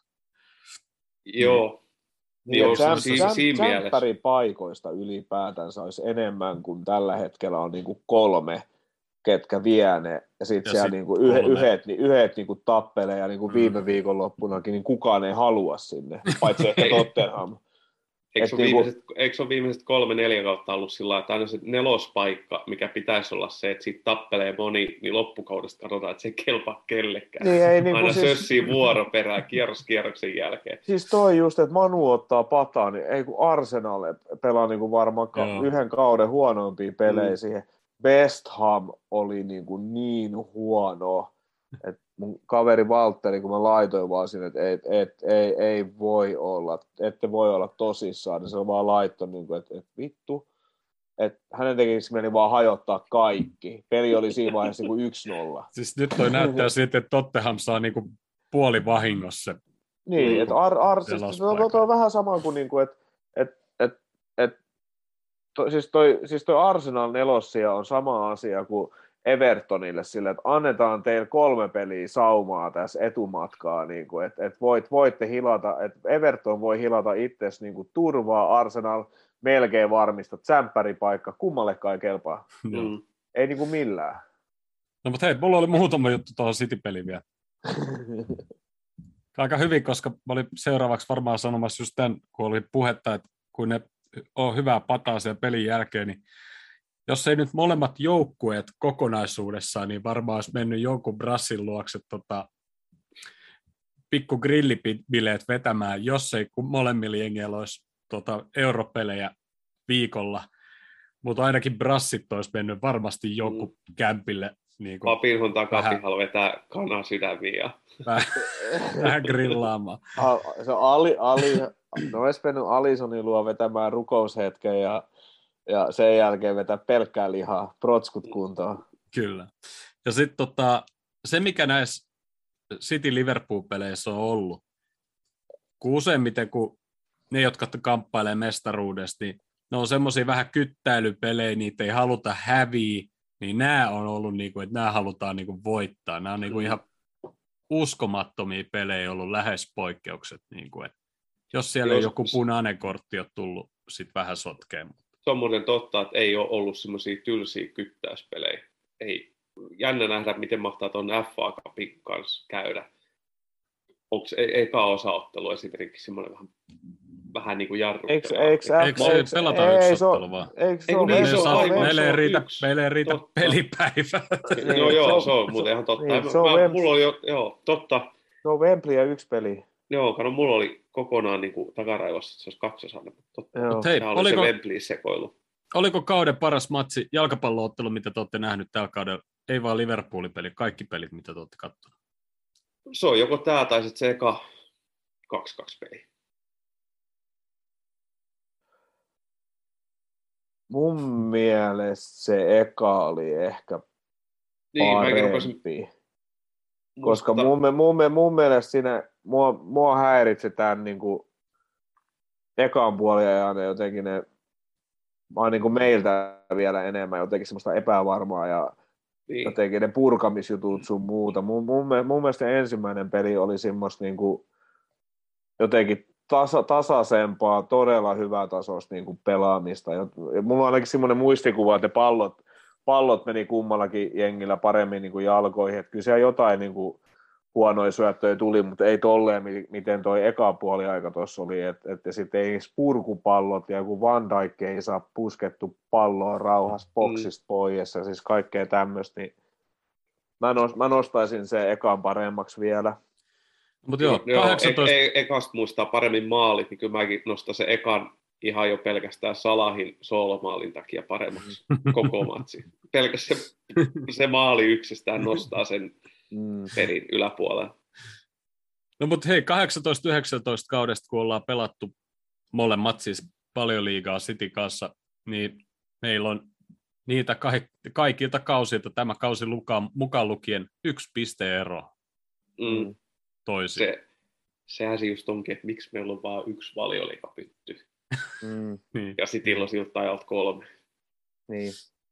Joo. Niin, niin on siinä, siinä mielessä. Paikoista ylipäätänsä olisi enemmän kuin tällä hetkellä on niin kuin kolme, ketkä vie ne, ja sitten siellä sit niinku yhe, yhdet, niin yhdet niinku tappelee, ja niinku mm. viime viikonloppunakin niin kukaan ei halua sinne, paitsi ehkä Tottenham. Eikö se, niinku... viimeiset, eikö se ole viimeiset kolme, neljä kautta ollut sillä lailla, että aina se nelospaikka, mikä pitäisi olla se, että siitä tappelee moni, niin loppukaudesta katsotaan, että se ei kelpaa kellekään. Niin, ei, niin aina siis... sössii vuoroperään kierros kierroksen jälkeen. Siis toi just, että Manu ottaa pataa, niin ei kun Arsenal pelaa niinku varmaan ka- yhden kauden huonompia pelejä mm. siihen. West Ham oli niin, kuin niin huono, että mun kaveri Valtteri, kun mä laitoin vaan sinne, että et, et, ei, ei voi olla, ette voi olla tosissaan, niin se on vaan laittanut, niin kuin, että, että vittu, että hänen tekisi meni vaan hajottaa kaikki. Peli oli siinä vaiheessa niin kuin yksi nolla. Siis nyt toi näyttää siltä, että Tottenham saa niin kuin puoli vahingossa. Niin, että ar, ar, siis, toi on vähän sama kuin, niin kuin että et, et, et, To, siis, toi, siis toi Arsenal nelossia on sama asia kuin Evertonille sille, että annetaan teille kolme peliä saumaa tässä etumatkaa, niin kuin, että, että voit, voitte hilata, että Everton voi hilata itsesi niin kuin turvaa, Arsenal melkein varmista, tsemppäripaikka, kummallekaan ei kelpaa. Mm. Ei niin kuin millään. No mutta hei, mulla oli muutama juttu tuohon City-peliin vielä. Aika hyvin, koska mä olin seuraavaksi varmaan sanomassa just tämän, kun oli puhetta, että kun ne on hyvää pataa siellä pelin jälkeen, niin jos ei nyt molemmat joukkueet kokonaisuudessaan, niin varmaan olisi mennyt jonkun brassin luokse tota, pikku grillibileet vetämään, jos ei kun molemmilla jengeillä olisi tota, europelejä viikolla, mutta ainakin brassit olisi mennyt varmasti jonkun mm. kämpille. Niin Papinhon takapihalla vetää kanan sydämiä ja vähän, vähän grillaamaan. Se on Ali, Ali, no olisi mennyt Alisonin luo vetämään rukoushetken ja, ja sen jälkeen vetää pelkkää lihaa, protskut kuntoon. Kyllä. Ja sitten tota, se, mikä näissä City-Liverpool-peleissä on ollut, kun useimmiten kun ne, jotka kamppailee mestaruudesta, niin ne on semmoisia vähän kyttäilypelejä, niitä ei haluta häviä, niin nämä on ollut, niin kuin, että nämä halutaan niin kuin voittaa. Nämä on niin kuin ihan uskomattomia pelejä ollut lähes poikkeukset. Niin kuin, että jos siellä ei joku punainen kortti ole tullut sit vähän sotkeen. Se on muuten totta, että ei ole ollut semmoisia tylsiä kyttäyspelejä. Ei. Jännä nähdä, miten mahtaa tuon F A Cupin kanssa käydä. onko e- eka osaottelu esimerkiksi semmoinen vähän, vähän niin kuin jarrutteleva? Eikö, eikö, Eikö se eikö, pelata ei, yksi se on- ottelu vaan? Eikö se Ei, ole kun niin, Wembley- se on aivan. Meille ei se on riitä, yksi. meille ei riitä Totta. pelipäivä. Niin, No joo, se on- se on muuten ihan totta. niin, Mä- se on mä- Wembley- mulla oli jo, joo, totta. Se on Wembley ja yksi peli. Joo, kato, mulla oli kokonaan niin kuin takaraivossa, että se olisi kaksosainen. Totta. Joo. Mut hei, Tämä oli oliko, se Wembley-sekoilu. oliko kauden paras matsi jalkapalloottelu, mitä te olette nähnyt tällä kaudella? Ei vaan Liverpoolin peli, kaikki pelit, mitä te olette katsoneet. Se on joko tämä tai sitten se eka kaksi kaksi peli. Mun mielestä se eka oli ehkä Niin, mäkin rupesin parempi. Koska musta- mun, mun, mun mielestä siinä, mua, mua häiritsi tämän niin kuin, ekan puoliajan jotenkin ne, mä oon niin kuin meiltä vielä enemmän jotenkin semmoista epävarmaa ja niin. jotenkin ne purkamisjutut sun muuta. Mun, mun, mun mielestä ensimmäinen peli oli semmoista niin kuin, jotenkin tasa, tasaisempaa, todella hyvää tasoista niin kuin pelaamista. Ja mulla on ainakin semmoinen muistikuva, että pallot, pallot meni kummallakin jengillä paremmin niin kuin jalkoihin. Että kyllä siellä jotain niin kuin huonoja syöttöjä tuli, mutta ei tolleen, miten toi eka puoli aika tuossa oli. Että et, sitten ei purkupallot ja joku Van Dijk ei saa puskettu palloa rauhassa boksista mm. pois ja siis kaikkea tämmöistä. Niin mä, nost, mä nostaisin se ekan paremmaksi vielä. Mutta joo, joo, kahdeksantoista... E- e- ekasta muistaa paremmin maalit, niin kyllä mäkin nostan sen ekan ihan jo pelkästään Salahin soolomaalin takia paremmaksi koko matsi. Pelkästään se, se maali yksistään nostaa sen Mm. pelin yläpuolelle. No mutta hei, kahdeksantoista yhdeksäntoista kaudesta, kun ollaan pelattu molemmat siis paljon liigaa City kanssa, niin meillä on niitä ka- kaikilta kausilta, tämä kausi lukaan, mukaan lukien yksi pisteero Mm. toisiin. Se, sehän se just onkin, että miksi meillä on vain yksi valioliigapytty. Mm. Niin. Ja Cityllä on siltä ajalta kolme. Niin.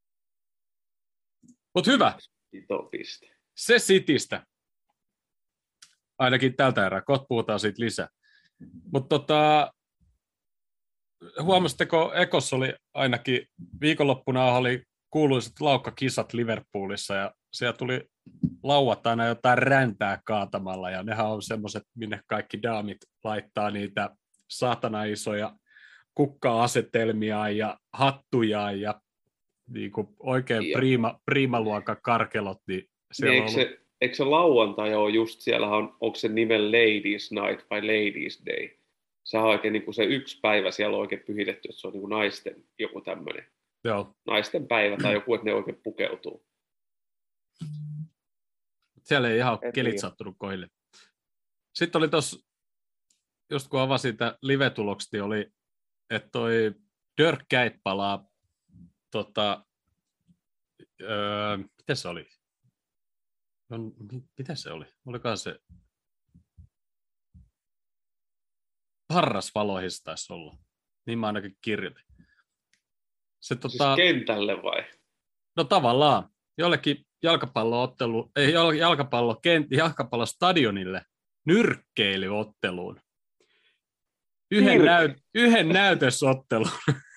Mutta hyvä, Ito piste. se Citystä. Ainakin tältä erää, kohta puhutaan siitä lisää. Mutta tota, huomasitteko, Ekos oli ainakin viikonloppuna oli kuuluisat laukkakisat Liverpoolissa ja siellä tuli lauantaina jotain räntää kaatamalla ja nehän on semmoiset, minne kaikki daamit laittaa niitä saatana isoja kukka-asetelmia ja hattuja ja niin kuin oikein Ja. prima, priimaluokan karkelot, niin Niin siellä eikö, on se, eikö se lauantai ole just siellä, on, onko se nimen Ladies Night vai Ladies Day? Se on oikein niin kuin se yksi päivä siellä on oikein pyhitetty, että se on niin kuin naisten joku tämmöinen. Joo. Naisten päivä tai joku, että ne oikein pukeutuu. Siellä ei ihan En kelit tiedä. sattunut kohdille. Sitten oli tuossa, just kun avasin sitä live-tulokset, niin oli, että toi Dirk Kuyt palaa, tota, öö, miten se oli? No, mi- mitä se oli? Olikohan se? Harrasvaloissa taisi olla. Niin mä ainakin kirjoitin. Se, Siis tota, kentälle vai? no tavallaan jollekin jalkapalloottelu, ei jal- jalkapallo, kent, jalkapallostadionille nyrkkeilyotteluun. Yhden, Nyrk- näyt, yhden näytösottelun.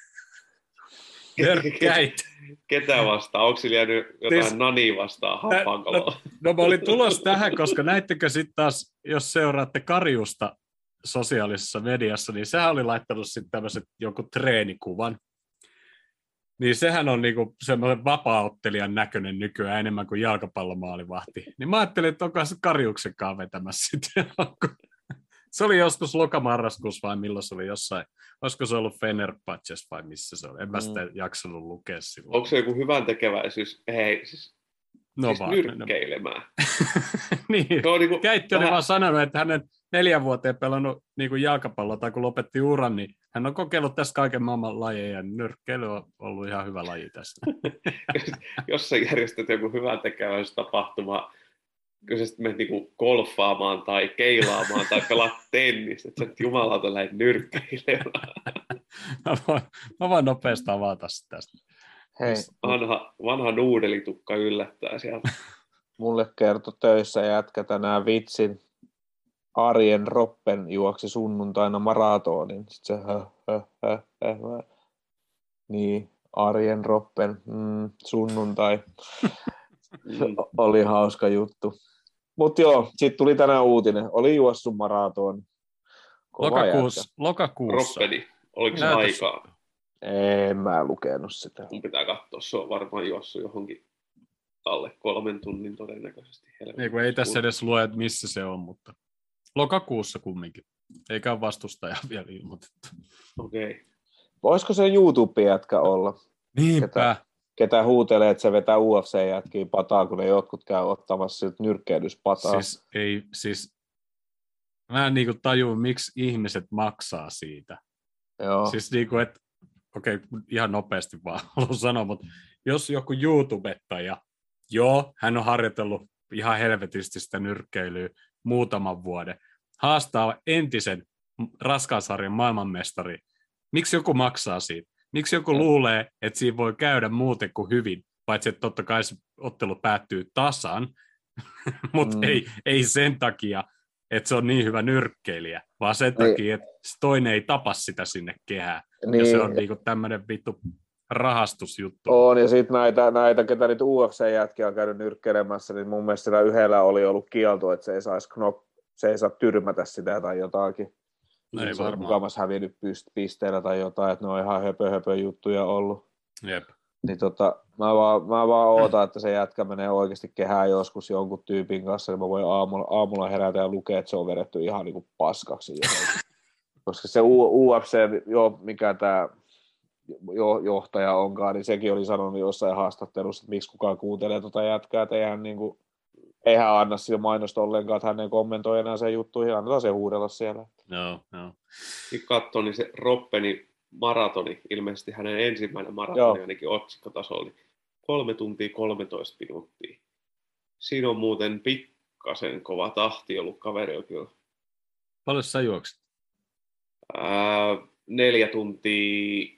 Dirk Kuyt. Ketä vastaan? Onko sillä jäänyt jotain Siis- Nani vastaan Hampankaloa? No mä olin tulos tähän, koska näittekö sitten taas, jos seuraatte Karjusta sosiaalisessa mediassa, niin sehän oli laittanut sitten tämmöiset jonkun treenikuvan. Niin sehän on niinku semmoinen vapaa-ottelijan näköinen nykyään enemmän kuin jalkapallomaalivahti. Niin mä ajattelin, että onko se Karjuksenkaan vetämässä sitten. Se oli joskus lokamarraskuussa vai milloin se oli jossain. Olisiko se ollut Fenerbahces vai missä se oli? En mä sitä jaksanut lukea silloin. Onko se joku hyvän tekeväisyys? Hei, siis, No siis vaan. nyrkkeilemään. Niin. Se on niinku, Käytti oli vähän- vaan sanonut, että hänen neljän vuoteen pelannut niin kuin jalkapalloa, tai kun lopetti uran, niin hän on kokeillut tässä kaiken maailman lajeja, ja nyrkkeily on ollut ihan hyvä laji tästä. jos sä järjestät joku hyvän tekeväisyystapahtuma, kyllä sä sitten menet niinku golfaamaan tai keilaamaan tai pelaat tennistä, että sä et jumalauta lähdet nyrkkeilemään. Mä voin, mä voin nopeasti avata sitä tästä. Hei, Vanha, vanha nuudelitukka yllättää sieltä. mulle kertoi töissä jätkä tänään vitsin. Arjen Roppen juoksi sunnuntaina maratonin. Sitten se, hö, hö, hö, hö, hö. Niin, Arjen Roppen, mm, sunnuntai. Mm. Oli hauska juttu. Mutta joo, sitten tuli tänään uutinen. Oli juossut maraton. Lokakuussa, lokakuussa. Roppeni, oliko se Näytös. aikaa? En mä lukenut sitä. Mun pitää katsoa, se on varmaan juossut johonkin alle kolmen tunnin todennäköisesti. Ei, kun ei tässä edes lue, että missä se on, mutta lokakuussa kumminkin. Eikä ole vastustajaa vielä ilmoitettu. Okei. Okay. Voisiko se YouTube-jätkä olla? Niinpä. Ketä, ketä huutelee, että se vetää U F C-jätkiä pataa, kun ne jotkut käy ottamassa siltä nyrkkeilyspataa. Siis, ei, siis, mä en niinku tajua, miksi ihmiset maksaa siitä. Joo. Siis niinku, että okei, okay, ihan nopeasti vaan haluan sanoa, mutta jos joku YouTubettaja, joo, hän on harjoitellut ihan helvetisti sitä nyrkkeilyä muutaman vuoden, haastaa entisen raskaasarjan maailmanmestari, miksi joku maksaa siitä? Miksi joku ja. luulee, että siinä voi käydä muuten kuin hyvin, paitsi että totta kai se ottelu päättyy tasan, mutta mm. ei, ei sen takia, että se on niin hyvä nyrkkeilijä, vaan sen niin. takia, että toinen ei tapa sitä sinne kehään. Niin. Ja se on niinku tämmöinen vittu rahastusjuttu. On, ja sitten näitä, näitä, ketä niitä U F C-jätkiä on käynyt nyrkkeilemässä, niin mun mielestä sillä yhdellä oli ollut kielto, että se ei, saisi knop, se ei saa tyrmätä sitä tai jotakin. No ei se varmaan. on mukamassa hävinnyt pisteellä tai jotain, että ne on ihan höpö, höpö juttuja ollut. Jep. Niin tota, mä vaan, mä vaan ootan, että se jätkä menee oikeasti kehään joskus jonkun tyypin kanssa, niin mä voin aamulla, aamulla herätä ja lukea, että se on vedetty ihan niin kuin paskaksi. Koska se U F C, jo, mikä tämä jo, johtaja onkaan, niin sekin oli sanonut jossain haastattelussa, että miksi kukaan kuuntelee tuota jätkää, että eihän, niin kuin, eihän anna sille mainosta ollenkaan, että hän ei kommentoi enää sen juttuihin, annetaan se huudella siellä. No, no. Katso, niin se Roppeni maratoni, ilmeisesti hänen ensimmäinen maratoni, Joo. ainakin otsikkotasolla, oli kolme tuntia kolmetoista minuuttia. Siinä on muuten pikkasen kova tahti ollut kaveri kyllä. Paljon sä juoksit? Ää, neljä tuntia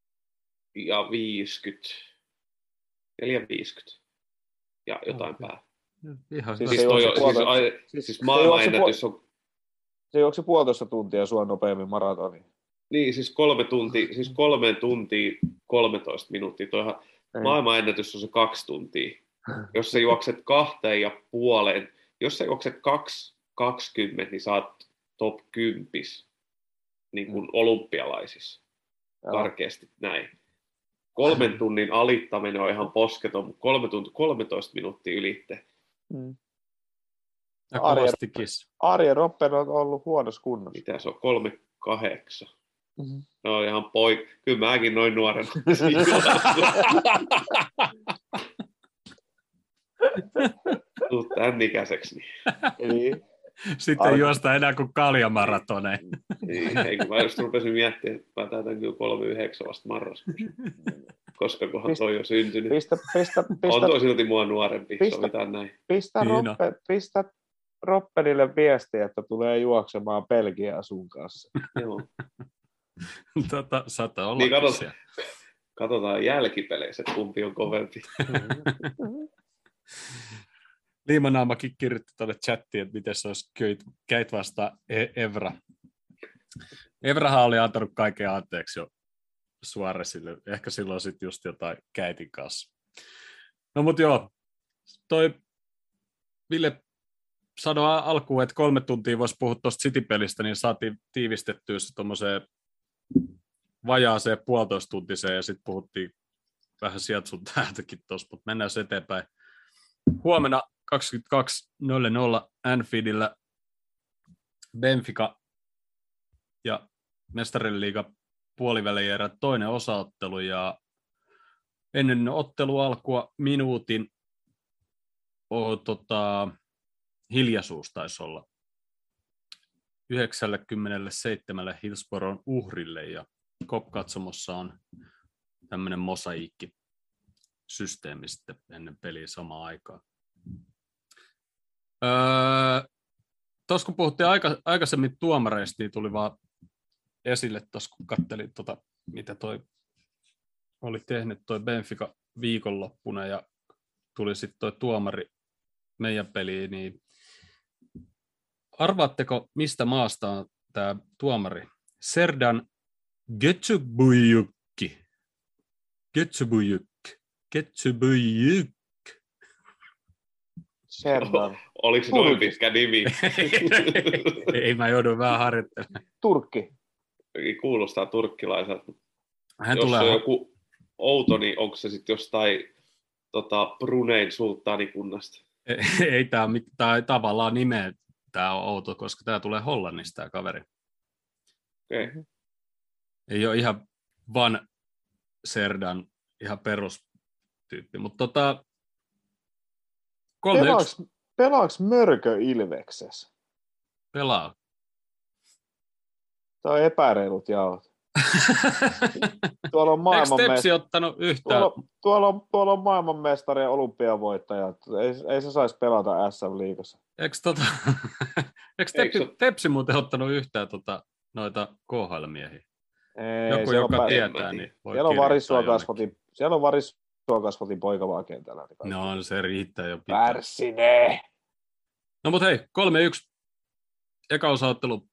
ja viisikymmentä. Neljä viisikymmentä. Ja jotain okay. päällä. Ihan siis, siis, toi, siis, ai, siis, siis maailmanennätys on... Se juoksi puolitoista tuntia sua nopeammin maratoni. Niin, siis kolme tuntia, siis kolme tuntia kolmetoista minuuttia. Toihan maailmanennätys on se kaksi tuntia. Jos sä juokset kahteen ja puoleen, jos sä juokset kaksi kaksikymmentä, niin saat top kympis niin kuin mm. olympialaisissa. Karkeasti näin. Kolmen tunnin alittaminen on ihan posketon, mutta kolme tuntia kolmetoista minuuttia ylitte. Mm. Ja kovastikin. Arjen Roppen on ollut huonossa kunnossa. Mitä se on? Kolme kahdeksan. Mm-hmm. No ihan poik... Kyllä mäkin noin nuorena. Tuut tämän ikäiseksi. Niin. Sitten ei juosta enää kuin kaljamaratoneja. Niin, ei kun mä just rupesin miettimään, että mä täytän kyllä kolme yhdeksän vasta marraskuussa. Koska kohan pistä, toi on syntynyt. Pistä, pistä, pistä, on toi silti mua nuorempi, pistä, sovitaan näin. Pistä, Roppe, pistä Roppenille viestiä, että tulee juoksemaan Belgiaa sun kanssa. Joo. Tota, saattaa olla niin katsotaan, katsotaan jälkipeleissä, että kumpi on kovempi. Liimanaamakin kirjoitti tuonne chattiin, että miten se olisi käit vasta Evra. Evrahan oli antanut kaiken anteeksi jo Suarezille. Ehkä silloin sitten just jotain Käitin kanssa. No mut joo, toi Ville sanoi alkuun, että kolme tuntia voisi puhua tuosta City-pelistä, niin saatiin tiivistettyä se tuommoiseen vajaaseen puolitoista tuntiseen, ja sitten puhuttiin vähän sieltä sun täältäkin tuossa, mutta mennään eteenpäin. Huomenna kaksikymmentäkaksi nolla nolla Anfieldillä Benfica ja Mestarien liiga puolivälierä toinen osaottelu, ja ennen ottelu alkua minuutin oh, tota, hiljaisuus taisi olla yhdeksänkymmentäseitsemän Hillsboron uhrille, ja K O P-katsomossa on tämmöinen mosaiikki systeemi sitten ennen peliä samaan aikaan. Öö, tuossa kun puhuttiin aika, aikaisemmin tuomareista, niin tuli vaan esille tuossa, kun katselin, tota, mitä toi oli tehnyt toi Benfica viikonloppuna, ja tuli sitten toi tuomari meidän peliin, niin arvaatteko, mistä maasta on tämä tuomari? Serdan Getsubujukki. Getsubujukki. Getsubujuk. Serdan. Oliko se noin pitkä nimi? Ei, mä joudun vähän harjoittelemaan. Turkki. Kuulostaa turkkilaiselta. Hän Jos tulee on ha- joku outo, niin onko se sitten jostain tota, Brunein sulttaanikunnasta? Ei, ei tämä ole mitään, tavallaan nimeä tämä on outo, koska tämä tulee Hollannista tämä kaveri. Okei. Okay. Ei ole ihan Van Serdan ihan perustyyppi, mutta tota, kolme yksi Pelaaks, pelaaks Mörkö Ilveksessä? pelaa. Tämä on epäreilut jaot. Tuolla on Eikö maailman Tepsi mes- ottanut yhtään? tuolla, tuolla, on, tuolla on maailmanmestari ja olympiavoittaja. Ei, ei se saisi pelata S M-liigassa. Eikö, tota, eikö Eikö Tepsi, se- Tepsi muuten ottanut yhtään tota, noita K H L-miehiä? Ei, Joku, siellä joka on, pä- tietää, niin voi siellä on kirjoittaa Varissua jonnekin. kasvatin, siellä on Varissua kasvatin poika vaan kentällä. No se riittää jo pitää. Pärssine! No mutta hei, kolme yksi. Eka osaottelu.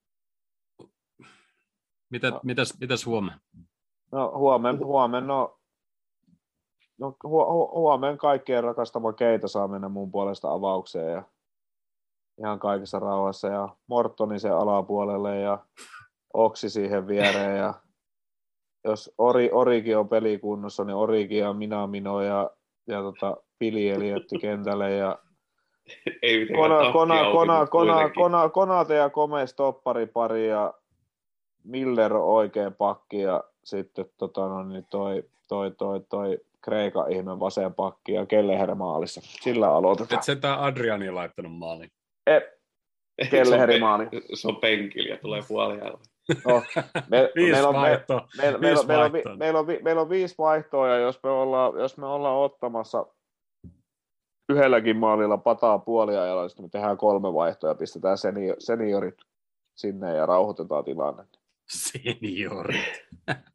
Mitä, No. mitäs, mitäs huomenna? No huomen, huomen, no, no hu, hu, huomen kaikkien rakastama Keita saa mennä mun puolesta avaukseen ja ihan kaikessa rauhassa ja Mortoni sen alapuolelle ja Oksi siihen viereen ja jos Ori, Orikin on pelikunnossa, niin Orikin ja Minä Mino ja, ja tota, Pili Eliotti kentälle ja Ei mitenkään Kona, takki kona, auki, kona, mutta kona, kuitenkin. kona, Konate ja Kome stopparipari ja Miller on oikea pakki ja sitten tota, no, niin toi, toi, toi, toi Kreikan ihme vasen pakki ja Kelleher maalissa. Sillä aloitetaan. Et sentään Adriani laittanut maaliin. E, Se on Kelleheri pe- maali. Se on penkillä ja tulee puoliajalla. No, me, Viisi meillä on, me, vaihtoa. meillä, Viisi meillä, on, meillä, on, vi- vaihtoa. meillä, on, vi- meillä on viisi vaihtoa ja jos me ollaan, jos me ollaan ottamassa yhdelläkin maalilla pataa puoliajalla, niin sitten me tehdään kolme vaihtoa ja pistetään senior, seniorit sinne ja rauhoitetaan tilanne. Seniorit.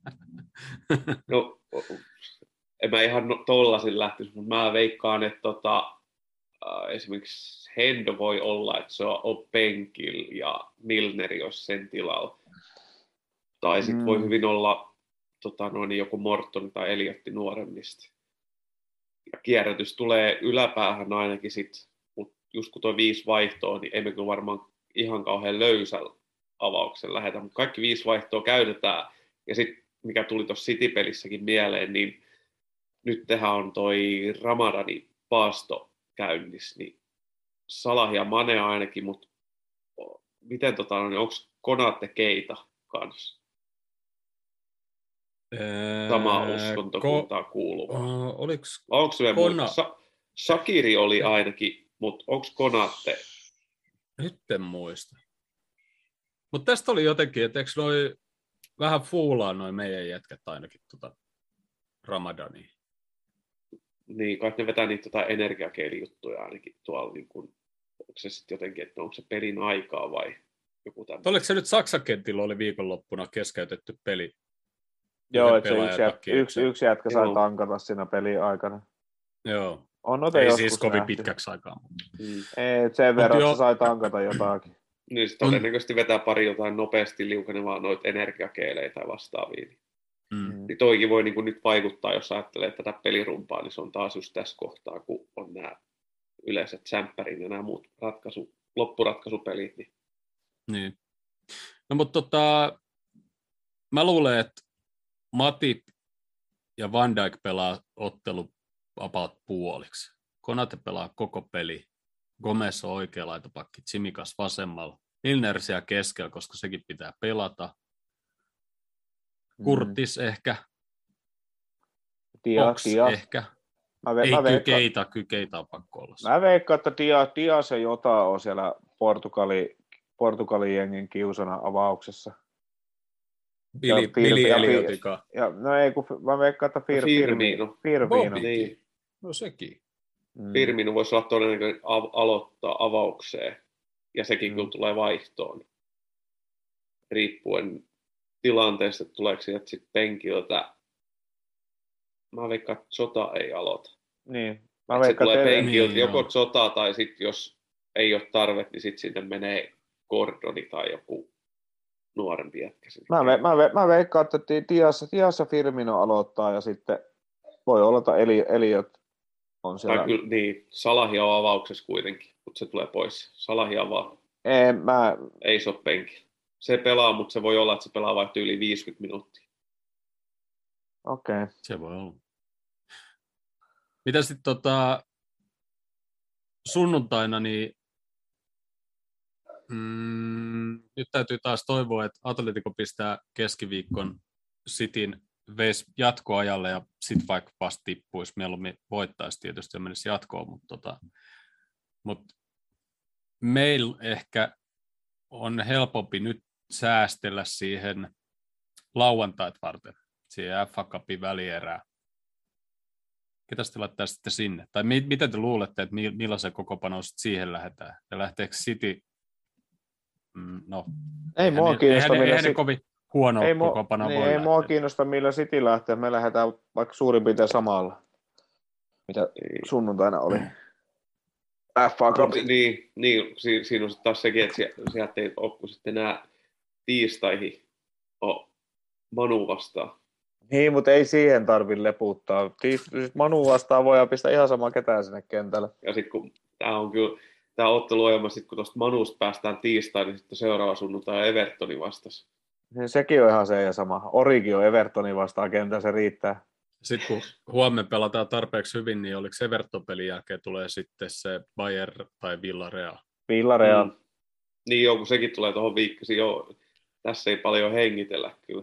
No, en mä ihan no- tollasin lähtisi, mutta mä veikkaan, että tota, äh, esimerkiksi Hendo voi olla, että se on penkillä ja Milneri olisi sen tilalla. Tai sitten Mm. voi hyvin olla tota, noin, joku Morton tai Eliotti nuoremmista. Ja kierrätys tulee yläpäähän ainakin sitten, mutta just kun tuo viisi vaihtoa, niin emme kyllä varmaan ihan kauhean löysällä avauksen lähetä, mutta kaikki viisi vaihtoa käytetään. Ja sitten mikä tuli tuossa City-pelissäkin mieleen, niin nyt tehdään on toi Ramadani paasto käynnissä, niin Salah ja Mane ainakin, mutta miten tota, niin onko Konate Keita kanssa? Sama uskontokuntaa kuuluva. Uh, oliks Onko se Kona- Sa- Sakiri oli ainakin, mutta onko Konate? Nyt en muista. Mutta tästä oli jotenkin, että eikö noi vähän fuulaa noin meidän jätkät ainakin tota Ramadania. Niin, kai ne vetää niitä tota energiakeilijuttuja ainakin tuolla, niin kun, onko se sitten jotenkin, että onko se pelin aikaa vai joku tämmöinen. Oliko se nyt Saksan kentillä oli viikonloppuna keskeytetty peli? Joo, Yhden että se pelaajan yksi, jät, takia, yksi, että- yksi jätkä sai Joo. tankata siinä pelin aikana. Joo. On noita Ei joskus siis kovin nähty. pitkäksi aikaa. Mm. Ei, et sen verran, joo. että se sai tankata jotakin. Niin, sit todennäköisesti vetää pari jotain nopeasti liukenevaa noita energiakeilejä tai vastaavia. Niin, Mm. niin toikin voi niin kun nyt vaikuttaa, jos ajattelee tätä pelirumpaa, niin se on taas just tässä kohtaa, kun on nämä yleiset sämppärin ja nämä muut ratkaisu, loppuratkaisupelit. Niin Niin. No mutta tota, mä luulen, että Matip ja Van Dijk pelaa ottelu about puoliksi. Konate pelaa koko peli. Gomez on oikea laitapakki, Tsimikas vasemmalla. Milner siellä keskellä, koska sekin pitää pelata. Kurtis ehkä, Dia, Ox Dia. ehkä. Mä, ve, Ei mä, kyllä veikkaan, Keita, kyllä Keita on pakko olla. mä veikkaan, että Dia, Dias ja Jota on siellä Portugali, Portugalin jengin kiusana avauksessa. Billy, ja Fir- Billy ja Fir- Eliotika. Ja, no ei, kun mä veikkaan, että Fir, Firmino. Firmino. Bobby. Niin. No sekin. Mm. Firmino voisi olla todennäköisesti av- aloittaa avaukseen, ja sekin Mm. kyllä tulee vaihtoon, riippuen tilanteesta, että tuleeko sieltä sitten penkiltä. Mä veikkaan, että Jota ei aloita. Niin. Mä Mä se veikkaan, tulee että penkiltä Niin, joko joo. Jota, tai sitten jos ei ole tarve, niin sitten sinne menee Gordoni tai joku nuorempi jätkä. sinne. Mä, ve, mä, ve, mä veikkaan, että Dias, Dias ja Firmino aloittaa ja sitten voi olla, että Eli, Eliot on siellä. Tai kyllä, niin, Salahi on avauksessa kuitenkin, mutta se tulee pois. Salahi avaa. Ei, mä... Ei se ole penkillä. Se pelaa, mutta se voi olla, että se pelaa vaikka yli viisikymmentä minuuttia. Okei. Okay. Se voi olla. Mitä sitten tota, sunnuntaina, niin mm, nyt täytyy taas toivoa, että Atletico pistää keskiviikon Cityn veisi jatkoajalle ja sitten vaikka vasta tippuisi, mieluummin voittaisi tietysti ja menisi jatkoon, mutta tota, mut meillä ehkä on helpompi nyt säästellä siihen lauantait varten, siihen F A Cupin välierään. Ketäs te laittaa sitten sinne? Tai mi- mitä te luulette, että mi- millaisen kokopanon siihen lähdetään? Ja lähteekö City? Mm, no, ei mua ne, kiinnosta, eihän, millä eihän ne kovin huono ei kokopanon niin, voi ei lähteä. mua kiinnosta, millä City lähtee. Me lähdetään vaikka suurin piirtein samalla, mitä sunnuntaina oli. F A Cup. Niin, niin si- siinä on taas sekin, että sieltä ei ole sitten nämä tiistaihin on Manu vastaan. Niin, mutta ei siihen tarvitse leputtaa. Manu vastaan voidaan pistää ihan sama ketään sinne kentälle. Ja sitten kun tämä on kyllä, tämä otteluohjelma, sitten kun tuosta Manusta päästään tiistain, niin sitten seuraava sunnuntai Evertoni vastas. Niin sekin on ihan se ja sama. Origi on Evertonin vastaan kentällä, se riittää. Sitten kun huomenna pelataan tarpeeksi hyvin, niin oliko Everton-pelin jälkeen tulee sitten se Bayern tai Villarreal? Villarreal. Mm. Niin joo, kun sekin tulee tuohon viikkoisin. Joo, tässä ei paljon hengitellä kyllä.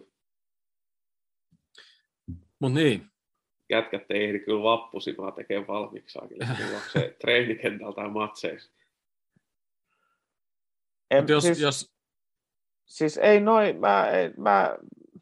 Mut niin. Jätkät ei ehdi kyllä vappusimaa tekemään valmiiksi. Kyllä se treenikentältä ja matseissa. En, jos, siis, jos... siis ei noin, mä, ei, mä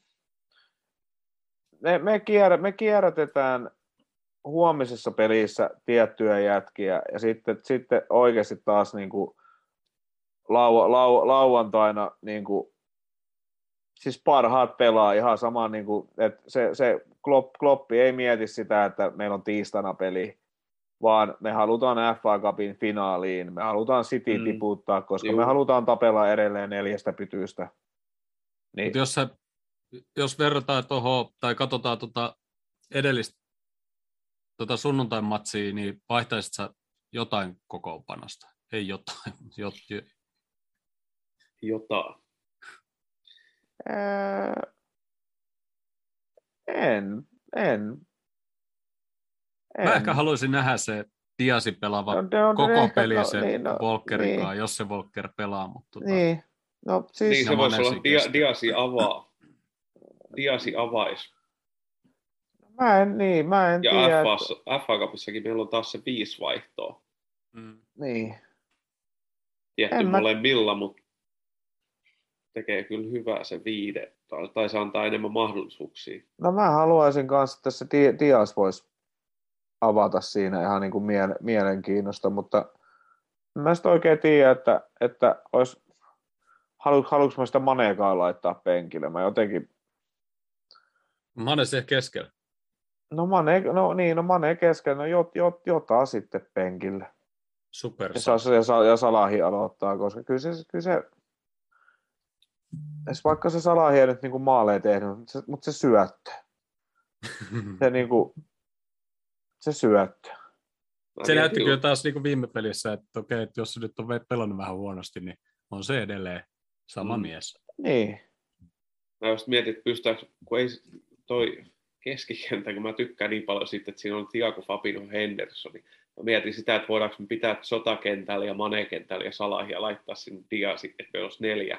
me, me, kierrä, me kierrätetään huomisessa pelissä tiettyjä jätkiä ja sitten, sitten oikeasti taas niin kuin lau, lau, lauantaina niin kuin, siis parhaat pelaa ihan sama, niin kuin, että se, se Klopp, Kloppi ei mieti sitä, että meillä on tiistaina peli, vaan me halutaan F A Cupin finaaliin, me halutaan City mm. tiputtaa, koska Juu. me halutaan tapella edelleen neljästä pytystä. Niin. Mut jos, se, jos verrataan tuohon, tai katsotaan tuota edellistä tuota sunnuntain matsia, niin vaihtaisit sä jotain kokoonpanosta? Ei jotain, jot, jot. jotain. Ää, en, en. Mä en. ehkä haluaisin nähdä se Diasin pelaava no, no, koko ehkä, peli no, se niin, no, Volkerikaan, niin. jos se Volker pelaa. Mutta tota, niin. No, siis, niin se voisi olla dia, Diasi avaa. Diasi avaisi. Mä en, niin, mä en ja tiedä. Ja F A Cupissakin meillä on taas se viisi vaihtoa. Mm. Niin. Tietty molemmilla, mutta tekee kyllä hyvää se viide. Tai, tai se antaa enemmän mahdollisuuksia. No mä haluaisin kanssa, että se Dias voisi avata siinä ihan niin kuin miele- mielenkiinnosta, mutta mä en oikein tiedä, että, että olisi, halu, haluanko mä sitä Maneekaan laittaa penkille. Mä jotenkin... Mane se keskellä. No Mane, no niin, no Mane keskellä, no jot, jot, jotain sitten penkille. Super. Ja, ja, ja Salahi aloittaa, koska kyllä se, kyllä se vaikka se Salahi ei nyt niin kuin maaleja tehnyt, mutta se, mutta se syöttö. se niin kuin, se syöttö. Se näytti kyllä taas niin kuin viime pelissä, että okei, että jos se nyt on pelannut vähän huonosti, niin on se edelleen sama mm. mies. Niin. Mä just mietin, että pystytäänkö, kun ei toi keskikentä, kun mä tykkään niin paljon siitä, että siinä on Thiago, Fabinho, Henderson. Mä mietin sitä, että voidaanko me pitää sotakentällä ja manekentällä ja Salahia laittaa sinne Diasi, että meillä olisi neljä.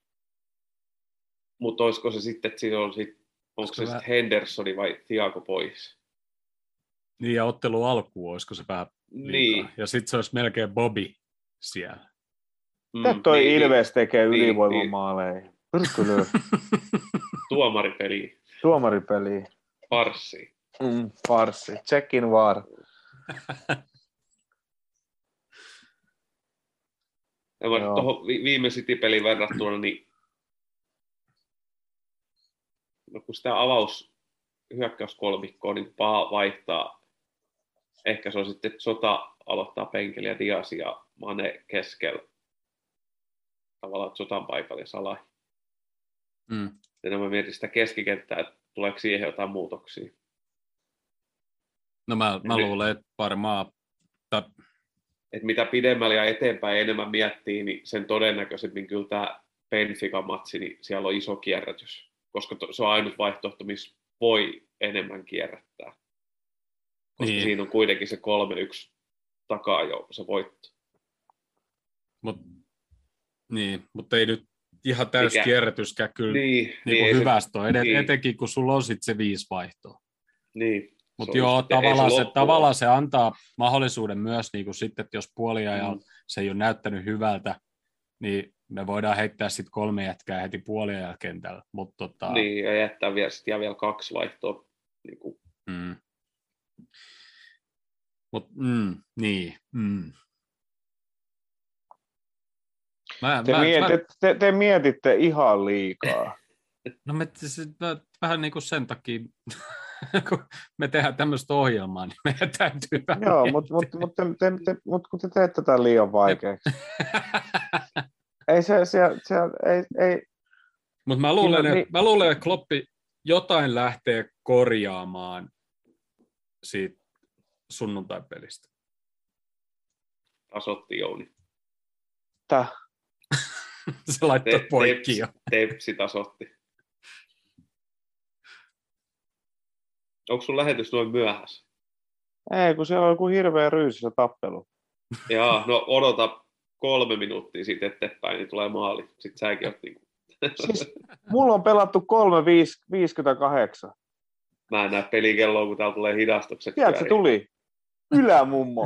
Mutta olisiko se sitten, että siinä on sit, onko se mä... sitten Hendersoni vai Thiago pois? Niin, ja ottelu alkuun, olisiko se vähän liikaa. Niin. Ja sitten se olisi melkein Bobby siellä. Mm, toi niin, Ilves tekee niin, ylivoimamaaleja. Niin. Pyrkkylyy. Tuomaripeli. Tuomaripeli. Farssi. Mm, farssi. Check-in var. Tuohon viime City-peliin verrattuna, niin no kun sitä avaus hyökkäyskolmikkoa niin paha vaihtaa, ehkä se on sitten, että Sota aloittaa penkillä ja Dias ja Mane keskellä tavallaan Sotan paikalla ja Salahi. Mm. Ja mä mietin sitä keskikenttää, että tuleeko siihen jotain muutoksia. No mä, mä luulen, että varmaan... Ta... Et mitä pidemmälle ja eteenpäin enemmän miettii, niin sen todennäköisemmin kyllä tämä Benfica-matsi, niin siellä on iso kierrätys. Koska to, se on ainut vaihtoehto, missä voi enemmän kierrättää. Koska niin. Siinä on kuitenkin se kolme yksi takaa jo se voitto. Mut, niin, mutta ei nyt ihan täys Mikä? kierrätyskään kyllä niin, niin niin hyvästä ole, Eten, niin. etenkin kun sulla on sitten se viisi vaihtoa. Niin. Mutta joo, tavallaan se, se, tavallaan se antaa mahdollisuuden myös, niin kuin sitten, että jos puoliajalla mm. se ei ole näyttänyt hyvältä, niin me voidaan heittää sitten kolme jätkää heti puoliajalla kentällä. Mut, tota... Niin, ja jättää vielä, sit jää vielä kaksi vaihtoa. Niin kuin. Mm. Mut, mm, niin, mm. Mä, te, mä, mietit, mä... Te, te mietitte ihan liikaa. No me, se, mä, vähän niin kuin sen takia, kun me tehdään tämmöistä ohjelmaa, niin meidän täytyy vähän Joo, mutta mut, mut, te, te, te, mut kun te teette tätä liian vaikeaksi. ei se, se, se ei... ei. Mutta mä luulen, että, niin... mä luulen, että Kloppi jotain lähtee korjaamaan siitä sunnuntaipelistä. Tasotti Jouni. Täh? Se laittoi te, poikki jo. Tepsi tasotti. Onko sun lähetys noin myöhässä? Ei, kun siellä on joku hirveä ryysissä tappelu. Jaa, no odota kolme minuuttia siitä eteenpäin, niin tulee maali. Sitten säkin oot niinku... Siis, mulla on pelattu kolme viisikymmentäkahdeksan. Mä en näe pelikelloa, kun täällä tulee hidastukset. Sieltä se tuli. Ylämummo.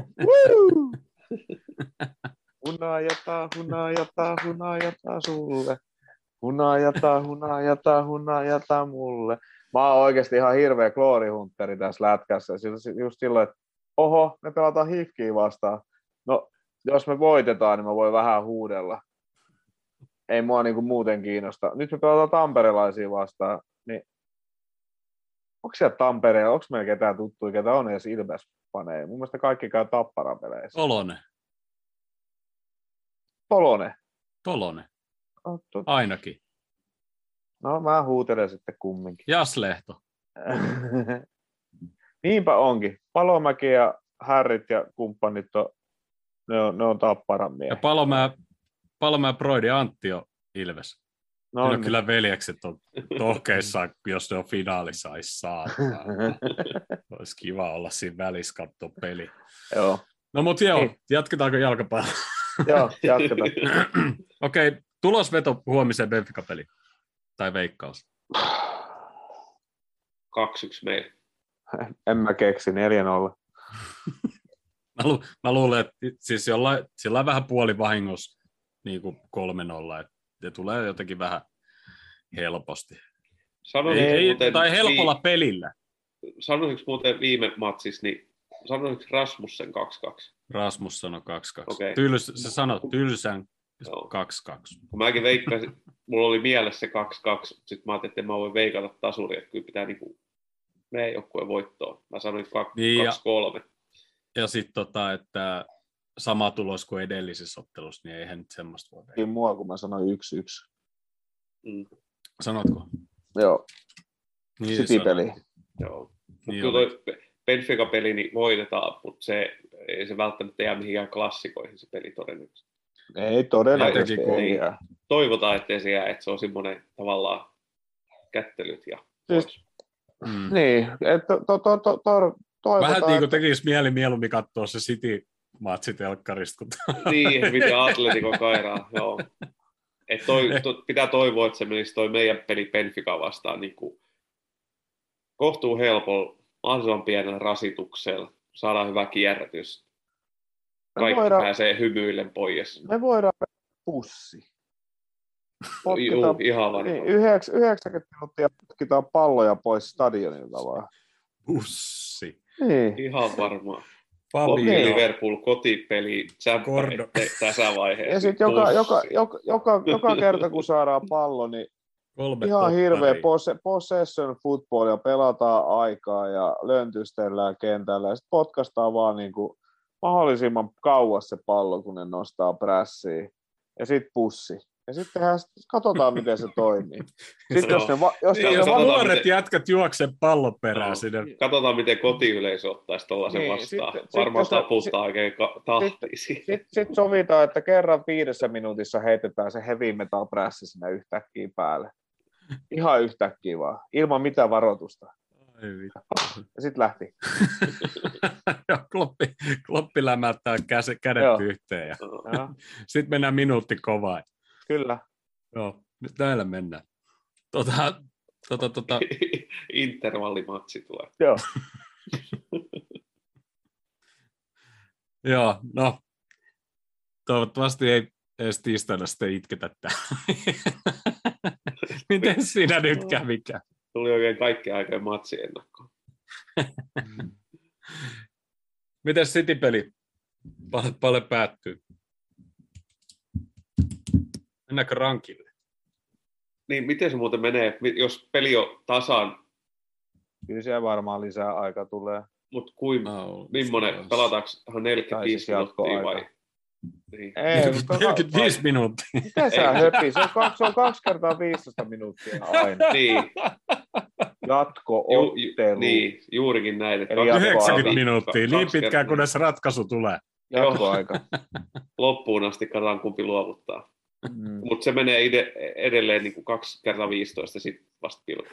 Hunajata, hunajata, hunajata sulle. Hunajata, hunajata, hunajata mulle. Mä oon oikeesti ihan hirveä kloorihuntteri tässä lätkässä. Just silloin, että oho, me pelataan Hifkiä vastaan. No, jos me voitetaan, niin mä voin vähän huudella. Ei mua niinku muuten kiinnosta. Nyt me pelataan tamperelaisia vastaan. Niin onko siellä Tampereella, onko meillä ketään tuttuja, ketä on edes Ilves-paneja? Mun mielestä kaikki käy Tapparan peleissä. Tolonen. Tolonen? Tolonen. Oh, tot... Ainakin. No mä huutelen sitten kumminkin. Jaslehto. Niinpä onkin. Palomäki ja Härrit ja kumppanit on, ne on, ne on Tapparan miehiä. Ja Palomäe, Palomäe Broidi Antti on Ilves. No niin. Kyllä veljekset on tohkeissaan, jos ne on finaalissa, ai saatana. Olisi kiva olla siinä välissä katsoa peli. Joo. No mut joo, Ei. jatketaanko jalkapalloa? Joo, jatketaan. Okei, okay, tulosveto huomiseen Benfica-peliin. Tai veikkaus. kaksi yksi meillä. En mä keksi, neljä nolla. mä, lu- mä luulen, että siis jollain, sillä vähän puolivahingossa niin kuin kolme nolla, että ne tulee jotenkin vähän helposti. Ei, ei, muuten, tai helpolla vi- pelillä. Sanoisiko muuten viime matsissa, niin sanoisiko Rasmussen kaksi kaksi? Rasmus sanoi kaksi kaksi. Okay. Tyls, se sanoi tylsän kaksi kaksi. Kun mäkin veikkasin, mulla oli mielessä se kaksi kaksi, sitten mä ajattelin, että mä voin veikata tasuria, että kyllä pitää niinku meidän joukkueen voittoon. Mä sanoin kaksi kolme. Niin ja, ja sitten tota, että sama tulos kuin edellisessä ottelussa, niin eihän nyt semmoista voi veikata. Ei mua, kun mä sanoin yksi yksi. Mm. Sanotko? Joo. Niin City-peli. Joo. Niin kyllä toi Benfica-peli niin voitetaan, mutta se ei se välttämättä jää mihinkään klassikoihin se peli todennäköisesti. Ei todennäköisesti ei jää. Toivotaan, ettei se jää, että se on semmoinen tavallaan kättelyt ja siis, mm. Niin, että to, to, to, to, toivotaan. Vähän niin kuin tekisi mieli mieluummin katsoa se City-matsi telkkarista. Niin, miten Atletico kairaa, joo. Et toi, to, pitää toivoa, että se menisi toi meidän peli Benfica vastaan niin kuin kohtuu helpolla, mahdollisimman pienellä rasituksella, saadaan hyvä kierrätys. Kaikki voidaan, pääsee hymyillen pois. Me voidaan pussi. Juu, ihan varmaan. Niin, yhdeksänkymmentä minuuttia potkitaan palloja pois stadionilta vaan. Pussi. Niin. Ihan varmaan. Niin. Liverpool kotipeli, tsempparit tässä vaiheessa. Ja sitten joka, joka, joka, joka, joka kerta kun saadaan pallo, niin Kolme ihan hirveä poss- possession football ja pelataan aikaa ja löntystellään kentällä ja sitten potkastaan vaan niin kuin mahdollisimman kauas se pallo, kun ne nostaa prässiin. Ja sitten pussi. Ja sittenhän katsotaan, miten se toimii. Sitten jos ne, va- jos Niin, ne jos va- nuoret miten- jätkät juoksee pallon perään No. sinne. Katsotaan, miten kotiyleisö ottaisi tuollaisen Niin, vastaan. sitten- Varmaan sitten jos- taputtaa oikein ka- tahtiin siihen. Sitten sit sovitaan, että kerran viidessä minuutissa heitetään se heavy metal prässi sinne yhtäkkiä päälle. Ihan yhtäkkiä vaan, ilman mitään varoitusta. Ai vittu. Ja sitten lähti. Joo, kloppi, kloppi lämättää käse, kädet Joo. yhteen. Ja Ja, sitten mennään minuutti kovaa. kyllä. Joo, nyt näillä mennään. Tota, tota, tota, Intervallimatsi tulee. Joo. joo, no, toivottavasti ei edes tiistaina sitten itketä täällä. Miten siinä nyt kävikään? Tuli oikein kaikkien aikojen matsi ennakkoon. Miten City-peli? Paljon, paljon päättyy. Mennäänkö rankille? Niin, miten se muuten menee, jos peli on tasan, Kyllä siellä varmaan lisää aika tulee. mutta kuin, No, millainen, pelataanko ihan Tai neljäkymmentäviisi siis jatkoaika. minuuttia vai? Niin. Ei, mutta neljäkymmentäviisi minuuttia. Mitä sä höpii? Se on, kaksi, se on kaksi kertaa viisitoista minuuttia aina. Niin, Jatko-ottelu. niin, juurikin näin. Että Eli kaksi- yhdeksänkymmentä kaksi- minuuttia, niin kaksi pitkään kertaa. kunnes ratkaisu tulee. Jatkoaika. Loppuun asti katsotaan kumpi luovuttaa. Mm. Mutta se menee ide, edelleen niin kuin kaksi kertaa viisitoista sitten vasta pilkku.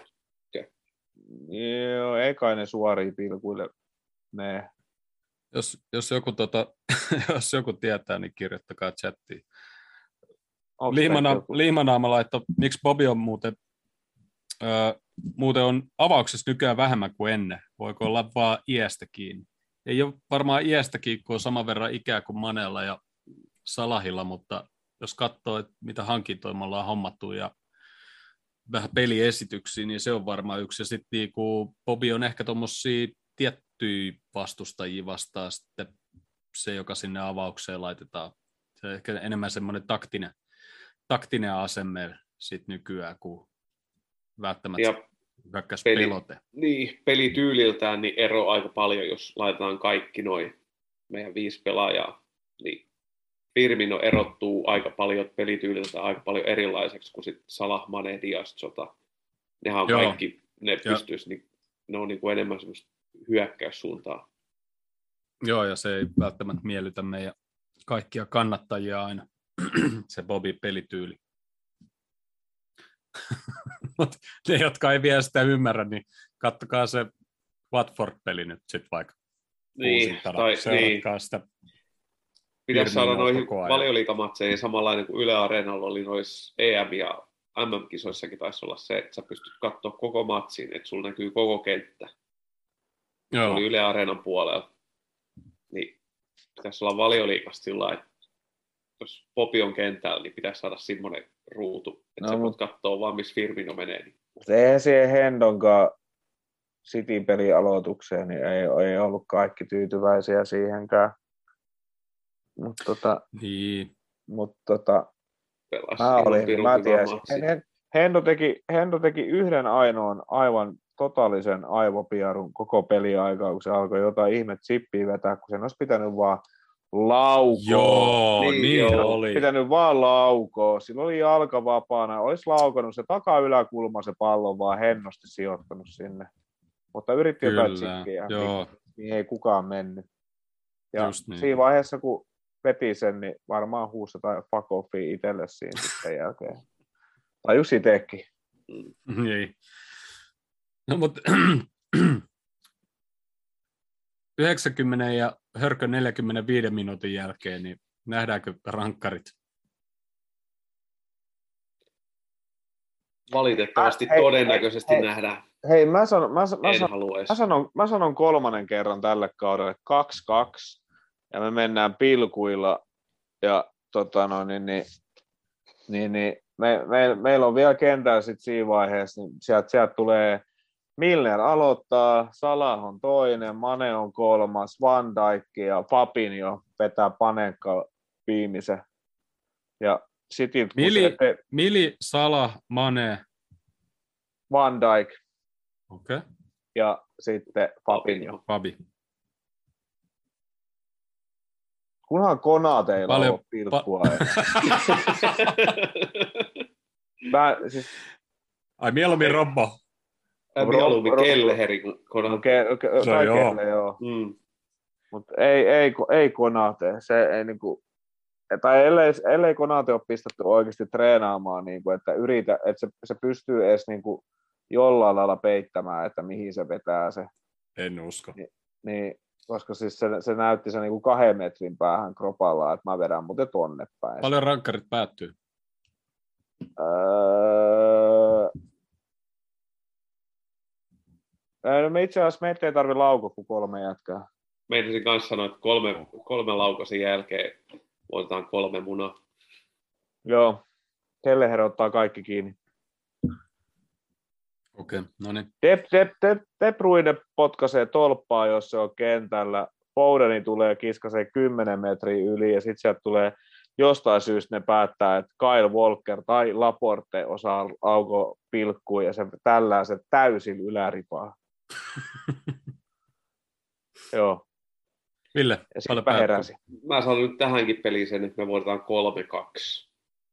Joo, ei kai ne suoria pilkuille mene. Jos, jos, joku, tota, jos joku tietää, niin kirjoittakaa chattiin. Onks Liimana, kaikki joku- Liimanaama laittoi, miksi Bobi on muuten, öö, muuten on avauksessa nykyään vähemmän kuin ennen. Voiko olla vaan iästä kiinni? Ei ole varmaan iästä kiinni, kun on saman verran ikää kuin Manella ja Salahilla, mutta jos katsoo, että mitä hankintoja me ollaan hommattu ja vähän peliesityksiä, niin se on varmaan yksi. Ja sitten niinku Bobi on ehkä tuommoisia tiettyjä vastustajia vastaan sitten se, joka sinne avaukseen laitetaan. Se on ehkä enemmän semmoinen taktinen, taktinen asemme sit nykyään, kuin välttämättä Ja hyökkäys peli- pelote. Niin, pelityyliltään niin ero aika paljon, jos laitetaan kaikki noin meidän viisi pelaajaa, niin Firmino erottuu aika paljon pelityyliltä aika paljon erilaiseksi kuin sit Salah, Mane, Diaz, Jota. Nehän on Joo. kaikki, ne pystyisi, niin, ne on niin kuin enemmän semmoista hyökkäyssuuntaa. Joo, ja se ei välttämättä miellytä meidän kaikkia kannattajia aina, se Bobi pelityyli. Mutta ne, jotka ei vielä sitä ymmärrä, niin kattokaa se Watford-peli nyt sitten vaikka Niin, uusintana. tai, niin, Seuratkaa sitä. pitäisi saada Firminoa noihin koko ajan. valioliigamatseihin samanlainen kuin Yle Areenalla oli noissa E M- ja M M-kisoissakin taisi olla se, että sä pystyt katsoa koko matsin, että sulla näkyy koko kenttä. Se Joo, oli Yle Areenan puolella. Niin pitäisi olla valioliigasta sillä lailla, että jos Popi on kentällä, niin pitäisi saada semmoinen ruutu, että No, no, sä voit mut- katsoa vaan, missä Firmino menee. Niin. Mutta eihän siihen Hendonkaan City-pelin aloitukseen, niin ei, ei ollut kaikki tyytyväisiä siihenkään. Mutta tota, niin. mut tota, Pelasi mä ihan olin, pirun mä hyvän tiesin. matsin. Hen- Hendo teki, Hendo teki yhden ainoan aivan totaalisen aivopiarun koko peliaikaa, kun se alkoi jotain ihme chippiä vetää, kun sen olisi pitänyt vaan laukoa. Joo, Niin, niin, joo. oli. Pitänyt vaan laukoa. Sillä oli jalka vapaana. Olisi laukannut se taka-yläkulma se pallon vaan hennosti sijoittanut sinne. Mutta yritti jotain Kyllä, chippiä, joo. niin, niin ei kukaan mennyt. Ja Just niin. siinä vaiheessa, kun veti sen, niin varmaan huusi tai fuck offia itselle siinä sitten jälkeen. Tai Jussi teki. Niin. No, mutta yhdeksänkymmentä ja Hörkö neljäkymmentäviisi minuutin jälkeen, niin nähdäänkö rankkarit? Valitettavasti Äh, hei, todennäköisesti hei, hei. nähdään. Hei, mä sanon, mä, mä, En sanon, haluaisi. mä, sanon, mä sanon kolmannen kerran tälle kaudelle kaksi kaksi. Ja me mennään pilkuilla. Ja tota no, niin, niin, niin, niin me, me, meillä on vielä kentällä sit siinä vaiheessa, niin sieltä, sieltä tulee Milner aloittaa, Salah on toinen, Mane on kolmas, Van Dijk ja Fabinho vetää Panenka viimeisen. Ja City Mili, Mili Salah, Mane, Van Dijk okei, okay. ja sitten Fabinho. Fabi. kunhan Konateilla Paljon- on pilkkua. Pa- Mä, siis, Ai mieluummin Robbo. Äh, Mieluummin Kelleheri kuin Konate. ke, ke, Se on joo. kaikille joo. Mm. Mutta ei, ei, ei Konate. Se ei niinku, tai ellei, ellei Konate ole pistetty oikeasti treenaamaan, niinku, että, yritä, että se, se pystyy edes niinku, jollain lailla peittämään, että mihin se vetää se. En usko. Niin, koska siis se, se näytti se niinku kahden metrin päähän kropalla, että mä vedän muuten tonne päin. Paljon rankkarit päättyy. Öö... No me itse asiassa meitä ei tarvi laukoa kuin kolme jätkää. Meinasin kanssa sanoa, että kolme, kolme laukasin jälkeen voitetaan kolme munaa. Joo, Kelleher ottaa kaikki kiinni. Okei, okay, no niin. De, de, de, de Bruyne potkaisee tolppaa, jos se on kentällä. Foudeni tulee kiskasee kymmenen metriä yli ja sitten sieltä tulee jostain syystä ne päättää, että Kyle Walker tai Laporte osaa auko pilkkua ja se tällää se täysin yläripaa. Joo. Ville, Ja paljon sitten heräsi. Mä sanon nyt tähänkin peliin sen, että me voitetaan kolme kaksi.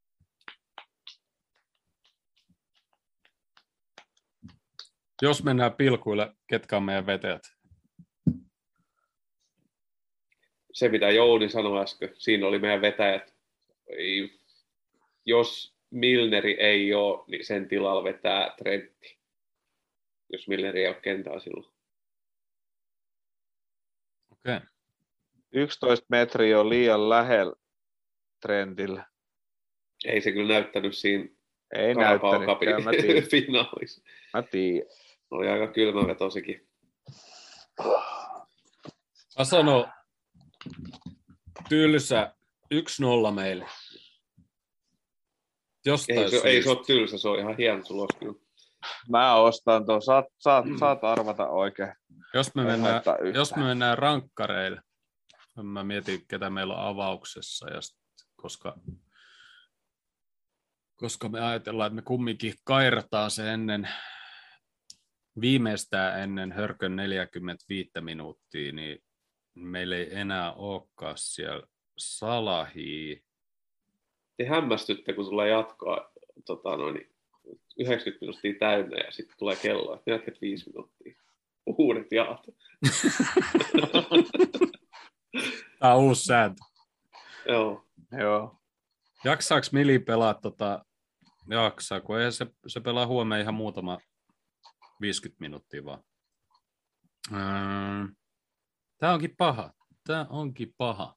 Jos mennään pilkuille, ketkä on meidän vetäjät? Se, mitä Jouni sanoi äsken, siinä oli meidän vetäjät. Ei, jos Milneri ei ole, niin sen tilalla vetää Trentti. Jos Milneri ei ole kentällä silloin. Okei. Okay. yksitoista metriä on liian lähellä Trentillä. Ei se kyllä näyttänyt siinä Ei Carabao näyttänyt. Cupin Mä tiedän. finaalissa. Mä tiedän. Oli aika kylmä vetosikin. Mä sanon tylsä yksi nolla meille. Jostain Ei se, ei se syystä. ole tylsä, se on ihan hieno tulos kyllä. Mä ostan tuon. Saat, saat, saat arvata oikein. Jos me, Ei mennään, haittaa yhtään. jos me mennään rankkareille, mä mietin, ketä meillä on avauksessa, ja sit, koska, koska me ajatellaan, että me kumminkin kairataan se ennen, viimeistään ennen Hörkön neljäkymmentäviisi minuuttia, niin meillä ei enää olekaan siellä Salahia. Te hämmästytte, kun sulla jatkaa tota, noin, yhdeksänkymmentä minuuttia täynnä ja sitten tulee kello, että jatket viisi minuuttia. Uudet jaat. Tämä on uusi sääntö. Joo. Joo. Jaksaako Mili pelaa tota, jaksaa, kun ei se, se pelaa huomenna ihan muutama viisikymmentä minuuttia vaan. Ähm, Tämä onkin paha. Tämä onkin paha.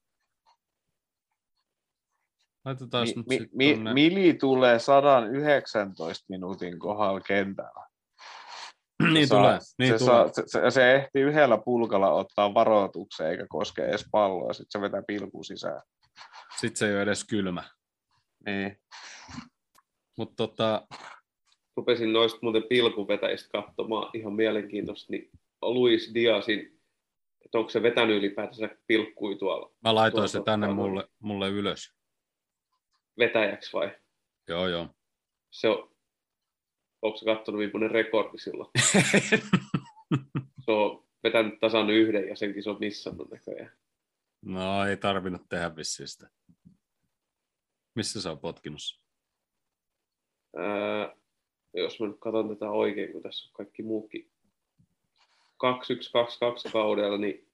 Laitetaan Mi, nyt mi, sitten mi, tonne. Mili tulee sata yhdeksäntoista minuutin kohdalla kentällä. Niin se tulee. Saa, Niin se, tulee. saa, se, se, se ehti yhdellä pulkalla ottaa varoituksen eikä koske edes palloa. Sitten se vetää pilkun sisään. Sitten se ei ole edes kylmä. Niin. Mutta tota, Rupesin noista muuten pilkuvetäjistä katsomaan ihan mielenkiintoista, niin Luis Diazin, että onko se vetänyt ylipäätänsä pilkkui tuolla mä laitoin tuolla se tänne tota, mulle, mulle ylös. vetäjäksi vai? Joo, joo. Se on, onko se katsonut millainen rekordi silloin? Se on vetänyt tasan yhden ja senkin se on missannut näköjään. No ei tarvinnut tehdä vissiin sitä. Missä sä oot potkinut? Ää, jos mä nyt katson tätä oikein, kun tässä on kaikki muukin kaksi yksi kaksi kaksi kaudella, niin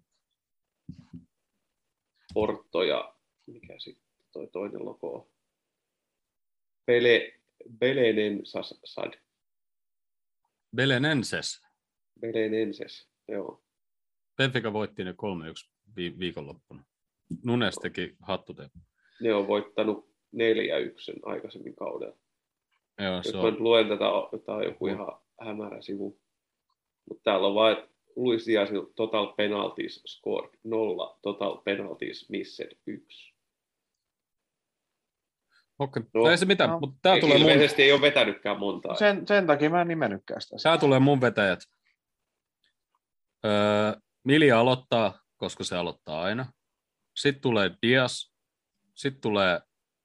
Porto ja mikä sitten toi toinen logo on? Bele, Belenensasad. Belenenses. Belenenses, joo. Benfica voitti ne kolme yksi vi- viikonloppuna. Nunes teki hattutemppu. Ne on voittanut neljä yksi aikaisemmin kaudella. Joo, Jos se mä on. nyt luen tätä, tämä on joku ihan hämärä sivu. Mutta täällä on vain, että Luis Diazin total penalties scored nolla, total penalties missed yksi. Okei, No. no, ei se mitään, No. mutta tää tulee, mun, Ilmeisesti ei ole vetänytkään montaa. Sen, sen takia mä en nimennytkään sitä. tää tulee mun vetäjät. Öö, Milja aloittaa, koska se aloittaa aina. Sitten tulee Diaz. Sitten tulee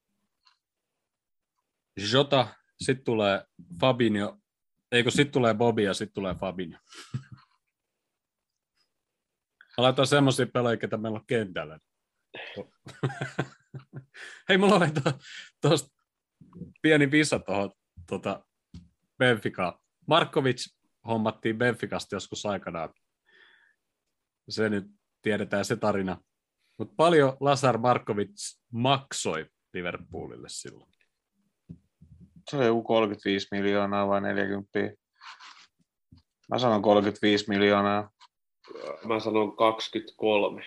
Jota. Sitten tulee Fabinho. Eikö sitten tulee Bobby ja sitten tulee Fabinho. Mä laitan semmosia pelaajia, ketä meillä on kentällä. Hei, mulla oli tuosta pieni visa tuohon tuota, Benficaan. Markovic hommattiin Benficasta joskus aikanaan. Se nyt tiedetään se tarina. Mutta paljon Lazar Markovic maksoi Liverpoolille silloin? Se oli joku kolmekymmentäviisi miljoonaa vai neljäkymmentä. Mä sanon kolmekymmentäviisi miljoonaa. Mä sanon kaksikymmentäkolme.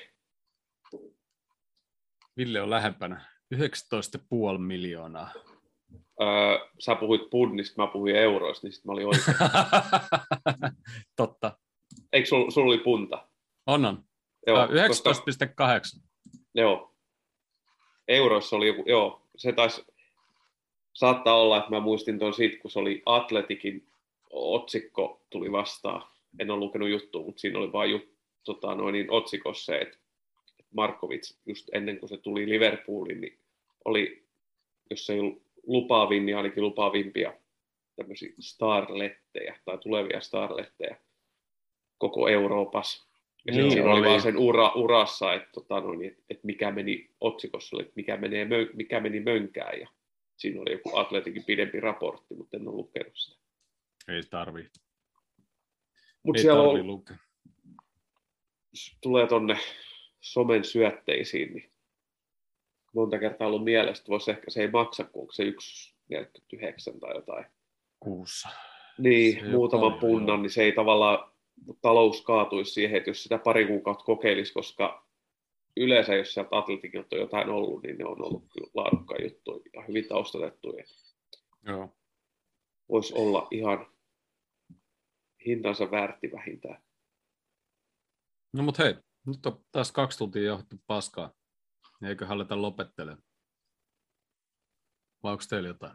Ville on lähempänä. yhdeksäntoista pilkku viisi miljoonaa. Öö, sä puhuit punnista, mä puhuin euroista, niin sit mä olin oikein. Totta. Eikö sulla sul oli punta? On, on. Joo, yhdeksäntoista pilkku kahdeksan. Joo. Euroissa oli joku, joo, se taisi, saattaa olla, että mä muistin tuon siitä, kun se oli Atletikin otsikko tuli vastaan. En ole lukenut juttua, mutta siinä oli vaan jut, tota, noin niin otsikossa se, että Markovic just ennen kuin se tuli Liverpooliin, niin oli, jos ei ollut lupaavin, niin ainakin lupaavimpia tämmöisiä starlettejä tai tulevia starlettejä koko Euroopassa. Ja niin, siinä oli, oli vaan sen ura, urassa, että, tota, no, että, että mikä meni otsikossa, että mikä, menee, mikä meni mönkään. Ja siinä oli joku Atletikin pidempi raportti, mutta en ole lukenut sitä. Ei tarvii. Mut Ei siellä tarvii on, lukea. Tulee tonne somen syötteisiin, niin monta kertaa ollut mielestä, voisi ehkä se ei maksa, kun onko se yksi pilkku neljäkymmentäyhdeksän tai jotain. Kuussa. Niin, muutaman punnan, joo. Niin se ei tavallaan talous kaatuisi siihen, että jos sitä pari kuukautta kokeilisi, koska yleensä, jos sieltä Atletikin on jotain ollut, niin ne on ollut kyllä laadukkaan juttuja ja hyvin taustatettuja. Joo. Voisi olla ihan hintansa väärti vähintään. No mut hei, nyt on taas kaksi tuntia johdettu paskaa. Eiköhän aleta lopettelemaan. Vai onko teillä jotain?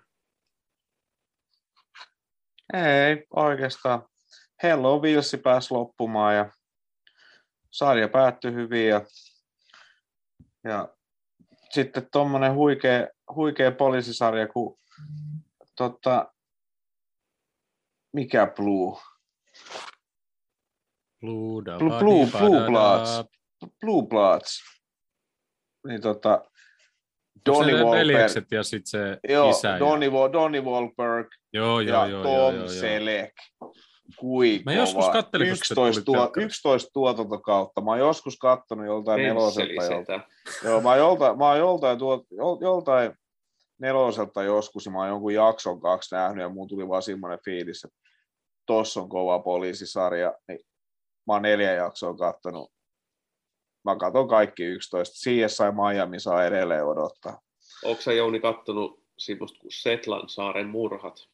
Ei, oikeastaan. Hello Wilsi pääsi loppumaan ja sarja päättyi hyvin. Ja, ja sitten tuommoinen huikea, huikea poliisisarja kuin tota, mikä Blue? Blue, Blue, Blue, Blue Bloods. Blue Bloods. Niin tota, Donny Wahlberg ja sitten se joo, isä. Donny, ja... Donny Wahlberg joo, joo, ja joo, Tom joo, joo, Selleck. Kui mä joskus kattelin, yksitoista, tuo, yksitoista tuotantokautta. Mä oon joskus kattonut joltain neloselta. Jolta, joo, mä oon joltain, mä oon joltain, tuot, joltain neloselta joskus, ja mä oon jonkun jakson kaksi nähnyt, ja mun tuli vaan semmoinen fiilis, että tossa on kova poliisisarja. Niin mä oon neljä jaksoa kattonut. Mä katson kaikki yksitoista. C S I Miami saa edelleen odottaa. Onko sä, Jouni, kattonut semmoista kuin Setlansaaren murhat?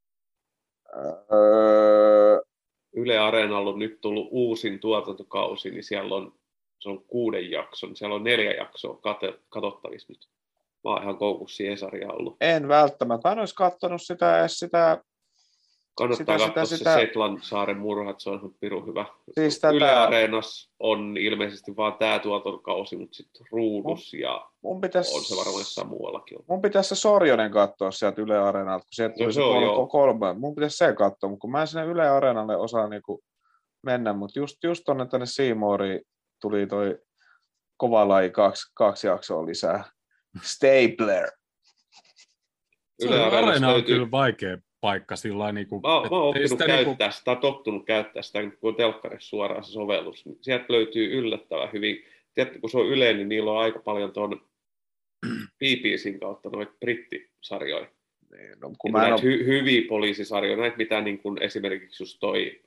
Öö... Yle Areenalla on nyt tullut uusin tuotantokausi, niin siellä on, se on kuuden jakson, siellä on neljä jaksoa katsottavissa nyt. Mä oon ihan koukussa siihen sarjaan ollut. En välttämättä. Mä en olisi katsonut sitä edes sitä... Kannattaa sitä, katsoa sitä, se sitä... Setlansaaren murhat, se on ihan pirun hyvä. Siis Yle tätä... Areenassa on ilmeisesti vaan tämä tuotantokausi, mutta sitten Ruudus mun, ja mun pitäis... on se varmaan jossain muuallakin. Mun pitäisi se Sorjonen katsoa sieltä Yle Areenalta, kun sieltä tuli se kolme, kolme. Mun pitäisi se katsoa, mutta kun mä en sinne Yle Areenalle osaa niinku mennä, mutta just, just tonne tänne Seymouriin tuli toi kova laji kaksi, kaksi jaksoa lisää. Stapler. Yle Areena on kyllä vaikea paikka sillä niin kuin, mä, mä oon oppinut käyttää niinku... sitä, tottunut käyttää sitä, kun on telkkarissa suoraan se sovellus. Sieltä löytyy yllättävän hyvin. Tiedätkö, kun se on Yle, niin niillä on aika paljon tuon B B C:n kautta noita brittisarjoja. Niin, no, kun näitä ole... hy- hyviä poliisisarjoja, näitä mitä niin kuin esimerkiksi just toi,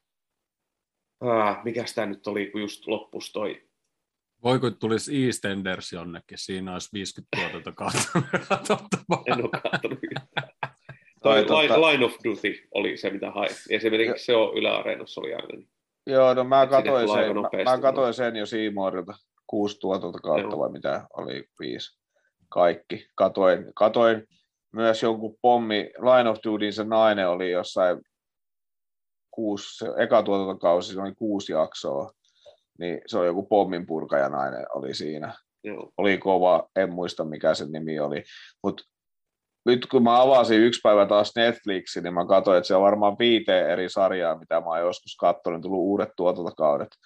ah, mikäs tää nyt oli, kun just loppus toi. Voiko tulisi EastEnders jonnekin, siinä olisi viisikymmentä tuotantokautta. En ole katsonut yhtään. Toi Line, Line of Duty oli se, mitä hain. Esimerkiksi se on Yle Areenassa oli aina. Niin. Joo, no mä katsoin sen, mä, mä katsoin sen jo Seymourilta. Kuusi tuotantokautta vai mitä oli, viisi. Kaikki. Katoin, katoin myös jonkun pommi. Line of Duty, se nainen oli jossain kuusi, eka tuotantokausi, se oli kuusi jaksoa. Niin se oli joku pomminpurkajanainen oli siinä. Joo. Oli kova, en muista mikä sen nimi oli. Mutta nyt kun mä avasin yksi päivä taas Netflixin, niin mä katsoin, että se on varmaan viiteen eri sarjaa, mitä mä oon joskus katsonut, tullut uudet tuotantokaudet.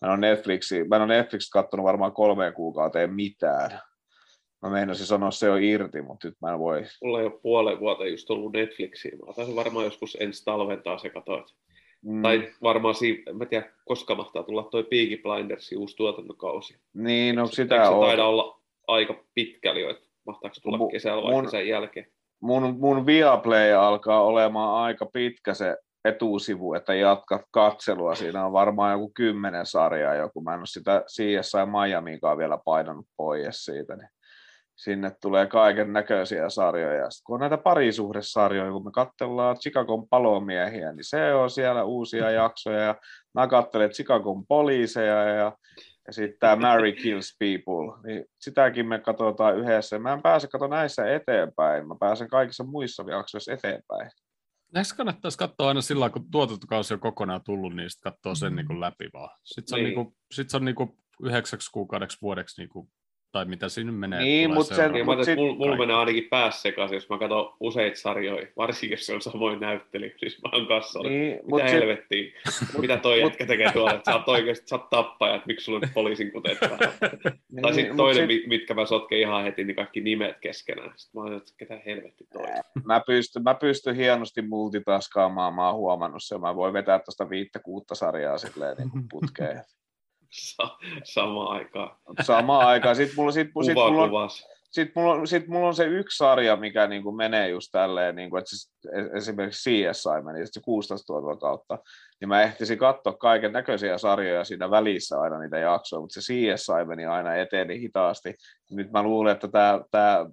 Mä en ole Netflixi, mä en ole Netflixistä kattonut varmaan kolmeen kuukauteen mitään. Mä meinasin sanoa se on irti, mutta nyt mä en voi. Mulla ei ole puolen vuotta just ollut Netflixiä. Mä taisin varmaan joskus ensi talven taas se katoit. Mm. Tai varmaan siinä, en mä tiedä, koska mahtaa tulla toi Peaky Blindersin uusi tuotantokausi. Niin, no eikö, sitä eikö se on. taida olla aika pitkäli jo, että mahtaako tulla mun, kesällä vai mun, kesän jälkeen? Mun, mun Viaplay alkaa olemaan aika pitkä se etusivu, että jatkat katselua. Siinä on varmaan joku kymmenen sarjaa joku. Mä en ole sitä C S I Miamiinkaan vielä painanut pois siitä. Niin sinne tulee kaiken näköisiä sarjoja. Sitten kun on näitä parisuhdesarjoja, kun me katsellaan Chicagon palomiehiä, niin se on siellä uusia jaksoja. Ja mä katselen Chicagon poliiseja ja, ja sitten tämä Mary Kills People. Niin sitäkin me katsotaan yhdessä. Mä en pääse katsoa näissä eteenpäin. Mä pääsen kaikissa muissa jaksoissa eteenpäin. Näissä kannattaisi katsoa aina sillä kun tuotantokausi on kokonaan tullut, niin sitten katsoo sen niin kuin läpi vaan. Sitten se on, niin. Niin kuin, sit se on niin kuin yhdeksäksi kuukaudeksi vuodeksi, niin kuin, tai mitä siinä menee. Niin, mutta sen... Niin, mut sit, mulla mul menee ainakin päässä sekaisin, jos mä katson useita sarjoja, varsinkin jos se on samoin näyttely. Siis mä oon kassalla, niin, mitä helvettiä, sit... mitä toi jätkä tekee tuolla, että sä oot oikeasti, sä oot tappaja, että miksi sulla on poliisin kuteet niin, tai sitten toinen, sit... mitkä mä sotken ihan heti, niin kaikki nimet keskenään. Sitten mä oon, että ketä helvetti toi. Mä pystyn, mä pystyn hienosti multitaskaamaan, mä oon huomannut sen, mä voin vetää tuosta viittä kuutta sarjaa silleen niin kuin putkeen. Sa- samaan aikaan. Samaan aikaan. Sitten mulla, sit, Kuva, sit mulla, on, sit sit mulla, on, sit mulla on se yksi sarja, mikä niinku menee just tälleen, niinku, että siis esimerkiksi C S I meni se kuusitoista kautta, niin mä ehtisin katsoa kaiken näköisiä sarjoja siinä välissä aina niitä jaksoja, mutta se C S I meni aina eteen niin hitaasti. Nyt mä luulen, että tämä, tämä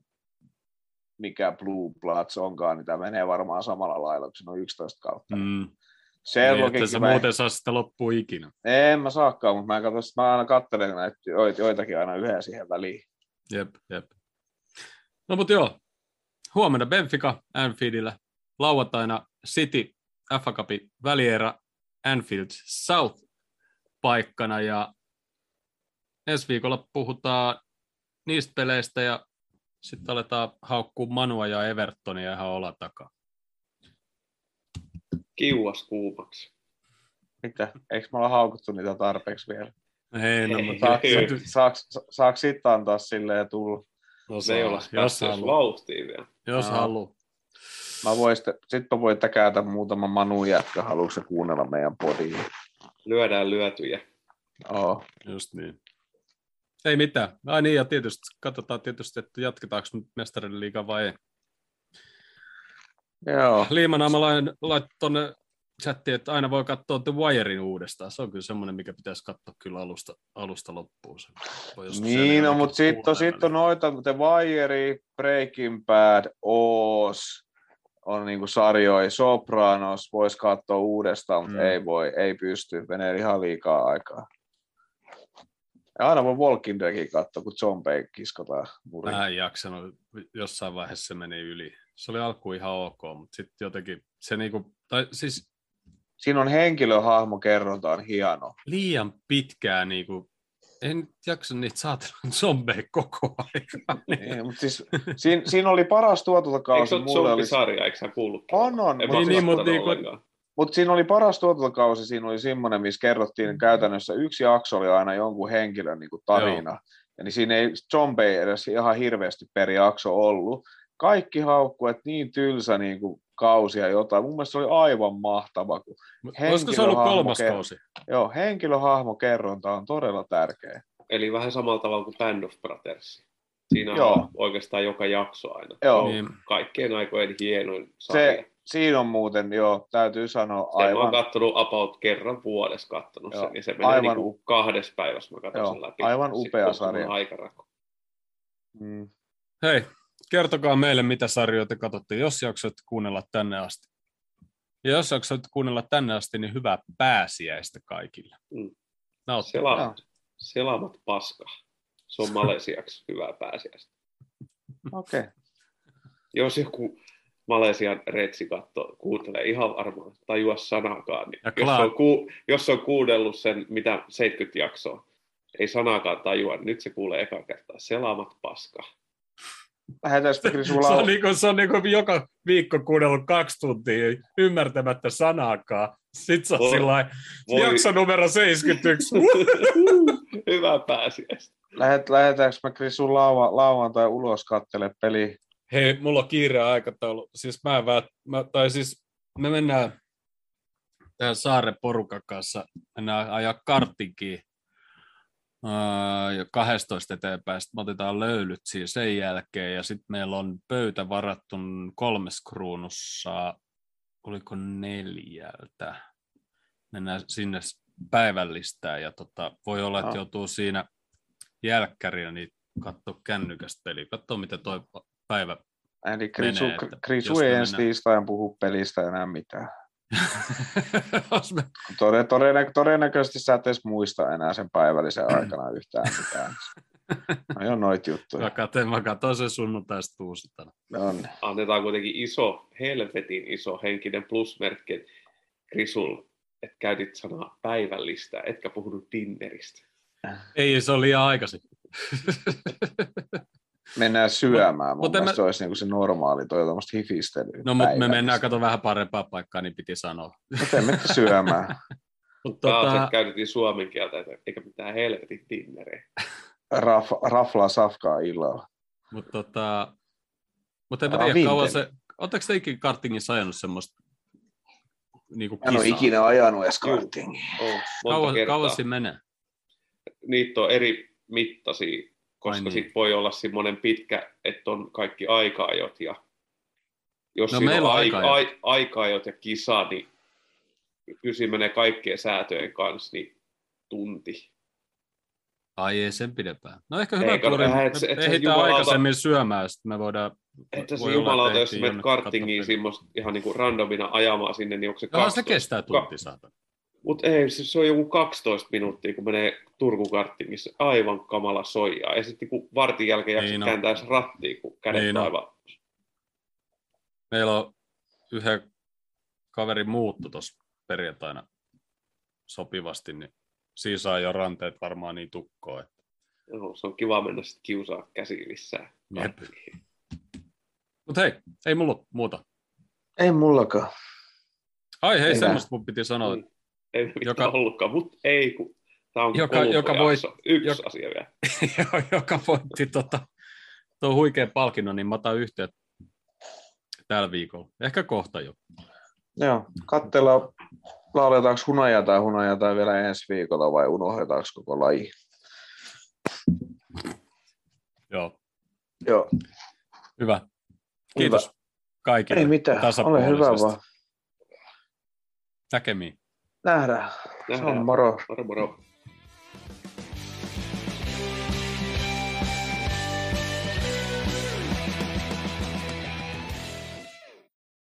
mikä Blue Bloods onkaan, niin tämä menee varmaan samalla lailla, kun se on yksitoista kautta. Mm. Niin, että sä mä... muuten saa sitä loppua ikinä. En mä saakaan, mutta mä, katso, mä aina katselen näitä joitakin aina yhden siihen väliin. Jep, jep. No mut joo, huomenna Benfica Anfieldillä, lauantaina City F A Cupin välierä Anfield South paikkana ja ensi viikolla puhutaan niistä peleistä ja sitten aletaan haukkua Manua ja Evertonia ihan olla takaa. Kiuas kuumaksi. Mitä? Eikö me olla haukuttu niitä tarpeeksi vielä? Ei, no, mutta... Saaks, saaks, saaks sitten antaa silleen tulla? No se ei olla päässyt vauhtiin vielä. Jos no. haluu. Mä voin sitten, sit mä voin täkätä muutama Manu jätkä, haluatko se kuunnella meidän podiin? Lyödään lyötyjä. Oh. Just niin. Ei mitään. Ai niin, ja tietysti katsotaan tietysti, että jatketaanko Mestarien liigaa vai ei. Joo. Liimanaama laittoi tuonne chattiin, että aina voi katsoa The Wirein uudestaan. Se on kyllä semmoinen, mikä pitäisi katsoa kyllä alusta, alusta loppuun. Niin, no, mutta sitten sit on noita, The Wire, Breaking Bad, Oz, on niinku sarjoja, Sopranos, voisi katsoa uudestaan, mutta mm. ei voi, ei pysty, menee ihan liikaa aikaa. Ja aina voi Walking Deadin katsoa, kun zombie kiskotaan muriin. Mä en jaksanut, jossain vaiheessa se meni yli. Se oli alkuun ihan ok, mutta sitten jotenkin se niinku, tai siis... Siinä on henkilöhahmokerronta on hieno. Liian pitkää niinku, en jaksa niitä saatana zombeja koko ajan. Niin, mutta siis, siinä, siinä oli paras tuotantokausi. Eikö se ole zombisarja, eikö sä kuullutkin? On, on. Niin, niin, mutta niinku... Mutta siinä oli paras tuotantokausi, siinä oli semmoinen, missä kerrottiin mm. käytännössä yksi jakso oli aina jonkun henkilön niin kuin tarina. Ja niin siinä ei zombeja edes ihan hirveästi per jakso ollut. Kaikki haukkuu, että niin tylsä niin kuin kausi ja jotain. Mun mielestä se oli aivan mahtava. Kun olisiko se ollut kolmas kausi? Joo, henkilöhahmokerronta on todella tärkeä. Eli vähän samalla tavalla kuin Band of Brothers. Siinä Joo. on oikeastaan joka jakso aina. Joo. Niin. Kaikkien aikojen hienoin sarja. Se, siinä on muuten, joo, täytyy sanoa sen aivan... Mä oon kattonut about kerran vuodessa kattonut joo, sen, ja se menee aivan niin kuin kahdessa päivässä mä katson joo, sen läpi. Aivan upea sarja. Mm. Hei, kertokaa meille, mitä sarjoja te katsotte, jos jaksoit kuunnella tänne asti. Ja jos jaksoit kuunnella tänne asti, niin hyvää pääsiäistä kaikille. Mm. Selaamat, selaamat paska. Se on malesiaksi hyvää pääsiäistä. Okei. Okay. Jos joku Malesian retsi katto, kuuntelee ihan varmaan tajua sanakaan, niin jos on, ku, jos on kuunnellut sen mitä seitsemänkymmentä jaksoa, ei sanakaan tajua, niin nyt se kuulee eka kertaa. Selaamat paska. Lähetäänkö me Krisu Se lau... on, niinku, se on niinku joka viikko kuunnellut kaksi tuntia ymmärtämättä sanaakaan. Sitten se on Voi- sillain, voi- jakso numero seitsemänkymmentäyksi. Hyvä pääsiäistä. Lähet, lähetäänkö me Krisu lauan, lauantai ulos kattele peli? Hei, mulla on kiire aikataulu. Siis mä, väät, mä tai siis me mennään tähän Saaren porukan kanssa, mennään ajaa karttinkiin uh, jo kaksitoista eteenpäin. Sitten me otetaan löylyt siinä sen jälkeen ja sitten meillä on pöytä varattu kolmes kruunussa, oliko neljältä. Mennään sinne päivällistään ja tota, voi olla, että joutuu siinä jälkkärinä niin katsoa kännykästä peliä. Katsoa, miten toi päivä Eli Krisu, menee, että Krisu jos ei me ensi mennään- tiistain puhu pelistä enää mitään. Jos me- Todennä, todennä, todennäköisesti sä et edes muista enää sen päivällisen aikana yhtään mitään. No joo, noit juttuja. Mä katsoin, mä katsoin sen sunnuntaista tuusitana. On. Annetaan kuitenkin iso, helvetin iso henkinen plusmerkki Krisulle, että käytit sanaa päivällistä, etkä puhunut dinneristä. Ei, se oli liian aikaisin. Mennään syömään. Mut Mun en mielestä mä- se olisi niinku se normaali, toi tuommoista hifistelyä. No, mutta me päivällistä. mennään kato vähän parempaa paikkaa, niin piti sanoa. Mutta emme mene syömään. Mutta Taas, tota, että käytettiin suomen kieltä, eikä mitään helvetin dinnereä. Raf, raflaa safkaa illalla. mut tota, mut en mä Älä tiedä, kauan vinteli. se, ootteko te ikinä kartingissa ajanut semmoista niinku En ole kisaa? ikinä ajanut edes kartingia. Oh, monta Kauan, kertaa. kauan siinä menee? Niitä on eri mittaisia, koska Ai niin. sit voi olla semmoinen pitkä, että on kaikki aika-ajot. Ja jos No, siinä meillä on on aika, aika-ajot. ai, aika-ajot ja kisa, niin kyllä siinä menee kaikkien säätöjen kanssa niin tunti. Ai ei sen pidempään. No ehkä hyvä Eikä, tuuri, et se- et me se ehditään jumalauta- aikaisemmin syömään, sitten me voidaan... Että se voi olla, jumalauta, jos ehtii menet jonnekin kartingiin katsoa semmoista ihan niin kuin randomina ajamaan sinne, niin onko se Joo, se kestää tunti, Ka- saatana. Mutta ei, se, se on joku kaksitoista minuuttia, kun menee Turku-kartingissa. Aivan kamala soijaa. Ja sitten kun vartin jälkeen jaksat Niin on. kääntää se rattiin, kun kädet Niin on on. aivan... Meillä on yhden kaverin muuttu tuossa perjantaina sopivasti, niin siinä saa jo ranteet varmaan niin tukkoon. Että... Joo, se on kiva mennä sitten kiusaa käsiin lisää. Jep. Mutta hei, ei mulla ole muuta. Ei mullakaan. Ai hei, Enää. semmoista mun piti sanoa. Ei, ei mitään Joka- joka... ollutkaan, mutta ei, kun tämä on Joka- joka voi- Yksi joka- asia vielä. joka voitti tota, tuon huikean palkinnon, niin mä otan yhteyttä tällä viikolla. Ehkä kohta jo. Joo, katsellaan, lauletaanko hunajaa tai hunajaa tai vielä ensi viikolla vai unohdetaanko koko laji. Joo, Joo, hyvä. Kiitos kaikille ei mitään, ole tasapuolisesti. hyvä vaan. Näkemiin. Nähdään. Se Nähdään. on moro. Moro, moro.